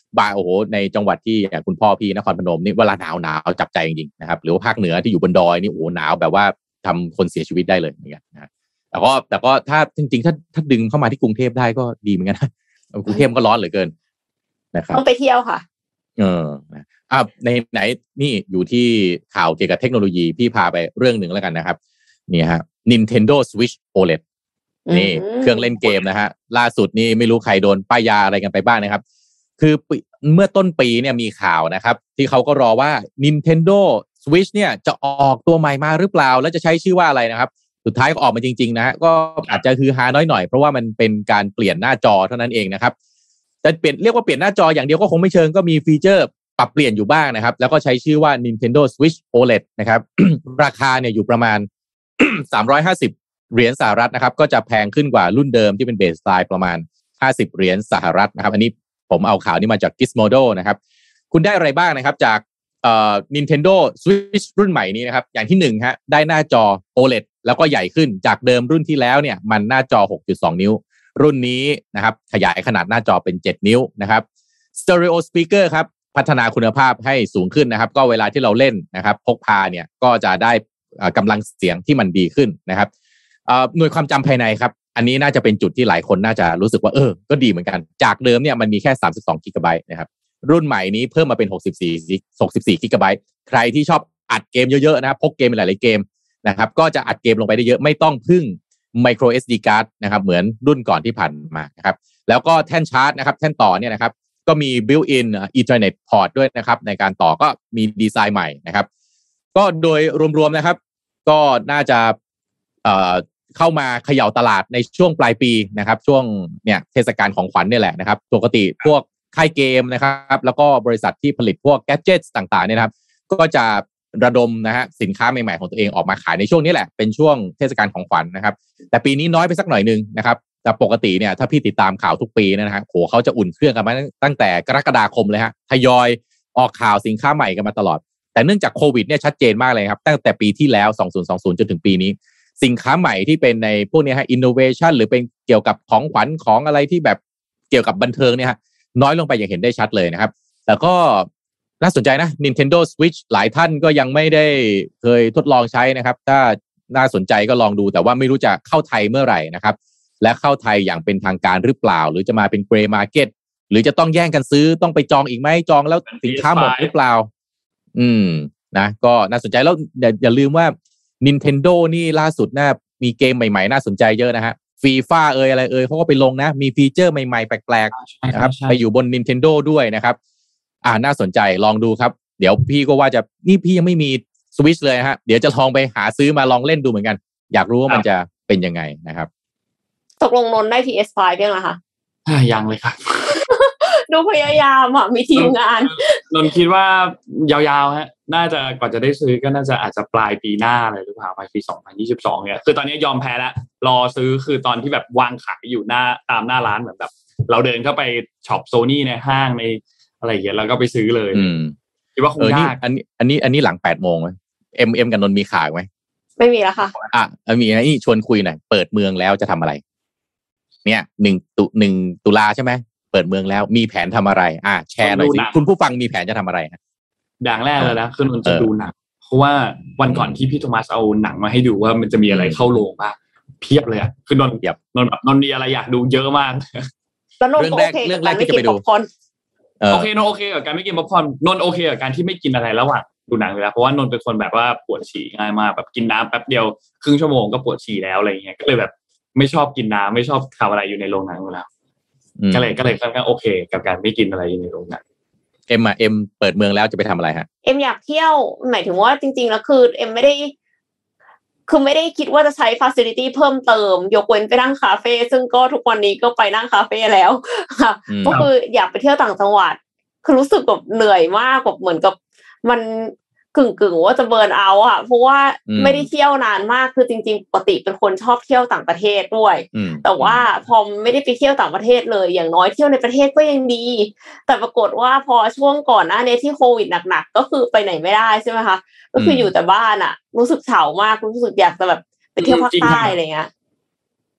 บางโอ้โหในจังหวัดที่คุณพ่อพี่นครพนมนี่เวลาหนาวหนาวจับใจจริงๆนะครับหรือว่าภาคเหนือที่อยู่บนดอยนี่โอ้โหหนาวแบบว่าทำคนเสียชีวิตได้เลยเหมือนกันนะแต่ก็แต่ก็ถ้าจริงๆถ้าถ้าดึงเข้ามาที่กรุงเทพได้ก็ดีเหมือนกันนะกรุงเทพก็ร้อนเหลือเกินนะครับต้องไปเที่ยวค่ะเอออ่ะในไหนนี่อยู่ที่ข่าวเกี่ยวกับเทคโนโลยีพี่พาไปเรื่องหนึ่งแล้วกันนะครับนี่ฮะ Nintendo Switch โอ แอล อี ดี นี่เครื่องเล่นเกมนะฮะล่าสุดนี่ไม่รู้ใครโดนป้ายยาอะไรกันไปบ้างนะครับคือเมื่อต้นปีเนี่ยมีข่าวนะครับที่เขาก็รอว่า Nintendo Switch เนี่ยจะออกตัวใหม่มาหรือเปล่าแล้วจะใช้ชื่อว่าอะไรนะครับสุดท้ายก็ออกมาจริงๆนะฮะก็อาจจะฮือฮาน้อยหน่อยเพราะว่ามันเป็นการเปลี่ยนหน้าจอเท่านั้นเองนะครับแต่เปลี่ยนเรียกว่าเปลี่ยนหน้าจออย่างเดียวก็คงไม่เชิงก็มีฟีเจอร์ปรับเปลี่ยนอยู่บ้างนะครับแล้วก็ใช้ชื่อว่า Nintendo Switch โอ แอล อี ดี นะครับ ราคาเนี่ยอยู่ประมาณ สามร้อยห้าสิบเหรียญสหรัฐนะครับก็จะแพงขึ้นกว่ารุ่นเดิมที่เป็นเบสสไตล์ประมาณห้าสิบเหรียญสหรัฐนะครับอันนี้ผมเอาข่าวนี้มาจาก Gizmodo นะครับคุณได้อะไรบ้างนะครับจากเอ่อ Nintendo Switch รุ่นใหม่นี้นะครับอย่างที่หนึ่งฮะได้หน้าจอ โอ แอล อี ดี แล้วก็ใหญ่ขึ้นจากเดิมรุ่นที่แล้วเนี่ยมันหน้าจอ หกจุดสอง นิ้วรุ่นนี้นะครับขยายขนาดหน้าจอเป็นเจ็ดนิ้วนะครับ Stereo Speaker ครับพัฒนาคุณภาพให้สูงขึ้นนะครับก็เวลาที่เราเล่นนะครับพกพาเนี่ยก็จะได้กำลังเสียงที่มันดีขึ้นนะครับหน่วยความจำภายในครับอันนี้น่าจะเป็นจุดที่หลายคนน่าจะรู้สึกว่าเออก็ดีเหมือนกันจากเดิมเนี่ยมันมีแค่สามสิบสองกิกะไบต์นะครับรุ่นใหม่นี้เพิ่มมาเป็นหกสิบสี่กิกะไบต์ใครที่ชอบอัดเกมเยอะๆนะพกเกมหลายๆเกมนะครับก็จะอัดเกมลงไปได้เยอะไม่ต้องพึ่ง micro เอส ดี card นะครับเหมือนรุ่นก่อนที่ผ่านมานะครับแล้วก็แท่นชาร์จนะครับแท่นต่อเนี่ยนะครับก็มี built-in Ethernet port ด้วยนะครับในการต่อก็มีดีไซน์ใหม่นะครับก็โดยรวมๆนะครับก็น่าจะเอ่อเข้ามาเขย่าตลาดในช่วงปลายปีนะครับช่วงเนี่ยเทศกาลของขวัญเนี่ยแหละนะครับปกติพวกค่ายเกมนะครับแล้วก็บริษัทที่ผลิตพวกแกดเจ็ตต่างๆเนี่ยนะครับก็จะระดมนะฮะสินค้าใหม่ๆของตัวเองออกมาขายในช่วงนี้แหละเป็นช่วงเทศกาลของขวัญนะครับแต่ปีนี้น้อยไปสักหน่อยนึงนะครับแต่ปกติเนี่ยถ้าพี่ติดตามข่าวทุกปีนะฮะโหเขาจะอุ่นเครื่องกันมาตั้งแต่กรกฎาคมเลยฮะทยอยออกข่าวสินค้าใหม่กันมาตลอดแต่เนื่องจากโควิดเนี่ยชัดเจนมากเลยครับตั้งแต่ปีที่แล้วสองพันยี่สิบจนถึงปีนี้สินค้าใหม่ที่เป็นในพวกนี้ฮะ innovation หรือเป็นเกี่ยวกับของขวัญของอะไรที่แบบเกี่ยวกับบันเทิงเนี่ยฮะน้อยลงไปอย่างเห็นได้ชัดเลยนะครับแต่ก็น่าสนใจนะ Nintendo Switch หลายท่านก็ยังไม่ได้เคยทดลองใช้นะครับถ้าน่าสนใจก็ลองดูแต่ว่าไม่รู้จะเข้าไทยเมื่อไหร่นะครับและเข้าไทยอย่างเป็นทางการหรือเปล่าหรือจะมาเป็น Grey Market หรือจะต้องแย่งกันซื้อต้องไปจองอีกไหมจองแล้วสินค้าหมดหรือเปล่าอืมนะก็น่าสนใจแล้วอย่าลืมว่า Nintendo นี่ล่าสุดน่ามีเกมใหม่ๆน่าสนใจเยอะนะฮะฟีฟ่าเอ่ยอะไรเอ่ยเขาก็ไปลงนะมีฟีเจอร์ใหม่ๆแปลกๆนะครับไปอยู่บน Nintendo ด้วยนะครับอ่าน่าสนใจลองดูครับเดี๋ยวพี่ก็ว่าจะนี่พี่ยังไม่มี Switch เลยฮะเดี๋ยวจะลองไปหาซื้อมาลองเล่นดูเหมือนกันอยากรู้ว่ามันจะเป็นยังไงนะครับตกลงนนได้ พี เอส ไฟว์ ยังล่ะคะยังเลยครับดูพยายามอ่ะมีทีมงานนนคิดว่ายาวๆฮะน่าจะก่อนจะได้ซื้อก็น่าจะอาจจะปลายปีหน้าเลยหรือเปล่าปลายปีสองพันยี่สิบสองเนี่ยคือตอนนี้ยอมแพ้แล้วรอซื้อคือตอนที่แบบวางขายอยู่หน้าตามหน้าร้านเหมือนแบบเราเดินเข้าไปช็อป Sony ในห้างในอะไรอย่างเงี้ยแล้วก็ไปซื้อเลยคิดว่าคงยากอันนี้อันนี้อันนี้หลังแปดโมงมั้ย เอ็ม เอ็ม กับนนมีขายมั้ยไม่มีแล้วค่ะอ่ะมีนะนี่ชวนคุยหน่อยเปิดเมืองแล้วจะทำอะไรเนี่ยหนึ่งตุหนึ่งตุลาใช่ไหมเปิดเมืองแล้วมีแผนทำอะไรอ่ะแชร์หน่อยสิคุณผู้ฟังมีแผนจะทำอะไรฮะอย่างแรกเลยนะคือนนจะดูหนังเพราะว่าวันก่อนที่พี่โทมัสเอาหนังมาให้ดูว่ามันจะมีอะไรเข้าโรงบ้างเพียบเลยอ่ะคือนนแบบนนแบบนนมีอะไรอยากดูเยอะมากแล้วนนโอเคเรื่องแรกที่จะไปดูโอเคนนโอเคกับการไม่กินป๊อปคอร์นนนโอเคกับการที่ไม่กินอะไรระหว่างดูหนังเลยนะเพราะว่านนเป็นคนแบบว่าปวดฉี่ง่ายมากแบบกินน้ำแป๊บเดียวครึ่งชั่วโมงก็ปวดฉี่แล้วอะไรเงี้ยก็เลยแบบไม่ชอบกินน้ำไม่ชอบทำอะไรอยู่ในโรงหนังอยู่แล้วก็เลยก็เลยค่อนข้างโอเคกับการไม่กินอะไรอยู่ในโรงหนังเอ็มอ่ะเอ็มเปิดเมืองแล้วจะไปทำอะไรฮะเอ็มอยากเที่ยวหมายถึงว่าจริงๆแล้วคือเอ็มไม่ได้คือไม่ได้คิดว่าจะใช้ facility เพิ่มเติมยกเว้นไปนั่งคาเฟ่ซึ่งก็ทุกวันนี้ก็ไปนั่งคาเฟ่แล้วค่ะก็คืออยากไปเที่ยวต่างจังหวัดคือรู้สึกแบบเหนื่อยมากแบบเหมือนกับมันกึ่งๆว่าจะเบิร์นเอาท์อ่ะเพราะว่าไม่ได้เที่ยวนานมากคือจริงๆปกติเป็นคนชอบเที่ยวต่างประเทศด้วยแต่ว่าพอไม่ได้ไปเที่ยวต่างประเทศเลยอย่างน้อยเที่ยวในประเทศก็ยังดีแต่ปรากฏว่าพอช่วงก่อนหน้านี้ที่โควิดหนักๆก็คือไปไหนไม่ได้ใช่ไหมคะก็คืออยู่แต่บ้านอ่ะรู้สึกเฉามากรู้สึกอยากจะแบบไปเที่ยวภาคใต้อะไรเงี้ย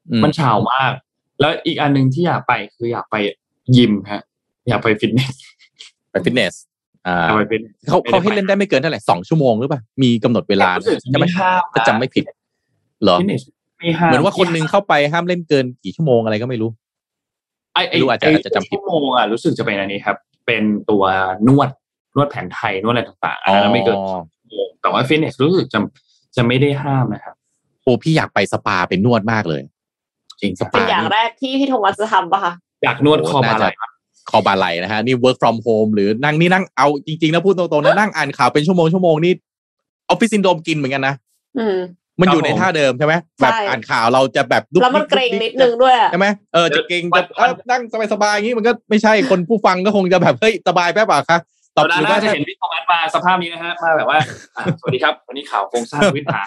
มันเฉามากแล้วอีกอันนึงที่อยากไปคืออยากไปยิมฮะอยากไปฟิตเนสไปฟิตเนสอ่าไปเป็นเขาเขาให้เล่นได้ไม่เกินเท่าไหร่สองชั่วโมงหรือเปล่ามีกำหนดเวลาใช่ไหมถ้าจำไม่ผิดเหรอเหมือนว่าคนนึงเข้าไปห้ามเล่นเกินกี่ชั่วโมงอะไรก็ไม่รู้ไอ้ไอ้อาจจะอาจจะจำผิดชั่วโมงอ่ะรู้สึกจะเป็นอันนี้ครับเป็นตัวนวดนวดแผนไทยนวดอะไรต่างๆอันนั้นไม่เกินแต่ว่าฟิตเนสรู้สึกจะจะไม่ได้ห้ามนะครับโอ้พี่อยากไปสปาเป็นนวดมากเลยจริงสปาเป็นอย่างแรกที่พี่โทมัสจะทำป่ะคะอยากนวดคอบาไหล่คอบาไหล่นะฮะนี่ work from home หรือนั่งนี่นั่งเอาจริงๆนะพูดตรงๆนะนั่งอ่านข่าวเป็นชั่วโมงชั่วโมงนี่ออฟฟิศซินโดรมกินเหมือนกันนะมันอยู่ในท่าเดิมใช่ไหมแบบอ่านข่าวเราจะแบบแล้วมันเกรงนิดนึงด้วยใช่ไหมเออจะเกรงจะนั่งสบายๆอย่างนี้มันก็ไม่ใช่คนผู้ฟังก็คงจะแบบเฮ้ยสบายแป๊บอ่ะคะตอนนั้นจะเห็นพี่โทมัสมาสภาพนี้นะฮะมาแบบว่าสวัสดีครับวันนี้ข่าวโครงสร้างพื้นฐาน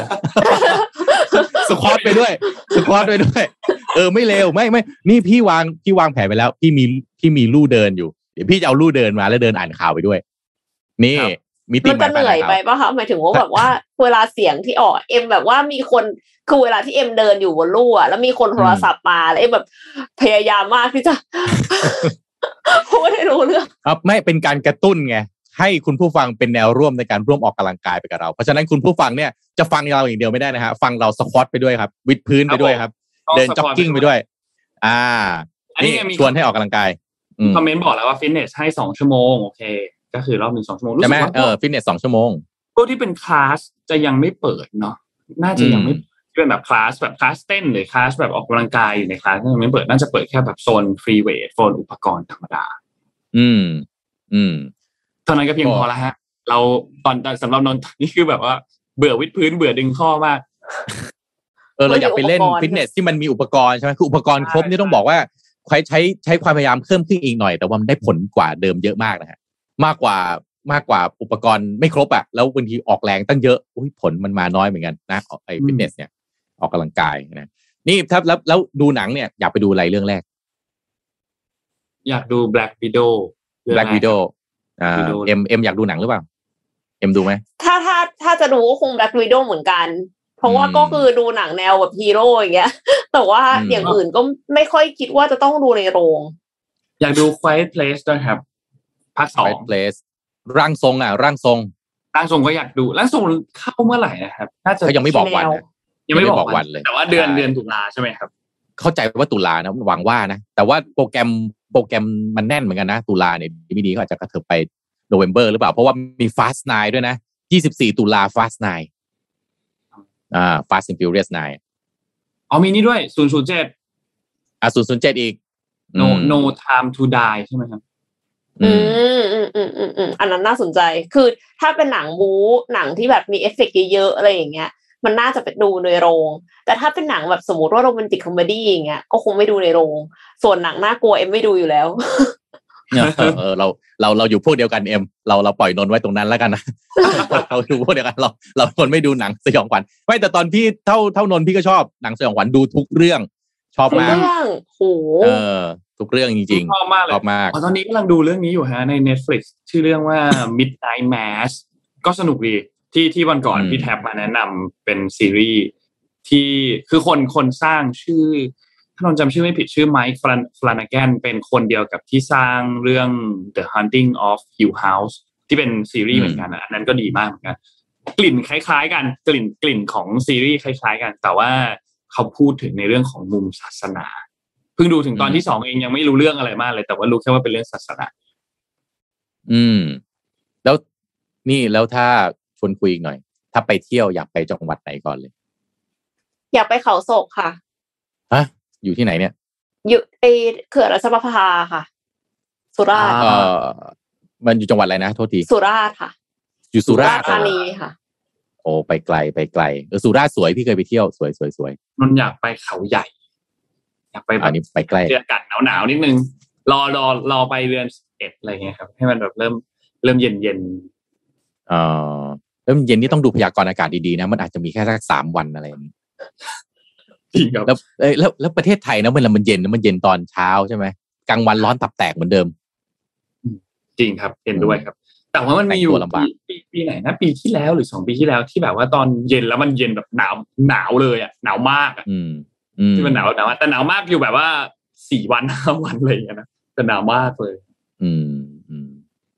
สควอตไปด้วยสควอตไปด้วยเออไม่เลวไม่ไม่นี่พี่วางพี่วางแผนไปแล้วพี่มีพี่มีลู่เดินอยู่เดี๋ยวพี่จะเอาลู่เดินมาแล้วเดินอ่านข่าวไปด้วยนี่มีติมันจะเหนื่อยไปป่ะคะหมายถึงว่าแบบว่าเวลาเสียงที่ออกเอ็มแบบว่ามีคนคือเวลาที่เอ็มเดินอยู่บนลู่อ่ะแล้วมีคนโทรศัพท์มาแล้วเอ็มแบบพยายามมากที่จะพูดให้รู้เรื่องครับไม่เป็นการกระตุ้นไงให้คุณผู้ฟังเป็นแนวร่วมในการร่วมออกกำลังกายไปกับเราเพราะฉะนั้นคุณผู้ฟังเนี่ยจะฟังเราอย่างเดียวไม่ได้นะฮะฟังเราสควอตไปด้วยครับวิดพื้นไปด้วยครับเดินจ็อกกิ้งไปด้วยอ่านี่ชวนให้ออกกำลังกายคอมเมนต์บอกแล้วว่าฟิตเนสให้สองชั่วโมงโอเคก็คือรอบนึงสองชั่วโมงใช่ไหมเออฟิตเนสสองชั่วโมงพวกที่เป็นคลาสจะยังไม่เปิดเนาะน่าจะยังไม่ที่เป็นแบบคลาสแบบคลาสเต้นหรือคลาสแบบออกกำลังกายอยู่ในคลาสยังไม่เปิดน่าจะเปิดแค่แบบโซนฟรีเวทโซนอุปกรณ์ธรรมดาอืมอืมเท่านั้นก็เพียงพอแล้วฮะเราตอนสำหรับนนท์นี่คือแบบว่าเบื่อวิดพื้นเบื่อดึงข้อมากเออเราอยากไปเล่นฟิตเนสที่มันมีอุปกรณ์ใช่ไหมคืออุปกรณ์ครบนี่ต้องบอกว่าใช้ใช้ใช้ความพยายามเพิ่มขึ้นอีกหน่อยแต่ว่ามันได้ผลกว่าเดิมเยอะมากนะฮะมากกว่ามากกว่าอุปกรณ์ไม่ครบอ่ะแล้วบางทีออกแรงตั้งเยอะอุ้ยผลมันมาน้อยเหมือนกันนะไอ้ฟิตเนสเนี่ยออกกำลังกายนะนี่ถ้าแล้วแล้วดูหนังเนี่ยอยากไปดูอะไรเรื่องแรกอยากดู Black Widow Black Widow อ่าเอ็มเอ็มอยากดูหนังหรือเปล่าเอ็มดูไหมถ้าถ้าถ้าจะดูก็คง Black Widow เหมือนกันเพราะว่าก็คือดูหนังแนวแบบฮีโร่อย่างเงี้ยแต่ว่าอย่างอื่นก็ไม่ค่อยคิดว่าจะต้องดูในโรงอยากดู Quiet Place ด้วยครับภาคสอง Quiet Place ร่างทรงอ่ะร่างทรงร่างทรงก็อยากดูร่างทรงเข้าเมื่อไหร่นะครับน่าจะยังไม่บอกวันยังไม่บอกวันเลยแต่ว่าเดือนเดือนตุลาใช่ไหมครับเข้าใจว่าตุลานะหวังว่านะแต่ว่าโปรแกรมโปรแกรมมันแน่นเหมือนกันนะตุลาเนี่ยดีไม่ดีก็อาจจะกระเถิบไปโนเวมเบอร์หรือเปล่าเพราะว่ามี Fast ไนน์ ด้วยนะยี่สิบสี่ตุลา Fast ไนน์ อ่า Fast and Furious ไนน์อ๋อมีนี่ด้วยศูนย์ ศูนย์ เจ็ดอ่ะศูนย์ ศูนย์ เจ็ดอีก No No Time to Die ใช่ไหมครับอืมอืมอืมอืมอืมอันนั้นน่าสนใจคือถ้าเป็นหนังบู๊หนังที่แบบมีเอฟเฟกต์เยอะๆอะไรอย่างเงี้ยมันน่าจะไปดูในโรงแต่ถ้าเป็นหนังแบบสมมติว่าโรแมนติกคอมเมดี้อย่างเงี้ยก็คงไม่ดูในโรงส่วนหนังน่ากลัวเอ็มไม่ดูอยู่แล้วเออเออเราเราเราอยู่พวกเดียวกันเอ็มเราเราปล่อยนนไว้ตรงนั้นแล้วกันนะ เราอยู่พวกเดียวกันเราเราคนไม่ดูหนังสยองขวัญไม่แต่ตอนพี่เท่าเท่านนพี่ก็ชอบหนังสยองขวัญดูทุกเรื่องชอบมากทุกเรื่องโหเออทุกเรื่องจริงๆชอบมากเลยชอบมากตอนนี้กำลังดูเรื่องนี้อยู่ฮะใน Netflix ชื่อเรื่องว่า Midnight Mass ก็สนุกดีที่ที่วันก่อนพี่แท็บมาแนะนำเป็นซีรีส์ที่คือคนคนสร้างชื่อถ้านนจำชื่อไม่ผิดชื่อไมค์ฟลานาแกนเป็นคนเดียวกับที่สร้างเรื่อง The Haunting of Hill House ที่เป็นซีรีส์เหมือนกันอันนั้นก็ดีมากเหมือนกันกลิ่นคล้ายๆกันกลิ่นกลิ่นของซีรีส์คล้ายๆกันแต่ว่าเขาพูดถึงในเรื่องของมุมศาสนาเพิ่งดูถึงตอนที่สองเองยังไม่รู้เรื่องอะไรมากเลยแต่ว่ารู้แค่ว่าเป็นเรื่องศาสนาอืมแล้วนี่แล้วถ้าชวนคุยอีกหน่อยถ้าไปเที่ยวอยากไปจังหวัดไหนก่อนเลยอยากไปเขาโศกค่ะฮะอยู่ที่ไหนเนี่ยอยู่ไอเขื่อนรัชประภาค่ะสุราษฎร์เออมันอยู่จังหวัดอะไรนะโทษทีสุราษฎร์ค่ะอยู่สุราษฎร์ธานีค่ะโอ้ไปไกลไปไกลเออสุราษฎร์สวยพี่เคยไปเที่ยวสวยสวยสวยนนอยากไปเขาใหญ่อยากไปแบบนี้ไปใกล้เดือนอากาศหนาวๆนิดนึงรอรอรอไปเดือนสิบเอ็ดอะไรเงี้ยครับให้มันแบบเริ่มเริ่มเย็นๆเอ่อเริ่มเย็นนี่ต้องดูพยากรณ์อากาศดีๆนะมันอาจจะมีแค่สักสามวันอะไรอย่างนี้จริงครับแล้วเอ้ยแล้วแล้วประเทศไทยนะเวลามันเย็นนะมันเย็นตอนเช้าใช่ไหมกลางวันร้อนตับแตกเหมือนเดิมจริงครับเห็นด้วยครับแต่ว่ามันมีอยู่ปีปีไหนนะปีที่แล้วหรือสองปีที่แล้วที่แบบว่าตอนเย็นแล้วมันเย็นแบบหนาวหนาวเลยอ่ะหนาวมากอ่ะที่มันหนาวหนาวแต่หนาวมากอยู่แบบว่าสี่วันห้าวันอะไรอย่างเงี้ยนะแต่หนาวมากเลยอืมอืม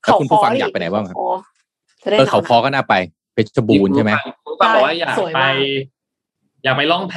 เขาคุณผู้ฟังอยากไปไหนบ้างครับเออเขาคอก็น่าไปเพชรบูรณ์ใช่ไหมคุณฟังบอกว่าอยากไปอยากไปล่องแพ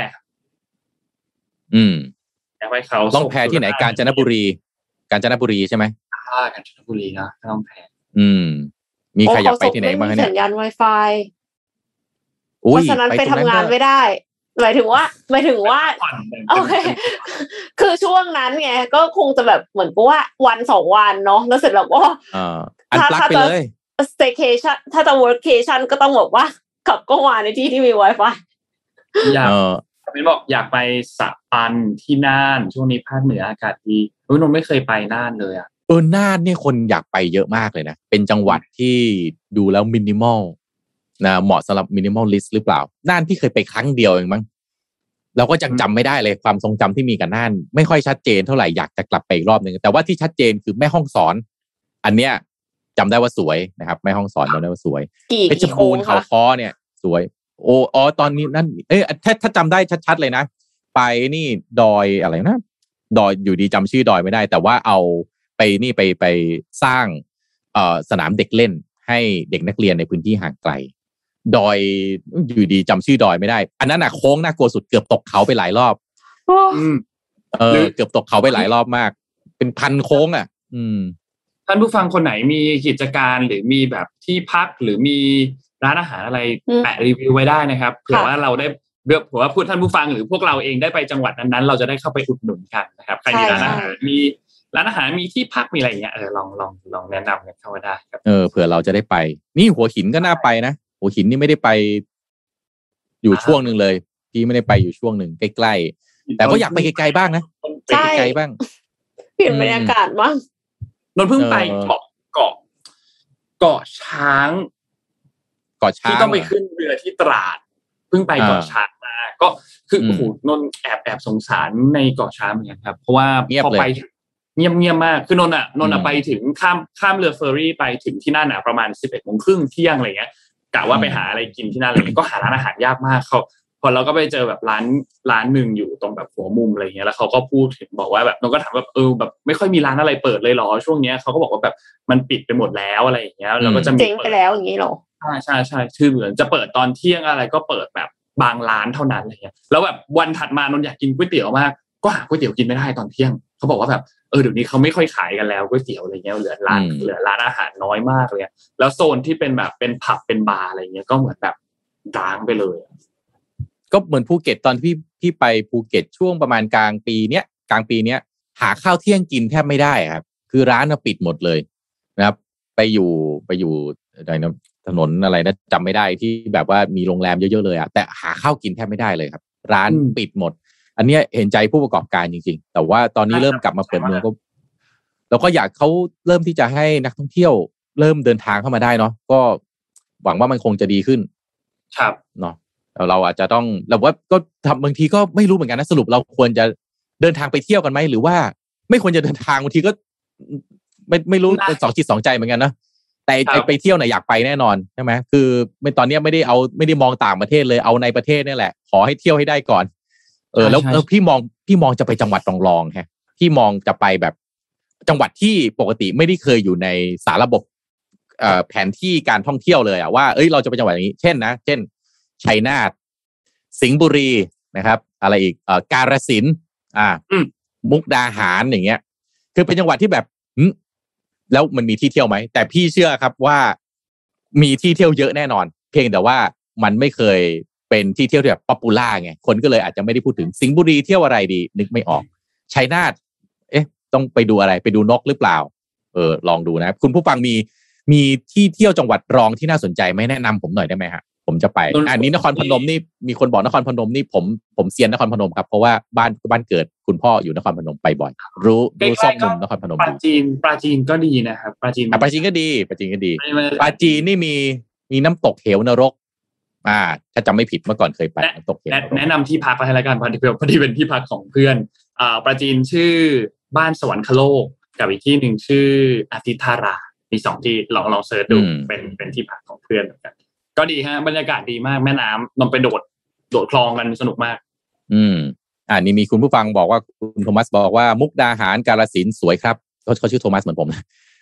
อืมอยากไปเขาล่องแพที่ไหนกาญจนบุรีกาญจนบุรีใช่ไหมอ่ากาญจนบุรีนะล่องแพอืมมีใครอยากไปที่ไหนบ้างเนี่ยสัญญาณ Wi-Fi เพราะฉะนั้นไปทำงานไม่ได้หมายถึงว่าหมายถึงว่าโอเคคือช่วงนั้นไงก็คงจะแบบเหมือนกับว่าวันสองวันเนาะแล้วเสร็จแล้วก็อันปลั๊กไปเลย staycation ถ้าจะ workcation ก็ต้องบอกว่ากลับก็มาในที่ที่มี Wi-Fi อยากเป็นบอกอยากไปสะปันที่น่านช่วงนี้ภาคเหนืออากาศดีเฮ้ยนนไม่เคยไปน่านเลยอ่ะเออน่านเนี่ยคนอยากไปเยอะมากเลยนะเป็นจังหวัดที่ดูแล้วมินิมอลนะเหมาะสำหรับมินิมอลลิสต์หรือเปล่าน่านพี่เคยไปครั้งเดียวเองมั้งเราก็จังจำไม่ได้เลยความทรงจำที่มีกับน่านไม่ค่อยชัดเจนเท่าไหร่อยากจะกลับไปอีกรอบนึงแต่ว่าที่ชัดเจนคือแม่ฮ่องสอนอันเนี้ยจำได้ว่าสวยนะครับแม่ฮ่องสอนจำได้ว่าสวยเพชรบูรณ์เขาค้อเนี่ยสวยโอ้อ๋อตอนนี้นั่นเอ้ยถ้าถ้าจำได้ชัดๆเลยนะไปนี่ดอยอะไรนะดอยอยู่ดีจำชื่อดอยไม่ได้แต่ว่าเอาไปนี่ไปไปสร้างเอ่อสนามเด็กเล่นให้เด็กนักเรียนในพื้นที่ห่างไกลดอยอยู่ดีจำชื่อดอยไม่ได้อันนั้นน่ะโค้งน่ากลัวสุดเกือบตกเขาไปหลายรอบเออเกือบตกเขาไปหลายรอบมากเป็นพันโค้งอ่ะอืมท่านผู้ฟังคนไหนมีกิจการหรือมีแบบที่พักหรือมีร้านอาหารอะไรแปะรีวิวไว้ได้นะครับเผื่อว่าเราได้เผื่อเผื่อว่าพูดท่านผู้ฟังหรือพวกเราเองได้ไปจังหวัดนั้นๆเราจะได้เข้าไปอุดหนุนกันนะครับใครมีร้านอาหารมีร้านอาหารมีที่พักมีอะไรอย่างเงี้ยเออลองลองลองแนะนำกันเข้ามาได้ครับเออเผื่อเราจะได้ไปนี่หัวหินก็น่าไปนะหัวหินนี่ไม่ได้ไปอยู่ช่วงนึงเลยพี่ไม่ได้ไปอยู่ช่วงนึงใกล้ๆแต่ก็อยากไปไกลๆบ้างนะไปไกลๆบ้างเปลี่ยนบรรยากาศบ้างนนเพิ่งไปเกาะเกาะเกาะช้างเกาะช้างที่ต้องไปขึ้นเรือที่ตราดเพิ่งไปเกาะช้างมาก็คือโอ้โหนนแอบแอบสงสารในเกาะช้างเหมือนกันครับเพราะว่าพอไปเงียบเงียบมากคือนนอ่ะนนอ่ะไปถึงข้ามข้ามเรือเฟอร์รี่ไปถึงที่นั่นอ่ะประมาณสิบเอ็ดโมงครึ่งเที่ยงอะไรเงี้ยกะว่าไปหาอะไรกินที่นั่นอะไรเงี้ยก็หาร้านอาหารยากมากเขาพอเราก็ไปเจอแบบร้านร้านนึงอยู่ตรงแบบหัวมุมอะไรเงี้ยแล้วเขาก็พูดถึงบอกว่าแบบนนก็ถามแบบเออแบบไม่ค่อยมีร้านอะไรเปิดเลยหรอช่วงเนี้ยเขาก็บอกว่าแบบมันปิดไปหมดแล้วอะไรอย่างเงี้ยแล้วก็จะมีเจ๊งไปแล้วอย่างงี้หรอใช่ใช่ใช่คือเหมือนจะเปิดตอนเที่ยงอะไรก็เปิดแบบบางร้านเท่านั้นอะไรเงี้ยแล้วแบบวันถัดมานนอยากกินก๋วยเตี๋ยวมากก็หาก๋วยเตี๋ยวกินไม่ได้ตอนเที่ยงเขาบอกว่าแบบเออเดี๋ยวนี้เขาไม่ค่อยขายกันแล้วก๋วยเตี๋ยวอะไรเงี้ยเหลือร้านเหลือร้านอาหารน้อยมากเลยแล้วโซนที่เป็นแบบเป็นผับเป็นบาร์อะไรเงี้ยก็เหมือนแบบร้างไปเลยก็เหมือนภูเก็ตตอนที่พี่ไปภูเก็ตช่วงประมาณกลางปีเนี้ยกลางปีเนี้ยหาข้าวเที่ยงกินแทบไม่ได้ครับคือร้านปิดหมดเลยนะครับไปอยู่ไปอยู่อะไรนะถนนอะไรนะจำไม่ได้ที่แบบว่ามีโรงแรมเยอะๆเลยอ่ะแต่หาข้าวกินแทบไม่ได้เลยครับร้านปิดหมดอันนี้เห็นใจผู้ประกอบการจริงๆแต่ว่าตอนนี้เริ่มกลับมาเปิดเมืองก็เราก็อยากเขาเริ่มที่จะให้นักท่องเที่ยวเริ่มเดินทางเข้ามาได้เนาะก็หวังว่ามันคงจะดีขึ้นครับเนาะเราอาจจะต้องเราว่าก็ทำบางทีก็ไม่รู้เหมือนกันนะสรุปเราควรจะเดินทางไปเที่ยวกันไหมหรือว่าไม่ควรจะเดินทางบางทีก็ไม่ไม่รู้สองจิตสองใจเหมือนกันนะแต่ไปเที่ยวเนี่ยอยากไปแน่นอนใช่ไหมคือไม่ตอนนี้ไม่ได้เอาไม่ได้มองต่างประเทศเลยเอาในประเทศนี่แหละขอให้เที่ยวให้ได้ก่อนเออแล้วแล้วพี่มองพี่มองจะไปจังหวัดรองๆฮะพี่มองจะไปแบบจังหวัดที่ปกติไม่ได้เคยอยู่ในสารระบบเอ่อแผนที่การท่องเที่ยวเลยอะว่าเอ้ยเราจะไปจังหวัดอย่างนี้เช่นนะเช่นชัยนาทสิงห์บุรีนะครับอะไรอีกเอ่อกาฬสินธุ์อ่ามุกดาหารอย่างเงี้ยคือเป็นจังหวัดที่แบบแล้วมันมีที่เที่ยวไหมแต่พี่เชื่อครับว่ามีที่เที่ยวเยอะแน่นอนเพียงแต่ว่ามันไม่เคยเป็นที่เที่ยวที่แบบป๊อปปูล่าไงคนก็เลยอาจจะไม่ได้พูดถึงสิงห์บุรีเที่ยวอะไรดีนึกไม่ออกชัยนาทเอ๊ะต้องไปดูอะไรไปดูนกหรือเปล่าเออลองดูนะคุณผู้ฟังมีมีที่เที่ยวจังหวัดรองที่น่าสนใจไหมแนะนำผมหน่อยได้ไหมฮะผมจะไปอันนี้นครพนมนี่มีคนบอกนครพนมนี่ผมผมเซียนนครพนมครับเพราะว่าบ้านบ้านเกิดคุณพ่ออยู่นครพนมไปบ่อยรู้รู้ซ่องมุมนครพนมปราจีนปราจีนก็ดีนะครับปราจีนปราจีนก็ดีปราจีนก็ดีปราจีนนี่มีมีน้ำตกเหวนรกอ่าถ้าจำไม่ผิดเมื่อก่อนเคยไปน้ำตกเหวนรกแนะนำที่พักให้ละกันพอดีพอดีเป็นที่พักของเพื่อนอ่าปราจีนชื่อบ้านสวรรคโลกกับอีกที่หนึ่งชื่ออาทิธารามีสองที่ลองลองเสิร์ชดูเป็นเป็นที่พักของเพื่อนเหมือนกันก็ดีฮะบรรยากาศดีมากแม่น้ำลงไปโดดโดดคลองกันสนุกมากอืมอ่านี่มีคุณผู้ฟังบอกว่าคุณโทมัสบอกว่ามุกดาหารกาฬสินธุ์สวยครับเขาเขาชื่อโทมัสเหมือนผม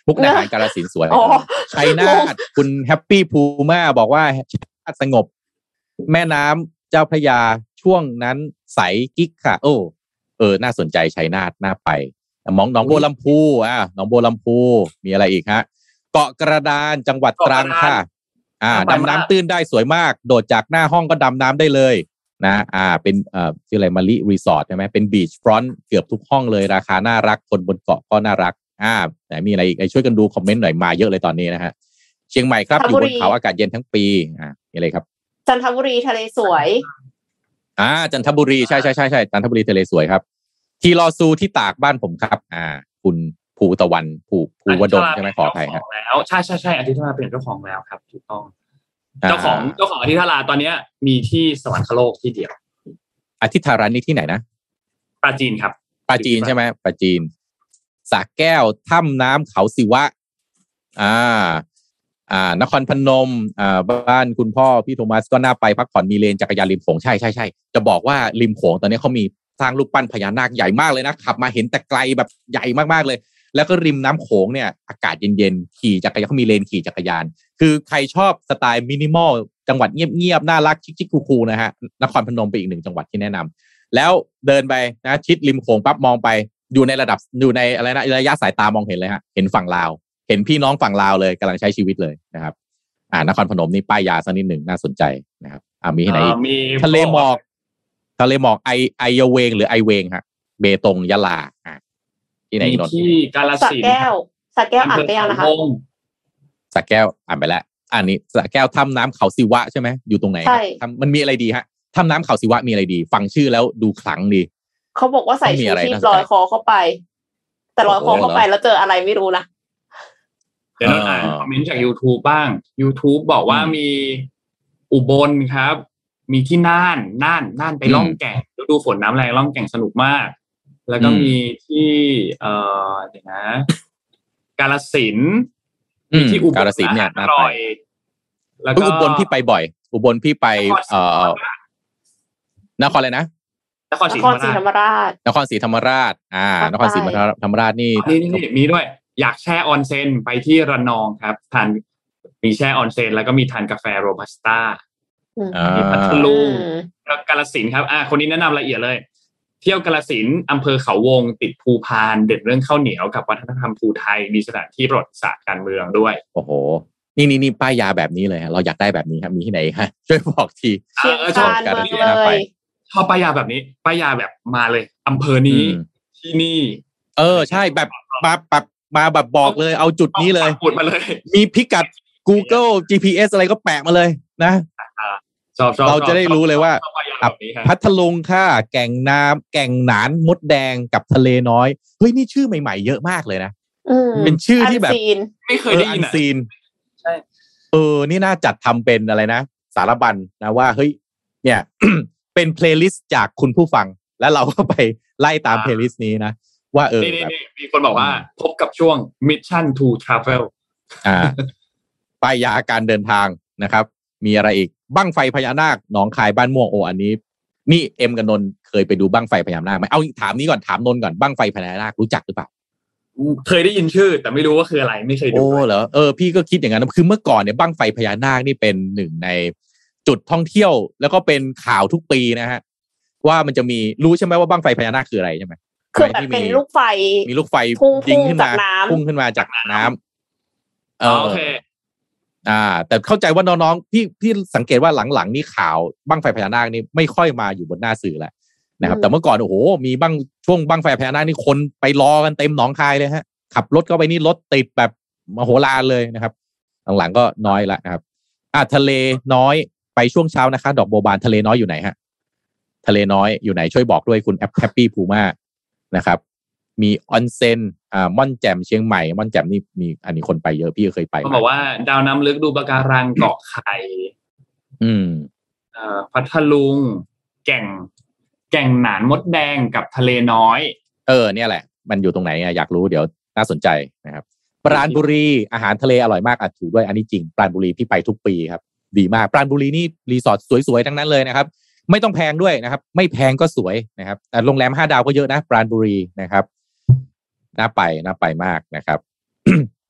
มุกดาหารกาฬสินธุ์สวยชัยนาทคุณแฮปปี้ภูม่าบอกว่าชัยนาทสงบแม่น้ำเจ้าพระยาช่วงนั้นใสกิ๊กค่ะโอ้เออน่าสนใจชัยนาทน่าไปมองหนองบัวลำพูอ่ะหนองบัวลำพูมีอะไรอีกฮะเกาะกระดานจังหวัดตรังค่ะอ่าดำน้ำตื้นได้สวยมากโดดจากหน้าห้องก็ดำน้ำได้เลยนะอ่าเป็นเอ่อชื่ออะไรมาลิรีสอร์ทใช่ไหมเป็นบีชฟรอนต์เกือบทุกห้องเลยราคาน่ารักคนบนเกาะก็น่ารักอ่าไหนมีอะไรอีกช่วยกันดูคอมเมนต์หน่อยมาเยอะเลยตอนนี้นะฮะเชียงใหม่ครับอยู่บนเขาอากาศเย็นทั้งปีอ่ามีอะไรครับจันทบุรีทะเลสวยอ่าจันทบุรีใช่ใช่ใช่ใช่จันทบุรีทะเลสวยครับทีรอซูที่ตากบ้านผมครับอ่าคุณภูตะวันภูภูวดลใช่ไหมขออภัยครับแล้วใช่ใช่ใช่อาทิตย์มาเป็นเจ้าของแล้วครับถูกต้องเจ้าของเจ้าของอาทิตย์ลาตอนนี้มีที่สวรรคโลกที่เดียวอาทิตย์ธารานี่ที่ไหนนะปราจีนครับปราจีนใช่ไหมปราจีนสระแก้วถ้ำน้ำเขาศิวะอ่าอ่านครพนมอ่าบ้านคุณพ่อพี่โทมัสก็น่าไปพักผ่อนมีเลนจักรยานริมโขงใช่ใช่ใช่จะบอกว่าริมโขงตอนนี้เขามีสร้างรูปปั้นพญานาคใหญ่มากเลยนะขับมาเห็นแต่ไกลแบบใหญ่มากๆเลยแล้วก็ริมน้ำโขงเนี่ยอากาศเย็นๆขี่จักรยานเขามีเลนขี่จักรยานคือใครชอบสไตล์มินิมอลจังหวัดเงียบๆน่ารักชิคๆคูลๆนะฮะนครพนมเป็นอีกหนึ่งจังหวัดที่แนะนำแล้วเดินไปนะชิดริมโขงปั๊บมองไปอยู่ในระดับอยู่ในอะไรนะระยะสายตามองเห็นเลยฮะเห็นฝั่งลาวเห็นพี่น้องฝั่งลาวเลยกำลังใช้ชีวิตเลยนะครับอ่านครพนมนี่ป้ายยาสักนิดหนึ่งน่าสนใจนะครับอ่ามีที่ไหนอีกทะเลหมอกทะเลหมอกไอไอยเวงหรือไอเวงฮะเบตงยะลาอ่าที่ไหนนนท์ที่กาฬสินธุ์สระแก้วสระแก้วอ่านไปยังนะคะสระแก้วอ่านไปแล้วอันนี้สระแก้วถ้ำน้ำเขาศิวะใช่ไหมอยู่ตรงไหนมันมีอะไรดีฮะถ้ำน้ำเขาศิวะมีอะไรดีฟังชื่อแล้วดูขลังดีเขาบอกว่าใส่ชูชีพลอยคอเข้าไปแต่ลอยคอเข้าไปแล้วเจออะไรไม่รู้นะเดี๋ยวเราอ่านคอมเมนต์จาก YouTube บ้าง YouTube บอกว่ามีอุบลครับมีที่น่านน่านน่านไปล่องแก่งฤดูฝนน้ำแรงล่องแก่งสนุกมากแล้วก็มีที่เอ่อเดี๋ยวนะกาฬสินธุ์มีที่อุบลกาฬสินธุ์เนี่ยน่าไปแล้วก็อุบลพี่ไปบ่อยอุบลพี่ไปเอ่อนครอะไรนะนครศรีธรรมราชนครศรีธรรมราชอ่านครศรีธรรมราชนี่นี่มีด้วยอยากแช่ออนเซ็นไปที่ระนองครับทานมีแช่ออนเซ็นแล้วก็มีทานกาแฟโรบัสต้ามีพัทลุงแล้วกาฬสินธุ์ครับอ่าคนนี้แนะนำละเอียดเลยเที่ยวกาฬสินธุ์อำเภอเขาวงติดภูพานเด็ดเรื่องข้าวเหนียวกับวัฒนธรรมภูไทยมีสถานที่ประวัติศาสตร์การเมืองด้วยโอ้โหนี่นี่นี่ป้ายยาแบบนี้เลยเราอยากได้แบบนี้ครับมีที่ไหนฮะช่วยบอกทีเชียงคานกาฬสินธุ์เลยชอบป้ายยาแบบนี้ป้ายยาแบบมาเลยอำเภอนี้ที่นี่เออใช่แบบมาแบบมาแบบบอกเลยเอาจุดนี้เลยพูดมาเลยมีพิกัด Google จี พี เอส อะไรก็แปะมาเลยนะเราจะได้รู้เลยว่าพัทลุงค่ะแก่งน้ำแก่งหนานมดแดงกับทะเลน้อยเฮ้ยนี่ชื่อใหม่ๆเยอะมากเลยนะเป็นชื่อที่แบบไม่เคยได้ยินอ่ะใช่เออนี่น่าจัดทำเป็นอะไรนะสารบัญนะว่าเฮ้ยเนี่ย เป็นเพลย์ลิสต์จากคุณผู้ฟังแล้วเราก็ไปไล่ตามเพลย์ลิสต์นี้นะว่าเออแบบมีคนบอกว่าพบกับช่วง Mission to Travel อ่าป้ายยาการเดินทางนะครับมีอะไรอีกบั้งไฟพญานาคหนองคายบ้านม่วงโออันนี้นี่เอ็มกับนนท์เคยไปดูบั้งไฟพญานาคไหมเอาถามนี้ก่อนถามนนท์ก่อนบั้งไฟพญานาครู้จักหรือเปล่าเคยได้ยินชื่อแต่ไม่รู้ว่าคืออะไรไม่เคยดูโอ้เหรอเออพี่ก็คิดอย่างนั้นคือเมื่อก่อนเนี่ยบั้งไฟพญานาคนี่เป็นหนึ่งในจุดท่องเที่ยวแล้วก็เป็นข่าวทุกปีนะฮะว่ามันจะมีรู้ใช่ไหมว่าบั้งไฟพญานาคคืออะไรใช่ไหมคือแบบเป็นลูกไฟมีลูกไฟยิงขึ้นมาพุ่งขึ้นมาจากน้ำเออโอเคอ่าแต่เข้าใจว่าน้องๆพี่พี่สังเกตว่าหลังๆนี่ข่าวบั้งไฟพญานาคนี่ไม่ค่อยมาอยู่บนหน้าสื่อแล้วนะครับแต่เมื่อก่อนโอ้โหมีบั้งช่วงบั้งไฟพญานาคนี่คนไปรอกันเต็มหนองคายเลยฮะขับรถเข้าไปนี่รถติดแบบมโหฬารเลยนะครับหลังๆก็น้อยละนะครับอ่าทะเลน้อยไปช่วงเช้านะคะดอกบัวบานทะเลน้อยอยู่ไหนฮะทะเลน้อยอยู่ไหนช่วยบอกด้วยคุณแอปแฮปปี้ภูม่านะครับมีออนเซ็นอ่าม่อนแจ่มเชียงใหม่ม่อนแจ่มนี่มีอันนี้คนไปเยอะพี่เคยไปเขาบอกว่าดาวน้ำลึกดูปะการังเกาะไข่อืมอ่าพัทลุงแก่งแก่งหนานมดแดงกับทะเลน้อยเออเนี่ยแหละมันอยู่ตรงไหนอยากรู้เดี๋ยวน่าสนใจนะครับปราณบุรีอาหารทะเลอร่อยมากอ่ะถูกด้วยอันนี้จริงปราณบุรีพี่ไปทุกปีครับดีมากปราณบุรีนี่รีสอร์ทสวยๆทั้งนั้นเลยนะครับไม่ต้องแพงด้วยนะครับไม่แพงก็สวยนะครับแต่โรงแรมห้าดาวก็เยอะนะปราณบุรีนะครับน่าไปน่าไปมากนะครับ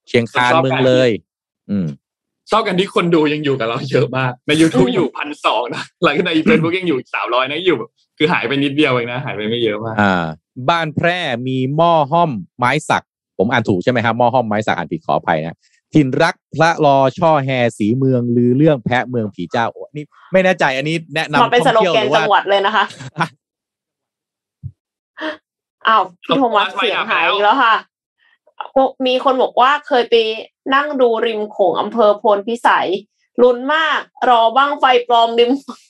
เชียงคานเมืองเลยอืมชอบกันที่คนดูยังอยู่กับเราเยอะมากใน YouTube อยู่ หนึ่งพันสองร้อย นะหลังจากใน Facebook ยังอยู่สามร้อยนะอยู่คือหายไปนิดเดียวเองนะหายไปไม่เยอะมากอ่าบ้านแพร่มีหม้อห้อมไม้สักผมอ่านถูกใช่ไหมครับหม้อห้อมไม้สักอ่านผิดขออภัยนะถิ่นรักพระรอช่อแฮสีเมืองลือเรื่องแพะเมืองผีเจ้าโอ้นี่ไม่แน่ใจอันนี้แนะนำท่องเที่ยวหรือว่าจังหวัดเลยนะคะอ้าวพี่โทมัสเสียงหายอีกแล้วค่ะมีคนบอกว่าเคยไปนั่งดูริมโขงอำเภอโพนพิสัยลุ้นมากรอบ้างไฟปลอมริม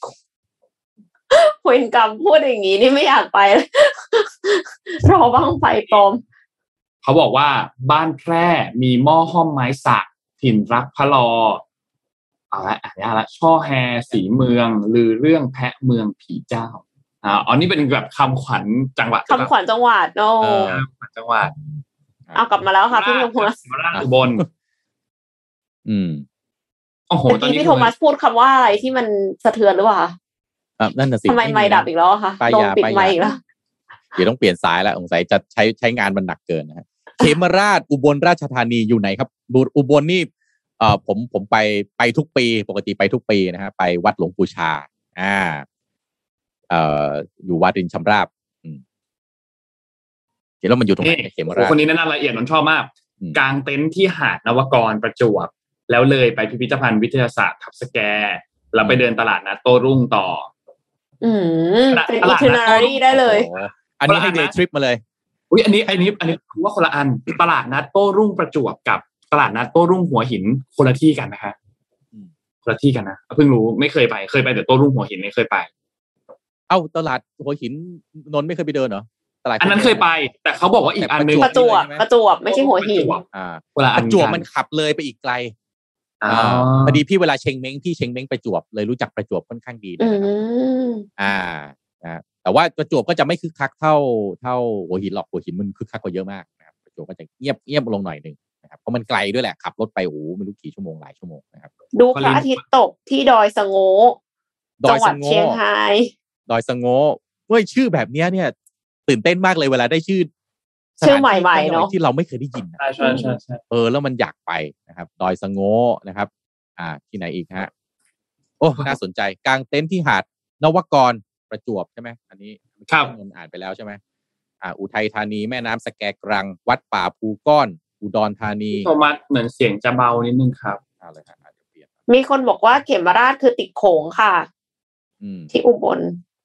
เวรกรรมพูดอย่างนี้นี่ไม่อยากไปรอบ้างไฟปลอมเขาบอกว่าบ้านแพร่มีหม้อห้อมไม้สักถิ่นรักพระรอเอาละอ่านละช่อแฮสีเมืองลือเรื่องแพะเมืองผีเจ้าอ่าอันนี้เป็นแบบคำขวัญจังหวัดคำขวัญจังหวัดโอ้คำขวัญจังหวัดเอากลับมาแล้วค่ะพี่โทมัสราชอุบลอืมโอ้โหตอนนี้พี่โทมัสพูดคำว่าอะไรที่มันสะเทือนหรือเปล่าอ่ะนั่นน่ะสิทำไมไมค์ดับอีกแล้วคะโดนปิดไมค์อีกแล้วเดี๋ยวต้องเปลี่ยนสายแล้วสงสัยจะใช้ใช้งานมันหนักเกินนะฮะเขมราชอุบลราชธานีอยู่ไหนครับอุบลนี่เอ่อผมผมไปไปทุกปีปกติไปทุกปีนะฮะไปวัดหลวงปู่ชาอ่าเอ่ออยู่วัดรินชำราบอืมเดี๋ยวเรามันอยู่ตรงไหนเขมราชคนนี้แนะนำรายละเอียดมันชอบมากกลางเต็นท์ที่หาดนวกรประจวบแล้วเลยไปพิพิธภัณฑ์วิทยาศาสตร์ทับสแกแล้วไปเดินตลาดนัดโต้รุ่งต่ออืมเป็นอิทินารีได้เลยอันนี้ให้เดย์ทริปมาเลยอุ้ยอันนี้อันนี้อันนี้คือว่าคนละอันตลาดนัดโต้รุ่งประจวบกับตลาดนัดโต้รุ่งหัวหินคนละที่กันนะฮะคนละที่กันนะเพิ่งรู้ไม่เคยไปเคยไปแต่โต้รุ่งหัวหินไม่เคยไปเอ้าตลาดหัวหินนนท์ไม่เคยไปเดินเหรอตลาดอันนั้นเคยไปแต่เขาบอกว่าอีกอันนึงประจวบประจวบไม่ใช่หัวหินอ่าประจวบมันขับเลยไปอีกไกลอ่าพอดีพี่เวลาเชงเม้งพี่เชงเม้งประจวบเลยรู้จักประจวบค่อนข้างดีนะครับอ่านะแต่ว่าประจวบก็จะไม่คึกคักเท่าเท่าหัวหินหรอกหัวหินมันคึกคักกว่าเยอะมากนะครับประจวบก็จะเงียบเงียบลงหน่อยนึงนะครับเพราะมันไกลด้วยแหละขับรถไปโอ้ไม่รู้กี่ชั่วโมงหลายชั่วโมงนะครับดูพระอาทิตย์ตกที่ดอยสะโงจังหวัดเชียงรายดอยสะโงเว้ยชื่อแบบนี้เนี่ยตื่นเต้นมากเลยเวลาได้ชื่อชื่อใหม่ๆเนาะที่เราไม่เคยได้ยินใช่ใช่ใช่ใช่เออแล้วมันอยากไปนะครับดอยสะโงนะครับอ่าที่ไหนอีกฮะโอ้น่าสนใจกลางเต็นท์ที่หาดนวกรประจวบใช่ไหมอันนี้ครับนนอ่านไปแล้วใช่ไหมอ่าอุทัยธานีแม่น้ำสแกกรังวัดป่าภูก้อนอุดรธานีโทมัสเหมือนเสียงจะเบานิดนึงครับเอาเลยครับเดี๋ยวเปลี่ยนมีคนบอกว่าเขมราชคือติดโขงค่ะที่อุบล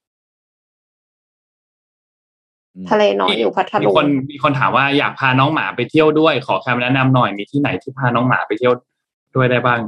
ทะเลน้อยอยู่พัทลุงมีคนมีคนถามว่าอยากพาน้องหมาไปเที่ยวด้วยขอคำแนะนำหน่อยมีที่ไหนที่พาน้องหมาไปเที่ยวด้วยได้บ้าง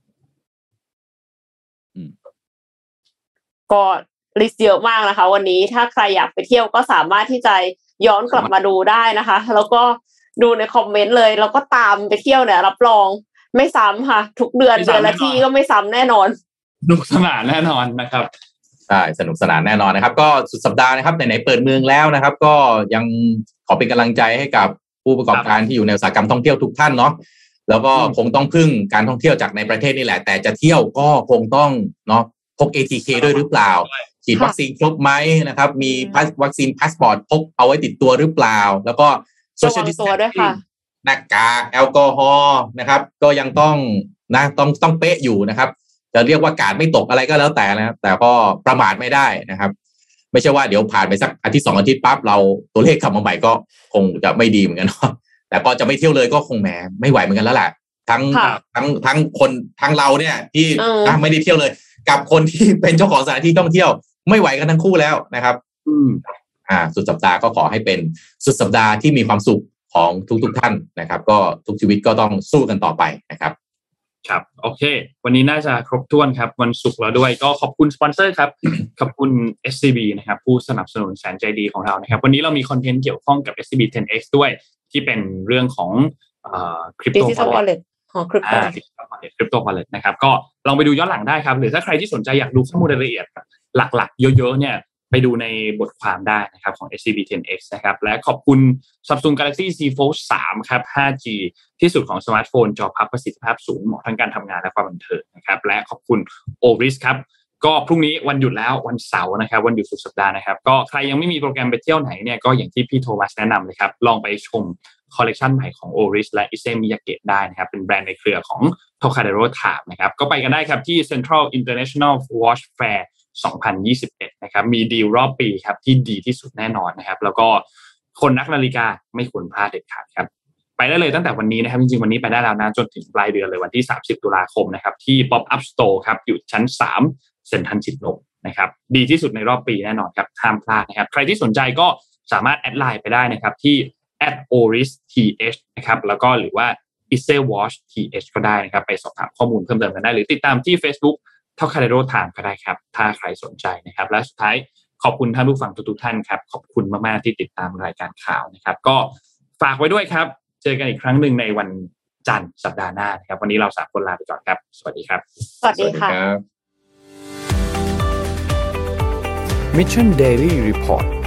ก็ลิสต์เยอะมากนะคะวันนี้ถ้าใครอยากไปเที่ยวก็สามารถที่จะย้อนกลับมาดูได้นะคะแล้วก็ดูในคอมเมนต์เลยแล้วก็ตามไปเที่ยวเนี่ยรับรองไม่ซ้ำค่ะทุกเดือนเดือนละที่ก็ไม่ซ้ำแน่นอนสนุกสนานแน่นอนนะครับใช่สนุกสนานแน่นอนนะครับก็สุดสัปดาห์นะครับไหนๆเปิดเมืองแล้วนะครับก็ยังขอเป็นกำลังใจให้กับผู้ประกอบการที่อยู่ในอุตสาหกรรมท่องเที่ยวทุกท่านเนาะแล้วก็คงต้องพึ่งการท่องเที่ยวจากในประเทศนี่แหละแต่จะเที่ยวก็คงต้องเนาะพก เอ ที เค ด้วยหรือเปล่าฉีดวัคซีนครบไหมนะครับมีวัคซีนพาสปอร์ตพกเอาไว้ติดตัวหรือเปล่าแล้วก็โซเชียลดิสแทนซิ่งหน้ากากแอลกอฮอล์นะครับก็ยังต้องนะต้องต้องเป๊ะอยู่นะครับจะเรียกว่ากาดไม่ตกอะไรก็แล้วแต่นะครับแต่ก็ประมาทไม่ได้นะครับไม่ใช่ว่าเดี๋ยวผ่านไปสักอาทิตย์สองอาทิตย์ปั๊บเราตัวเลขขับมาใหม่ก็คงจะไม่ดีเหมือนกันเนาะแต่ก็จะไม่เที่ยวเลยก็คงแหมไม่ไหวเหมือนกันแล้วแหละทั้งทั้งทั้งคนทั้งเราเนี่ยที่ไม่ได้เที่ยวเลยกับคนที่เป็นเจ้าของสถานที่ท่องเที่ยวไม่ไหวกันทั้งคู่แล้วนะครับอืมอ่าสุดสัปดาห์ก็ขอให้เป็นสุดสัปดาห์ที่มีความสุขของทุกๆท่านนะครับก็ทุกชีวิตก็ต้องสู้กันต่อไปนะครับครับโอเควันนี้น่าจะครบถ้วนครับวันศุกร์แล้วด้วยก็ขอบคุณสปอนเซอร์ครับ ขอบคุณ เอส ซี บี นะครับผู้สนับสนุนแสนใจดีของเรานะครับวันนี้เรามีคอนเทนต์เกี่ยวข้องกับ เอส ซี บี เท็น เอ็กซ์ ด้วยที่เป็นเรื่องของเอ่อ Crypto Wallet ของ Crypto Crypto Wallet นะครับก็ลองไปดูย้อนหลังได้ครับหรือถ้าใครที่สนใจอยากดูข้อมูลรายละเอียดหลักๆเยอะๆเนี่ยไปดูในบทความได้นะครับของ เอส ซี บี เท็น เอ็กซ์ นะครับและขอบคุณ Samsung Galaxy Z Fold สามครับ ห้าจี ที่สุดของสมาร์ทโฟนจอพับประสิทธิภาพสูงเหมาะทั้งการทำงานและความบันเทิงนะครับและขอบคุณ Oris ครับก็พรุ่งนี้วันหยุดแล้ววันเสาร์นะครับวันหยุดสุดสัปดาห์นะครับก็ใครยังไม่มีโปรแกรมไปเที่ยวไหนเนี่ยก็อย่างที่พี่โทมัสแนะนำเลยครับลองไปชมคอลเลกชันใหม่ของ Oris และ Issey Miyake ได้นะครับเป็นแบรนด์ในเครือของ Tokadero Time นะครับก็ไปกันได้ครับที่ Central International Watch Fair สองพันยี่สิบเอ็ดนะครับมีดีลรอบปีครับที่ดีที่สุดแน่นอนนะครับแล้วก็คนนักนาฬิกาไม่ควรพลาดเด็ดขาดครับไปได้เลยตั้งแต่วันนี้นะครับจริงๆวันนี้ไปได้แล้วนะจนถึงปลายเดือนเลยวันที่สามสิบตุลาคมนะครับที่ Pop Up Store ครับอยู่ชั้นสามเซ็นทรัลชิดลมนะครับดีที่สุดในรอบปีแน่นอนครับห้ามพลาดนะครับใครที่สนใจก็สามารถแอดไลน์ไปได้นะครับที่ แอท โอริส ที เอช นะครับแล้วก็หรือว่า Issey Watch ที เอช ก็ได้นะครับไปสอบถามข้อมูลเพิ่มเติมกันได้หรือติดตามที่ Facebook Tokadero Time ก็ได้ครับถ้าใครสนใจนะครับและสุดท้ายขอบคุณท่านผู้ฟังทุกๆท่านครับขอบคุณมากๆที่ติดตามรายการข่าวนะครับก็ฝากไว้ด้วยครับเจอกันอีกครั้งหนึ่งในวันจันทร์สัปดาห์หน้านะครับวันนี้เราสามคนลาไปก่อนครับสวัสดีครับสวัสดีค่ะ Mission Daily Report